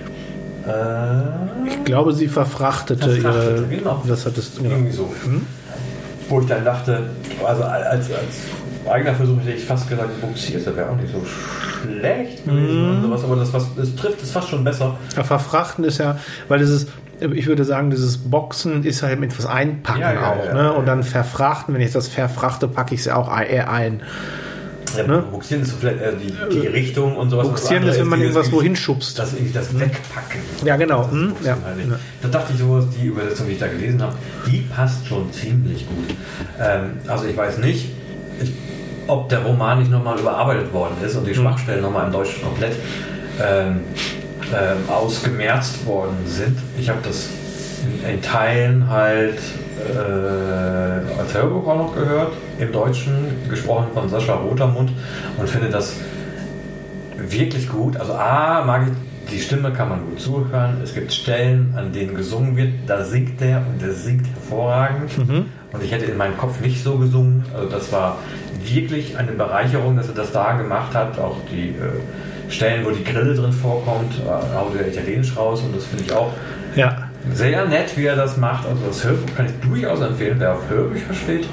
Ich glaube, sie verfrachtete, verfrachtete ihre... Genau. Das hat es, genau. Irgendwie so. Hm? Wo ich dann dachte, also als, als eigener Versuch hätte ich fast gesagt, Buxierte wäre auch nicht so schlecht gewesen. Mm. Und sowas, aber das, was, das trifft es fast schon besser. Ja, verfrachten ist ja, weil es ist, ich würde sagen, dieses Boxen ist halt mit was einpacken Ja, ja, auch. ja, ne? ja. Und dann verfrachten, wenn ich das verfrachte, packe ich es ja auch eher ein. Ja, Ne? Buxieren ist so vielleicht eher die, die Richtung und sowas. Buxieren Das ist, wenn man dieses- irgendwas wohin schubst. Das, irgendwie das Wegpacken. Ja, genau. Das Hm, Buxieren ja. halt nicht. Ja. Da dachte ich so, die Übersetzung, die ich da gelesen habe, die passt schon ziemlich gut. Ähm, also ich weiß nicht, ich, ob der Roman nicht nochmal überarbeitet worden ist und die Schwachstellen nochmal im Deutschen komplett ähm, ähm, ausgemerzt worden sind. Ich habe das in, in Teilen halt äh, als Hörbuch auch noch gehört, im Deutschen, gesprochen von Sascha Rotermund, und finde das wirklich gut. Also A, mag ich, die Stimme kann man gut zuhören. Es gibt Stellen, an denen gesungen wird, da singt der und der singt hervorragend. Mhm. Und ich hätte in meinem Kopf nicht so gesungen. Also das war wirklich eine Bereicherung, dass er das da gemacht hat. Auch die äh, Stellen, wo die Grille drin vorkommt, äh, haut er italienisch raus, und das finde ich auch Ja. sehr nett, wie er das macht. Also das Hörbuch kann ich durchaus empfehlen, wer auf Hörbücher steht.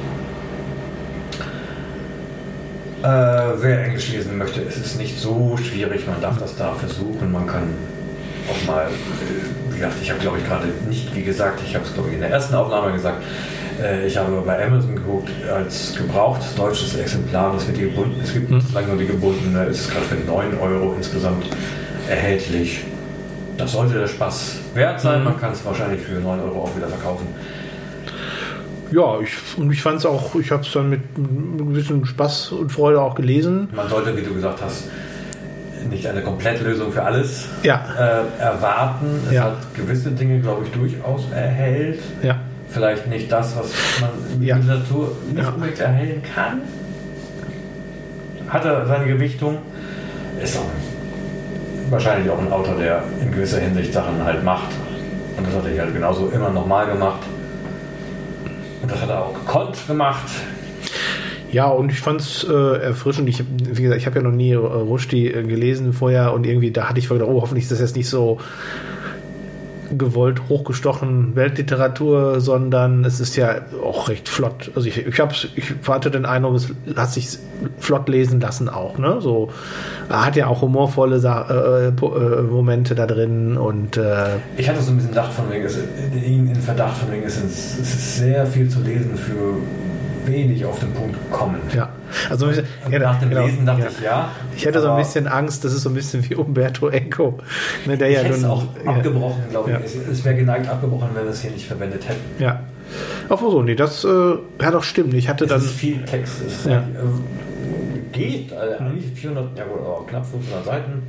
Äh, wer Englisch lesen möchte, es ist nicht so schwierig, man darf das da versuchen, man kann auch mal, äh, wie gesagt, ich habe glaube ich gerade nicht, wie gesagt, ich habe es glaube ich in der ersten Aufnahme gesagt, äh, ich habe bei Amazon geguckt, als gebraucht deutsches Exemplar, das wird die gebunden, es gibt bislang nur die gebundene, es ist gerade für neun Euro insgesamt erhältlich. Das sollte der Spaß wert sein, man kann es wahrscheinlich für neun Euro auch wieder verkaufen. Ja, ich, und ich fand es auch, ich habe es dann mit einem gewissen Spaß und Freude auch gelesen. Man sollte, wie du gesagt hast, nicht eine Komplettlösung für alles Ja. äh, erwarten. Es Ja. hat gewisse Dinge, glaube ich, durchaus erhellt. Ja. Vielleicht nicht das, was man in Ja. der Literatur nicht Ja. unbedingt erhellen kann. Hat er seine Gewichtung. Ist auch wahrscheinlich auch ein Autor, der in gewisser Hinsicht Sachen halt macht. Und das hat er halt genauso immer nochmal gemacht. Und das hat er auch gekonnt gemacht. Ja, und ich fand es äh, erfrischend. Ich, hab- wie gesagt, ich habe ja noch nie äh, Rushdie äh, gelesen vorher, und irgendwie da hatte ich gedacht, oh, hoffentlich ist das jetzt nicht so gewollt hochgestochen Weltliteratur, sondern es ist ja auch recht flott. Also ich, ich, hab's, ich hatte den Eindruck, es hat sich flott lesen lassen auch. Ne? So, er hat ja auch humorvolle Sa äh, po- äh, Momente da drin, und äh, Ich hatte so ein bisschen Verdacht von wegen, es, ihn in Verdacht von wegen, es ist, es ist sehr viel zu lesen für wenig auf den Punkt kommen. ja. Also Und ja, nach dem genau, Lesen dachte ja. ich ja. Ich hätte so ein aber bisschen Angst, das ist so ein bisschen wie Umberto Eco. Ne, der Ich ja hätte es nun, auch ja, abgebrochen, glaube ich. Ja. Es, es wäre geneigt abgebrochen, wenn wir es hier nicht verwendet hätten. ja. Ach so, nee, das äh, ja doch stimmt. Ich hatte Es dann. ist viel Text. Es ist Ja. eigentlich, äh, geht, also eigentlich vierhundert, ja gut, aber knapp fünfhundert Seiten.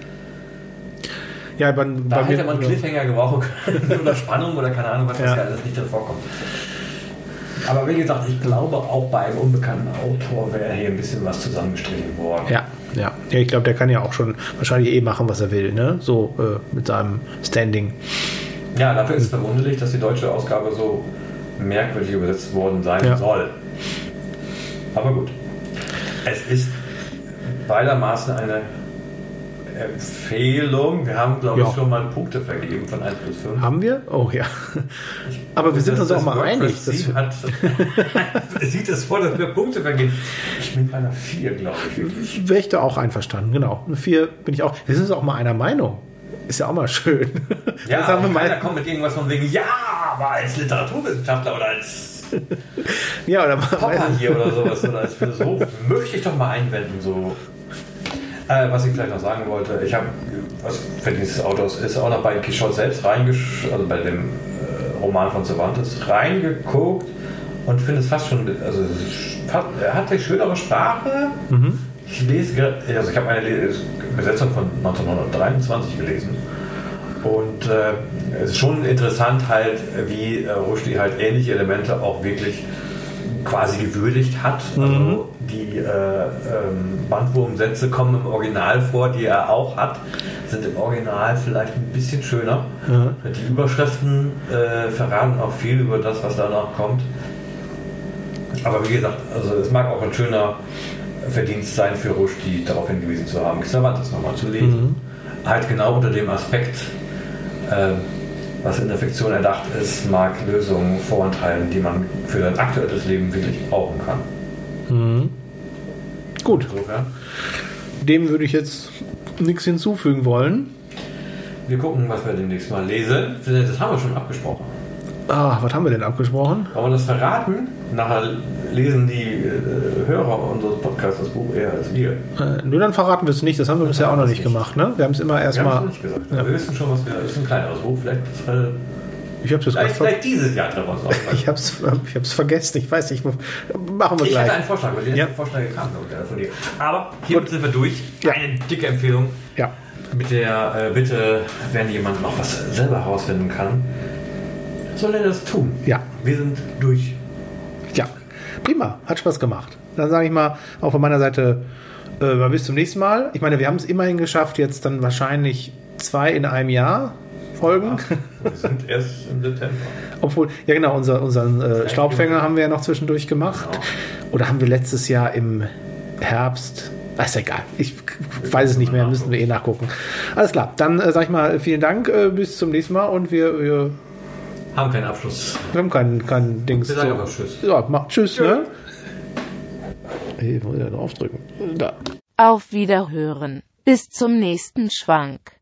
Ja, bei, Da bei hätte mir, man Cliffhanger gebrauchen können oder Spannung oder keine Ahnung, was Ja. das ja alles nicht drin vorkommt. Aber wie gesagt, ich glaube, auch bei einem unbekannten Autor wäre hier ein bisschen was zusammengestrichen worden. Ja, ja. Ja, ich glaube, der kann ja auch schon wahrscheinlich eh machen, was er will, ne? So äh, mit seinem Standing. Ja, dafür ist es verwunderlich, dass die deutsche Ausgabe so merkwürdig übersetzt worden sein Ja. soll. Aber gut. Es ist beidermaßen eine Empfehlung. Wir haben, glaube Ja. ich, schon mal Punkte vergeben von eins bis fünf. Haben wir? Oh ja. Aber wir sind Das- uns auch das mal WordPress einig. Dass Team wir, hat, sieht es vor, dass wir Punkte vergeben. Ich bin bei einer vier, glaube ich. ich wäre ich da auch einverstanden, genau. Eine vier bin ich auch. Wir sind uns auch mal einer Meinung. Ist ja auch mal schön. Ja, Jetzt haben wir aber keiner mal, kommt mit irgendwas von wegen, ja, aber als Literaturwissenschaftler oder als ja, oder Popper mal, hier oder sowas oder als Philosoph möchte ich doch mal einwenden, so. Äh, was ich vielleicht noch sagen wollte, ich habe, was Verdienst des Autors ist, auch noch bei Quixote selbst reingesch, also bei dem äh, Roman von Cervantes reingeguckt und finde es fast schon, also es ist fast, er hat eine schönere Sprache. Mhm. Ich lese, gerade- also ich habe eine Le- Besetzung von neunzehnhundertdreiundzwanzig gelesen. Und äh, es ist schon interessant halt, wie äh, Rushdie halt ähnliche Elemente auch wirklich quasi gewürdigt hat. Mhm. Also die äh, ähm, Bandwurmsätze kommen im Original vor, die er auch hat, sind im Original vielleicht ein bisschen schöner. Ja. Die Überschriften äh, verraten auch viel über das, was danach kommt. Aber wie gesagt, also es mag auch ein schöner Verdienst sein für Rushdie, darauf hingewiesen zu haben, Cervantes nochmal zu lesen. Mhm. Halt genau unter dem Aspekt, äh, was in der Fiktion erdacht ist, mag Lösungen vorenthalten, die man für sein aktuelles Leben wirklich brauchen kann. Mhm. Gut, Insofern. dem würde ich jetzt nichts hinzufügen wollen. Wir gucken, was wir demnächst mal lesen. Das haben wir schon abgesprochen. Ah, was haben wir denn abgesprochen? Wollen wir das verraten? Nachher lesen die äh, Hörer unseres Podcasts das Buch eher als wir. Äh, nur dann verraten wir es nicht. Das haben wir bisher auch noch nicht gemacht. Ne? Wir haben es immer erstmal. nicht gesagt. Ja. Wir wissen schon, was wir. Das ist ein kleineres Buch. Vielleicht. Äh, Ich hab's jetzt vielleicht, vielleicht dieses Jahr treffen wir uns noch. Ich hab's, ich hab's vergessen. Ich weiß nicht. Machen wir ich gleich. hatte einen Vorschlag, weil die ja. Vorschläge kamen von dir. Aber hier Gut. sind wir durch. Ja. Eine dicke Empfehlung. Ja. Mit der äh, Bitte, wenn jemand noch was selber herausfinden kann, soll er das tun. Ja. Wir sind durch. Ja. Prima. Hat Spaß gemacht. Dann sage ich mal auch von meiner Seite äh, mal bis zum nächsten Mal. Ich meine, wir haben es immerhin geschafft, jetzt dann wahrscheinlich zwei in einem Jahr Folgen. Ja, wir sind erst im September. Obwohl, ja genau, unser, unseren äh, Staubfänger haben wir ja noch zwischendurch gemacht. Genau. Oder haben wir letztes Jahr im Herbst... Ist egal. Ich weiß es nicht mehr, müssen wir eh nachgucken. Alles klar, dann äh, sag ich mal vielen Dank, äh, bis zum nächsten Mal und wir, wir haben keinen Abschluss. Wir haben keinen kein Dings. Wir sagen so. Aber Tschüss. Ja, mach, tschüss, tschüss. Ne? Ich muss ja draufdrücken. Da. Auf Wiederhören. Bis zum nächsten Schwank.